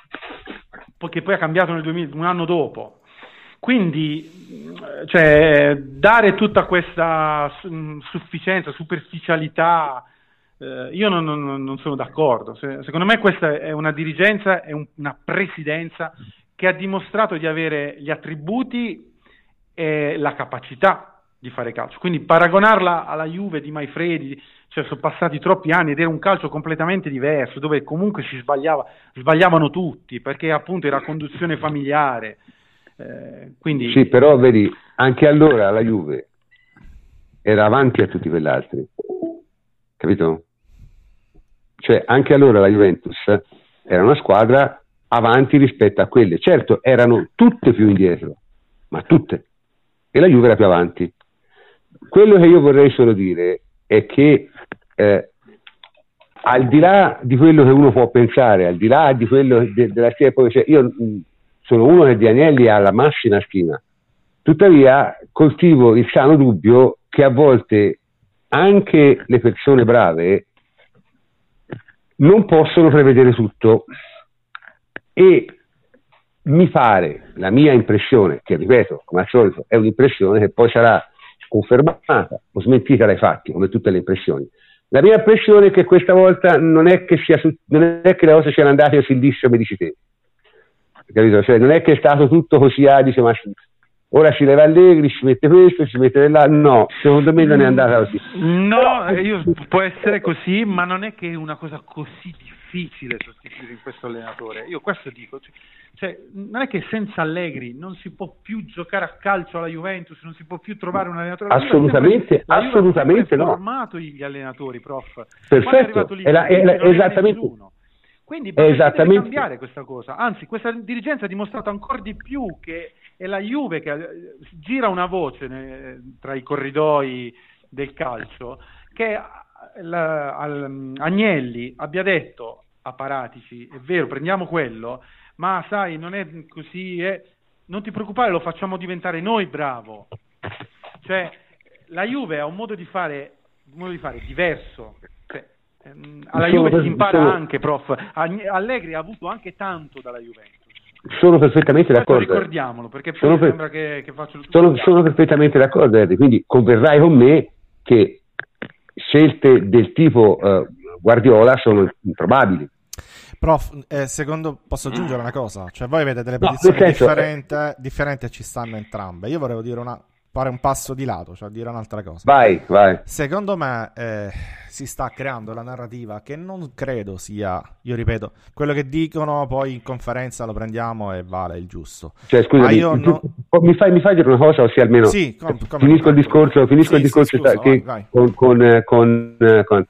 che poi ha cambiato nel duemila, un anno dopo. Quindi, cioè, dare tutta questa sufficienza, superficialità, eh, io non, non, non sono d'accordo. Se, secondo me questa è una dirigenza, è un, una presidenza che ha dimostrato di avere gli attributi e la capacità di fare calcio. Quindi paragonarla alla Juve di Maifredi, cioè sono passati troppi anni ed era un calcio completamente diverso, dove comunque si sbagliava, sbagliavano tutti, perché appunto era conduzione familiare. Eh, quindi... Sì, però vedi, anche allora la Juve era avanti a tutti quegli altri, capito? Cioè anche allora la Juventus era una squadra avanti rispetto a quelle, certo erano tutte più indietro, ma tutte, e la Juve era più avanti. Quello che io vorrei solo dire è che eh, al di là di quello che uno può pensare, al di là di quello de- della stia, poi, cioè, io mh, sono uno che di Agnelli ha la massima stima, tuttavia coltivo il sano dubbio che a volte anche le persone brave non possono prevedere tutto, e mi pare, la mia impressione, che ripeto come al solito è un'impressione che poi sarà confermata o smentita dai fatti, come tutte le impressioni, la mia impressione è che questa volta non è che, sia su- non è che le cose siano andate così lisce come dici te, capito? Cioè, non è che è stato tutto così, ah, dice, ma ora si leva Allegri, si mette questo, si mette là. No, secondo me non è andata così. No, io, può essere così, ma non è che è una cosa così difficile sostituire in questo allenatore. Io questo dico, cioè, cioè, non è che senza Allegri non si può più giocare a calcio alla Juventus, non si può più trovare un allenatore. Assolutamente, la Juve assolutamente no. Ha formato gli allenatori, prof. Perfetto, lì, è la, è la, esattamente. Quindi deve esattamente. cambiare questa cosa. Anzi, questa dirigenza ha dimostrato ancora di più che è la Juve che gira una voce ne, tra i corridoi del calcio, che la, al, Agnelli abbia detto a Paratici, è vero, prendiamo quello, ma sai, non è così, è, non ti preoccupare, lo facciamo diventare noi bravo. Cioè, la Juve ha un modo di fare, un modo di fare diverso. Cioè, ehm, alla sono Juve per, si impara sono... anche, prof. Allegri ha avuto anche tanto dalla Juventus. Sono perfettamente Questo d'accordo. Ricordiamolo, perché poi sono per... sembra che, che faccio tutto. Sono, sono perfettamente d'accordo, Eddie. Quindi converrai con me che scelte del tipo uh, Guardiola sono improbabili. Prof, eh, secondo, posso aggiungere una cosa? Cioè voi avete delle No, posizioni senso, differenti, eh... differenti e ci stanno entrambe. Io volevo dire una, fare un passo di lato, cioè dire un'altra cosa. Vai, vai. Secondo me eh, si sta creando la narrativa che non credo sia, io ripeto, quello che dicono poi in conferenza lo prendiamo e vale il giusto. Cioè, scusami, io tu, non... mi, fai, mi fai dire una cosa, ossia almeno sì, com, come finisco il discorso, finisco sì, il discorso sì, scusa, che, vai, vai. Con, con, con, con...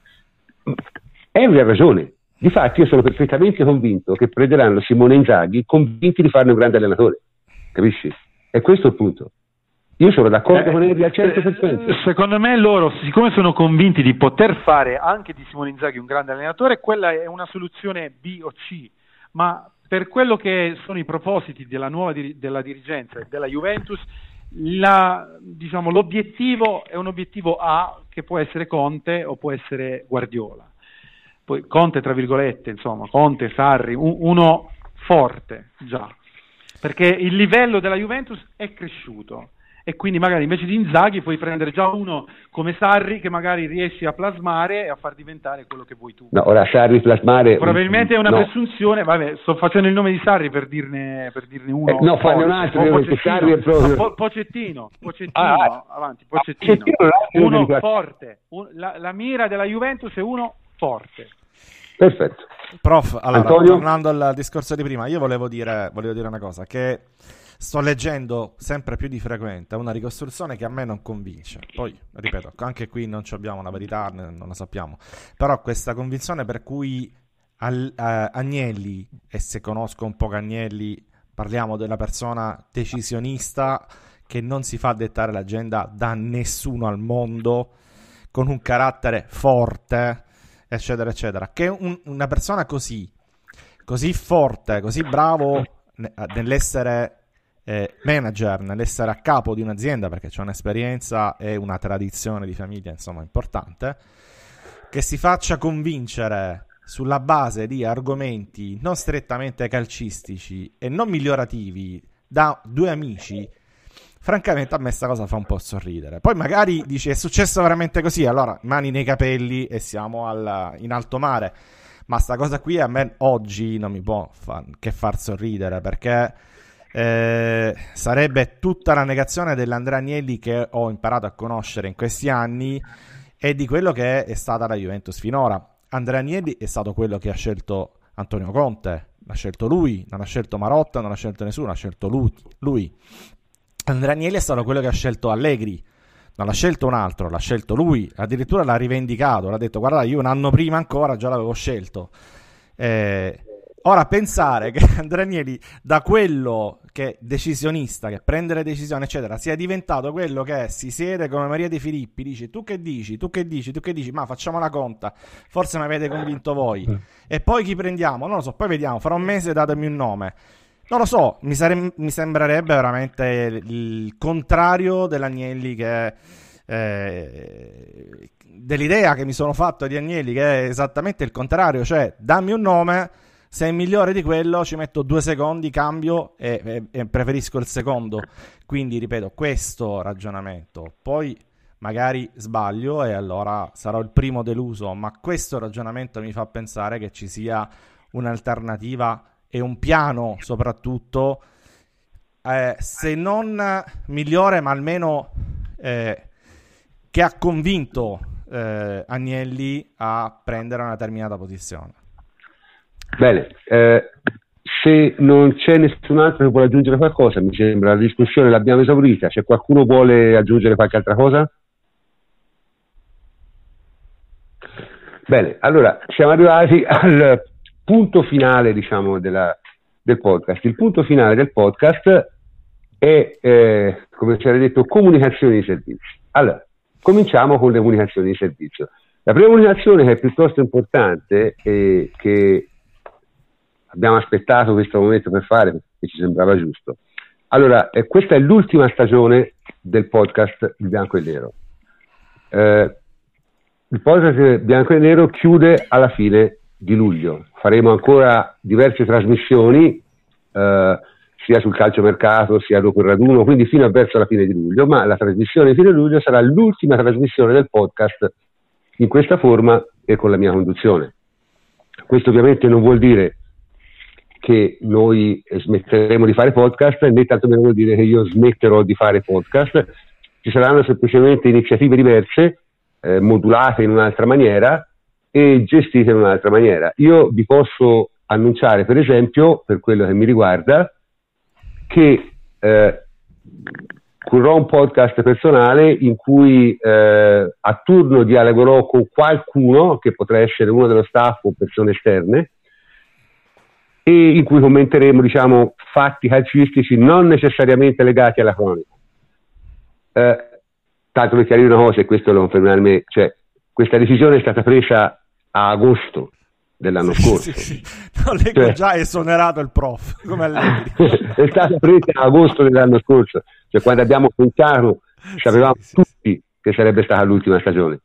Henry ha ragione. Difatti io sono perfettamente convinto che prenderanno Simone Inzaghi convinti di farne un grande allenatore, capisci? E questo è il punto. Io sono d'accordo eh, con Henry al cento per cento. Secondo me loro, siccome sono convinti di poter fare anche di Simone Inzaghi un grande allenatore, quella è una soluzione B o C, ma per quello che sono i propositi della nuova dir- della dirigenza e della Juventus, la, diciamo, l'obiettivo è un obiettivo A, che può essere Conte o può essere Guardiola. Poi Conte, tra virgolette, insomma, Conte, Sarri, un, uno forte già, perché il livello della Juventus è cresciuto. E quindi magari invece di Inzaghi puoi prendere già uno come Sarri che magari riesci a plasmare e a far diventare quello che vuoi tu. No, ora Sarri plasmare... Probabilmente è una no. presunzione, vabbè, sto facendo il nome di Sarri per dirne, per dirne uno. Eh, no, fanne un altro, po- perché Sarri è proprio... po- Pocettino, Pocettino, ah, avanti, Pocettino. Pocettino uno forte, un, la, la mira della Juventus è uno forte. Perfetto. Prof, allora, Antonio? tornando al discorso di prima, io volevo dire, volevo dire una cosa, che sto leggendo sempre più di frequente una ricostruzione che a me non convince. Poi, ripeto, anche qui non abbiamo una verità, non la sappiamo. Però questa convinzione per cui al, eh, Agnelli, e se conosco un po' Agnelli, parliamo della persona decisionista che non si fa dettare l'agenda da nessuno al mondo, con un carattere forte, eccetera, eccetera. Che un, una persona così, così forte, così bravo nell'essere... Eh, manager, nell'essere a capo di un'azienda, perché c'è un'esperienza e una tradizione di famiglia insomma importante, che si faccia convincere sulla base di argomenti non strettamente calcistici e non migliorativi da due amici, francamente a me sta cosa fa un po' sorridere. Poi magari dici è successo veramente così, allora mani nei capelli e siamo al, in alto mare, ma sta cosa qui a me oggi non mi può fa, che far sorridere, perché eh, sarebbe tutta la negazione dell'Andrea Agnelli che ho imparato a conoscere in questi anni e di quello che è stata la Juventus finora. Andrea Agnelli è stato quello che ha scelto Antonio Conte, l'ha scelto lui, non ha scelto Marotta, non ha scelto nessuno, ha scelto lui, lui. Andrea Agnelli è stato quello che ha scelto Allegri, non l'ha scelto un altro, l'ha scelto lui, addirittura l'ha rivendicato, l'ha detto guarda io un anno prima ancora già l'avevo scelto. Eh, ora pensare che Andrea Agnelli da quello che decisionista, che prende le decisioni eccetera, sia diventato quello che si siede come Maria De Filippi, dice tu che dici, tu che dici, tu che dici, ma facciamo la conta, forse mi avete convinto voi, e poi chi prendiamo? Non lo so, poi vediamo, fra un mese datemi un nome. Non lo so, mi, sare- mi sembrerebbe veramente il contrario dell'Agnelli che eh, dell'idea che mi sono fatto di Agnelli, che è esattamente il contrario, cioè dammi un nome, se è migliore di quello ci metto due secondi, cambio e, e, e preferisco il secondo. Quindi ripeto, questo ragionamento, poi magari sbaglio e allora sarò il primo deluso, ma questo ragionamento mi fa pensare che ci sia un'alternativa e un piano soprattutto, eh, se non migliore, ma almeno eh, che ha convinto eh, Agnelli a prendere una determinata posizione. Bene, eh, se non c'è nessun altro che vuole aggiungere qualcosa, mi sembra la discussione l'abbiamo esaurita. Se qualcuno vuole aggiungere qualche altra cosa? Bene, allora siamo arrivati al punto finale, diciamo, della, del podcast. Il punto finale del podcast è, eh, come ci avete detto, comunicazione di servizio. Allora, cominciamo con le comunicazioni di servizio. La prima comunicazione, che è piuttosto importante e che abbiamo aspettato questo momento per fare perché ci sembrava giusto. Allora, eh, questa è l'ultima stagione del podcast di Bianco e Nero. Eh, il podcast Bianco e Nero chiude alla fine di luglio. Faremo ancora diverse trasmissioni eh, sia sul calciomercato sia dopo il raduno, quindi fino a verso la fine di luglio, ma la trasmissione di fine luglio sarà l'ultima trasmissione del podcast in questa forma e con la mia conduzione. Questo ovviamente non vuol dire che noi smetteremo di fare podcast, né tantomeno vuol dire che io smetterò di fare podcast. Ci saranno semplicemente iniziative diverse, eh, modulate in un'altra maniera e gestite in un'altra maniera. Io vi posso annunciare, per esempio, per quello che mi riguarda, che eh, currò un podcast personale in cui eh, a turno dialogherò con qualcuno che potrà essere uno dello staff o persone esterne, e in cui commenteremo, diciamo, fatti calcistici non necessariamente legati alla cronaca. Eh, tanto per chiarire una cosa, e questo lo confermerà me, cioè questa decisione è stata presa a agosto dell'anno sì, scorso. Sì, sì. No, leggo cioè, già esonerato il prof, come è stata presa a agosto dell'anno scorso, cioè quando abbiamo cominciato sapevamo sì, sì, tutti sì. che sarebbe stata l'ultima stagione.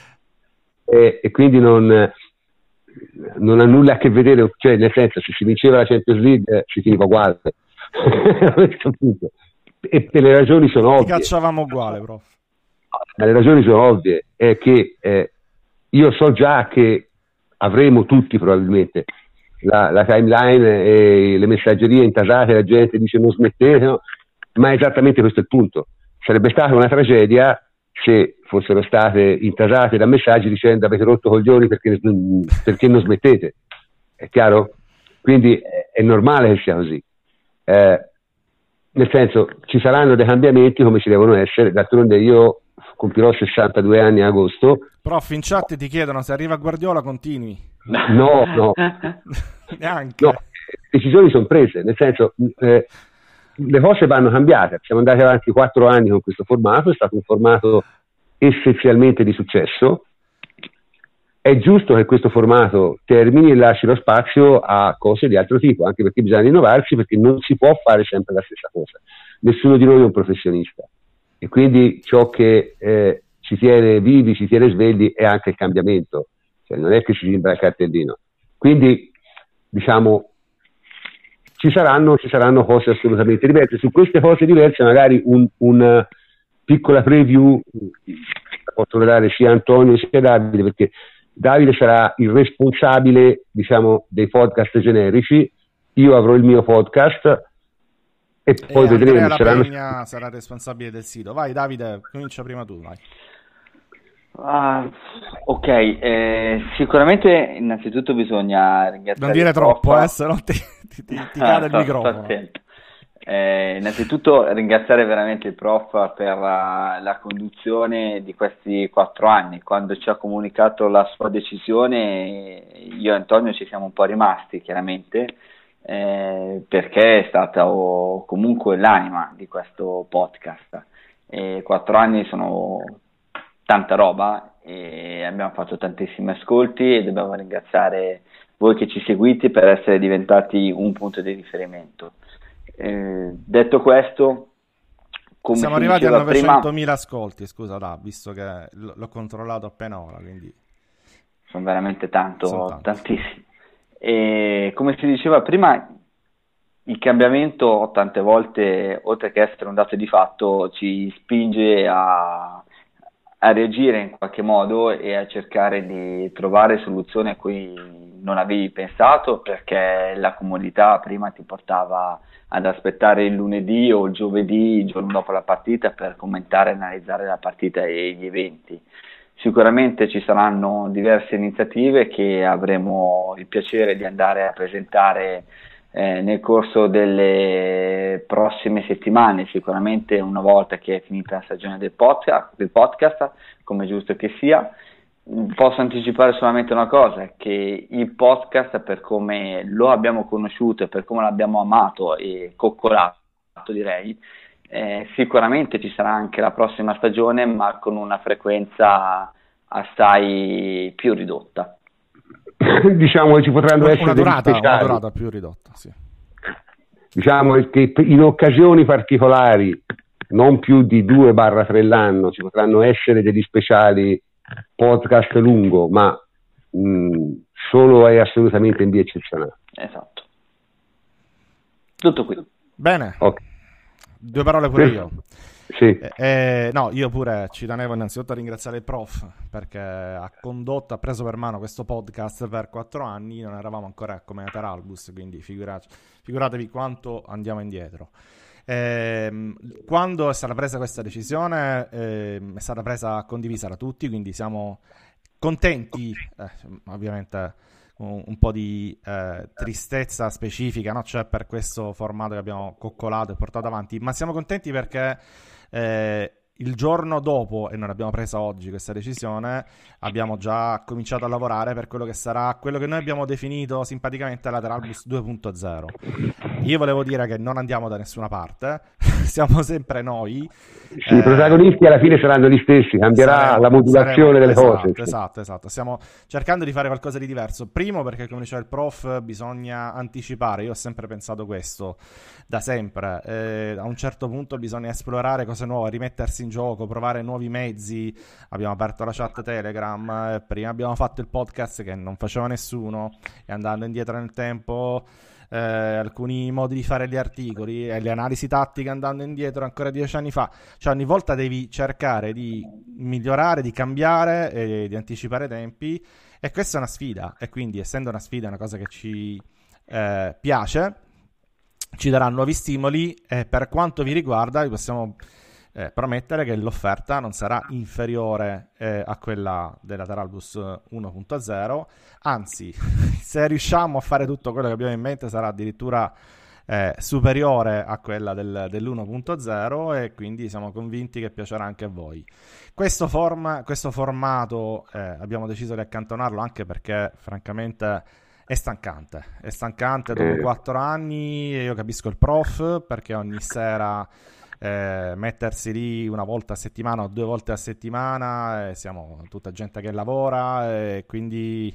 E, e quindi non... non ha nulla a che vedere, cioè nel senso, se si vinceva la Champions League eh, si finiva uguale a questo punto, e per le ragioni sono ovvie. Ti cacciavamo uguale, prof. Ma le ragioni sono ovvie, è che eh, io so già che avremo tutti probabilmente la, la timeline e le messaggerie intasate, la gente dice non smettete, no? Ma esattamente questo è il punto. Sarebbe stata una tragedia se fossero state intasate da messaggi dicendo avete rotto coglioni perché, perché non smettete, è chiaro? Quindi è, è normale che sia così, eh, nel senso ci saranno dei cambiamenti come ci devono essere. D'altronde io compirò sessantadue anni a agosto. Prof, in chat ti chiedono se arriva Guardiola continui. No, no. Neanche. No, le decisioni sono prese, nel senso eh, le cose vanno cambiate. Siamo andati avanti quattro anni con questo formato, è stato un formato essenzialmente di successo. È giusto che questo formato termini e lasci lo spazio a cose di altro tipo, anche perché bisogna innovarsi, perché non si può fare sempre la stessa cosa. Nessuno di noi è un professionista e quindi ciò che eh, ci tiene vivi, ci tiene svegli è anche il cambiamento, cioè non è che ci timbra il cartellino. quindi diciamo ci saranno, ci saranno cose assolutamente diverse. Su queste cose diverse magari un, una piccola preview la possono dare sia Antonio sia Davide, perché Davide sarà il responsabile, diciamo, dei podcast generici, io avrò il mio podcast e poi e vedremo. Andrea Saranno... Lapegna sarà responsabile del sito. Vai Davide, comincia prima tu, vai. Ah, ok, eh, sicuramente innanzitutto bisogna ringraziare. Non dire il troppo, prof. eh, se no ti, ti, ti, ti cade il Ah, sto- sto microfono. attento. Eh, innanzitutto ringraziare veramente il prof per la, la conduzione di questi quattro anni. Quando ci ha comunicato la sua decisione, io e Antonio ci siamo un po' rimasti, chiaramente, eh, perché è stata o, comunque l'anima di questo podcast. E quattro anni sono tanta roba e abbiamo fatto tantissimi ascolti e dobbiamo ringraziare voi che ci seguite per essere diventati un punto di riferimento. Eh, detto questo, come Siamo si arrivati a diceva prima, novecentomila ascolti, scusa, da, visto che l- l'ho controllato appena ora, quindi sono veramente tanto, Sono tanti. tantissimi. E come si diceva prima, il cambiamento tante volte, oltre che essere un dato di fatto, ci spinge a, a reagire in qualche modo e a cercare di trovare soluzioni a cui non avevi pensato, perché la comodità prima ti portava ad aspettare il lunedì o il giovedì, il giorno dopo la partita, per commentare e analizzare la partita e gli eventi. Sicuramente ci saranno diverse iniziative che avremo il piacere di andare a presentare eh, nel corso delle prossime settimane, sicuramente una volta che è finita la stagione del podcast, del podcast, come è giusto che sia. Posso anticipare solamente una cosa, che il podcast, per come lo abbiamo conosciuto e per come l'abbiamo amato e coccolato, direi, eh, sicuramente ci sarà anche la prossima stagione, ma con una frequenza assai più ridotta. diciamo che ci potranno una, essere una degli durata, una speciali. durata più ridotta, sì. Diciamo che in occasioni particolari, non più di due barra tre l'anno, ci potranno essere degli speciali podcast lungo, ma mh, solo e assolutamente in via eccezionale. Esatto. Tutto qui. Bene, Okay. due parole pure io. Sì. Eh, eh, no, io pure ci tenevo innanzitutto a ringraziare il prof perché ha condotto, ha preso per mano questo podcast per quattro anni, non eravamo ancora come Ateralbus, quindi figurate, figuratevi quanto andiamo indietro. Eh, quando è stata presa questa decisione eh, è stata presa condivisa da tutti, quindi siamo contenti, eh, ovviamente un, un po' di eh, tristezza specifica, no? Cioè per questo formato che abbiamo coccolato e portato avanti, ma siamo contenti perché eh, il giorno dopo, e non abbiamo preso oggi questa decisione, abbiamo già cominciato a lavorare per quello che sarà quello che noi abbiamo definito simpaticamente Lateralbus due punto zero. Io volevo dire che non andiamo da nessuna parte, siamo sempre noi. Sì, i protagonisti alla fine saranno gli stessi, cambierà saremo, la modulazione saremo, delle esatto, cose. Esatto, esatto. Stiamo cercando di fare qualcosa di diverso. Primo perché, come diceva il prof, bisogna anticipare. Io ho sempre pensato questo, da sempre. Eh, a un certo punto bisogna esplorare cose nuove, rimettersi in gioco, provare nuovi mezzi. Abbiamo aperto la chat Telegram, eh, prima abbiamo fatto il podcast che non faceva nessuno, e andando indietro nel tempo... Eh, alcuni modi di fare gli articoli e le analisi tattiche andando indietro ancora dieci anni fa, cioè ogni volta devi cercare di migliorare, di cambiare e di anticipare i tempi, e questa è una sfida, e quindi essendo una sfida, è una cosa che ci eh, piace, ci darà nuovi stimoli, e per quanto vi riguarda vi possiamo eh, promettere che l'offerta non sarà inferiore eh, a quella della Lateralbus uno punto zero, anzi se riusciamo a fare tutto quello che abbiamo in mente sarà addirittura eh, superiore a quella del, dell'uno punto zero, e quindi siamo convinti che piacerà anche a voi. Questo, form, questo formato eh, abbiamo deciso di accantonarlo anche perché francamente è stancante, è stancante dopo quattro anni, e io capisco il prof perché ogni sera Eh, mettersi lì una volta a settimana o due volte a settimana, eh, siamo tutta gente che lavora, e eh, quindi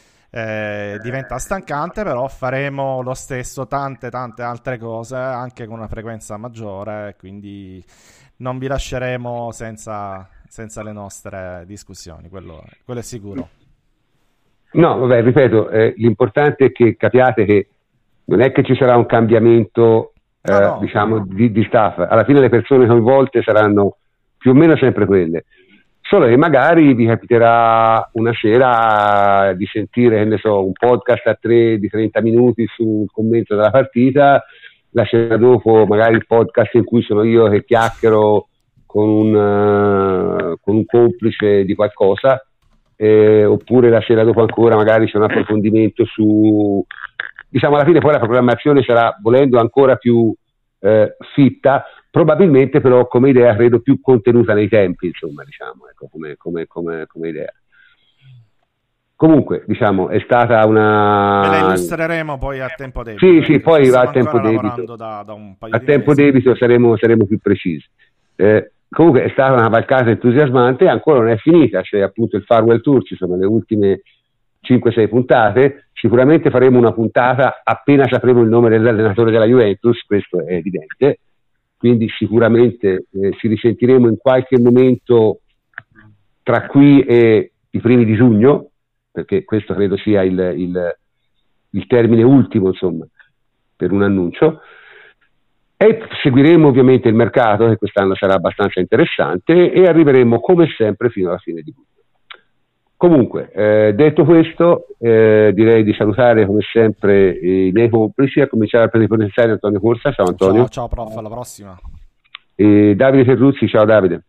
eh, diventa stancante, però faremo lo stesso tante tante altre cose anche con una frequenza maggiore, quindi non vi lasceremo senza, senza le nostre discussioni, quello, quello è sicuro. No, vabbè, ripeto, eh, l'importante è che capiate che non è che ci sarà un cambiamento eh, no, no. diciamo di, di staff, alla fine le persone coinvolte saranno più o meno sempre quelle, solo che magari vi capiterà una sera di sentire, che ne so, un podcast a tre di trenta minuti sul commento della partita, la sera dopo magari il podcast in cui sono io che chiacchiero con un, uh, con un complice di qualcosa, eh, oppure la sera dopo ancora magari c'è un approfondimento su, diciamo, alla fine poi la programmazione sarà, volendo, ancora più eh, fitta, probabilmente però come idea credo più contenuta nei tempi, insomma, diciamo, ecco, come, come, come, come idea. Comunque, diciamo, è stata una... Ve la illustreremo poi a tempo debito. Sì, sì, poi a tempo debito. Da, da un paio a di tempo mesi. debito saremo, saremo più precisi. Eh, comunque è stata una cavalcata entusiasmante e ancora non è finita, c'è appunto il Farewell Tour, ci sono le ultime cinque sei puntate, sicuramente faremo una puntata appena sapremo il nome dell'allenatore della Juventus, questo è evidente, quindi sicuramente eh, ci risentiremo in qualche momento tra qui e i primi di giugno, perché questo credo sia il, il, il termine ultimo, insomma, per un annuncio, e seguiremo ovviamente il mercato, che quest'anno sarà abbastanza interessante, e arriveremo come sempre fino alla fine di luglio. Comunque, eh, detto questo, eh, direi di salutare come sempre i miei complici, a cominciare dal plenipotenziario Antonio Corsa. Ciao Antonio. Ciao, ciao prof, alla prossima. E Davide Terruzzi, ciao Davide.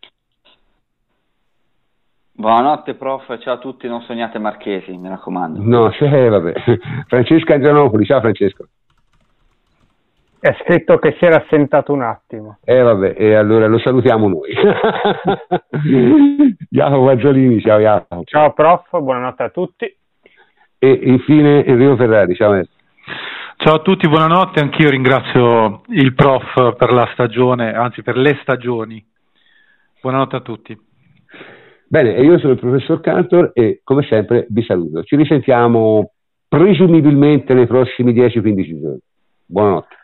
Buonanotte prof, ciao a tutti, non sognate marchesi, mi raccomando. No, eh, vabbè. Francesca Andrianopoli, ciao Francesco. È scritto che si era assentato un attimo. Eh vabbè, e allora lo salutiamo noi. Jacopo Mazzolini, ciao Jacopo. Ciao prof, buonanotte a tutti. E infine Enrico Ferrari, ciao Enrico. Ciao a tutti, buonanotte, anch'io ringrazio il prof per la stagione, anzi per le stagioni. Buonanotte a tutti. Bene, e io sono il professor Cantor e come sempre vi saluto. Ci risentiamo presumibilmente nei prossimi dieci quindici giorni. Buonanotte.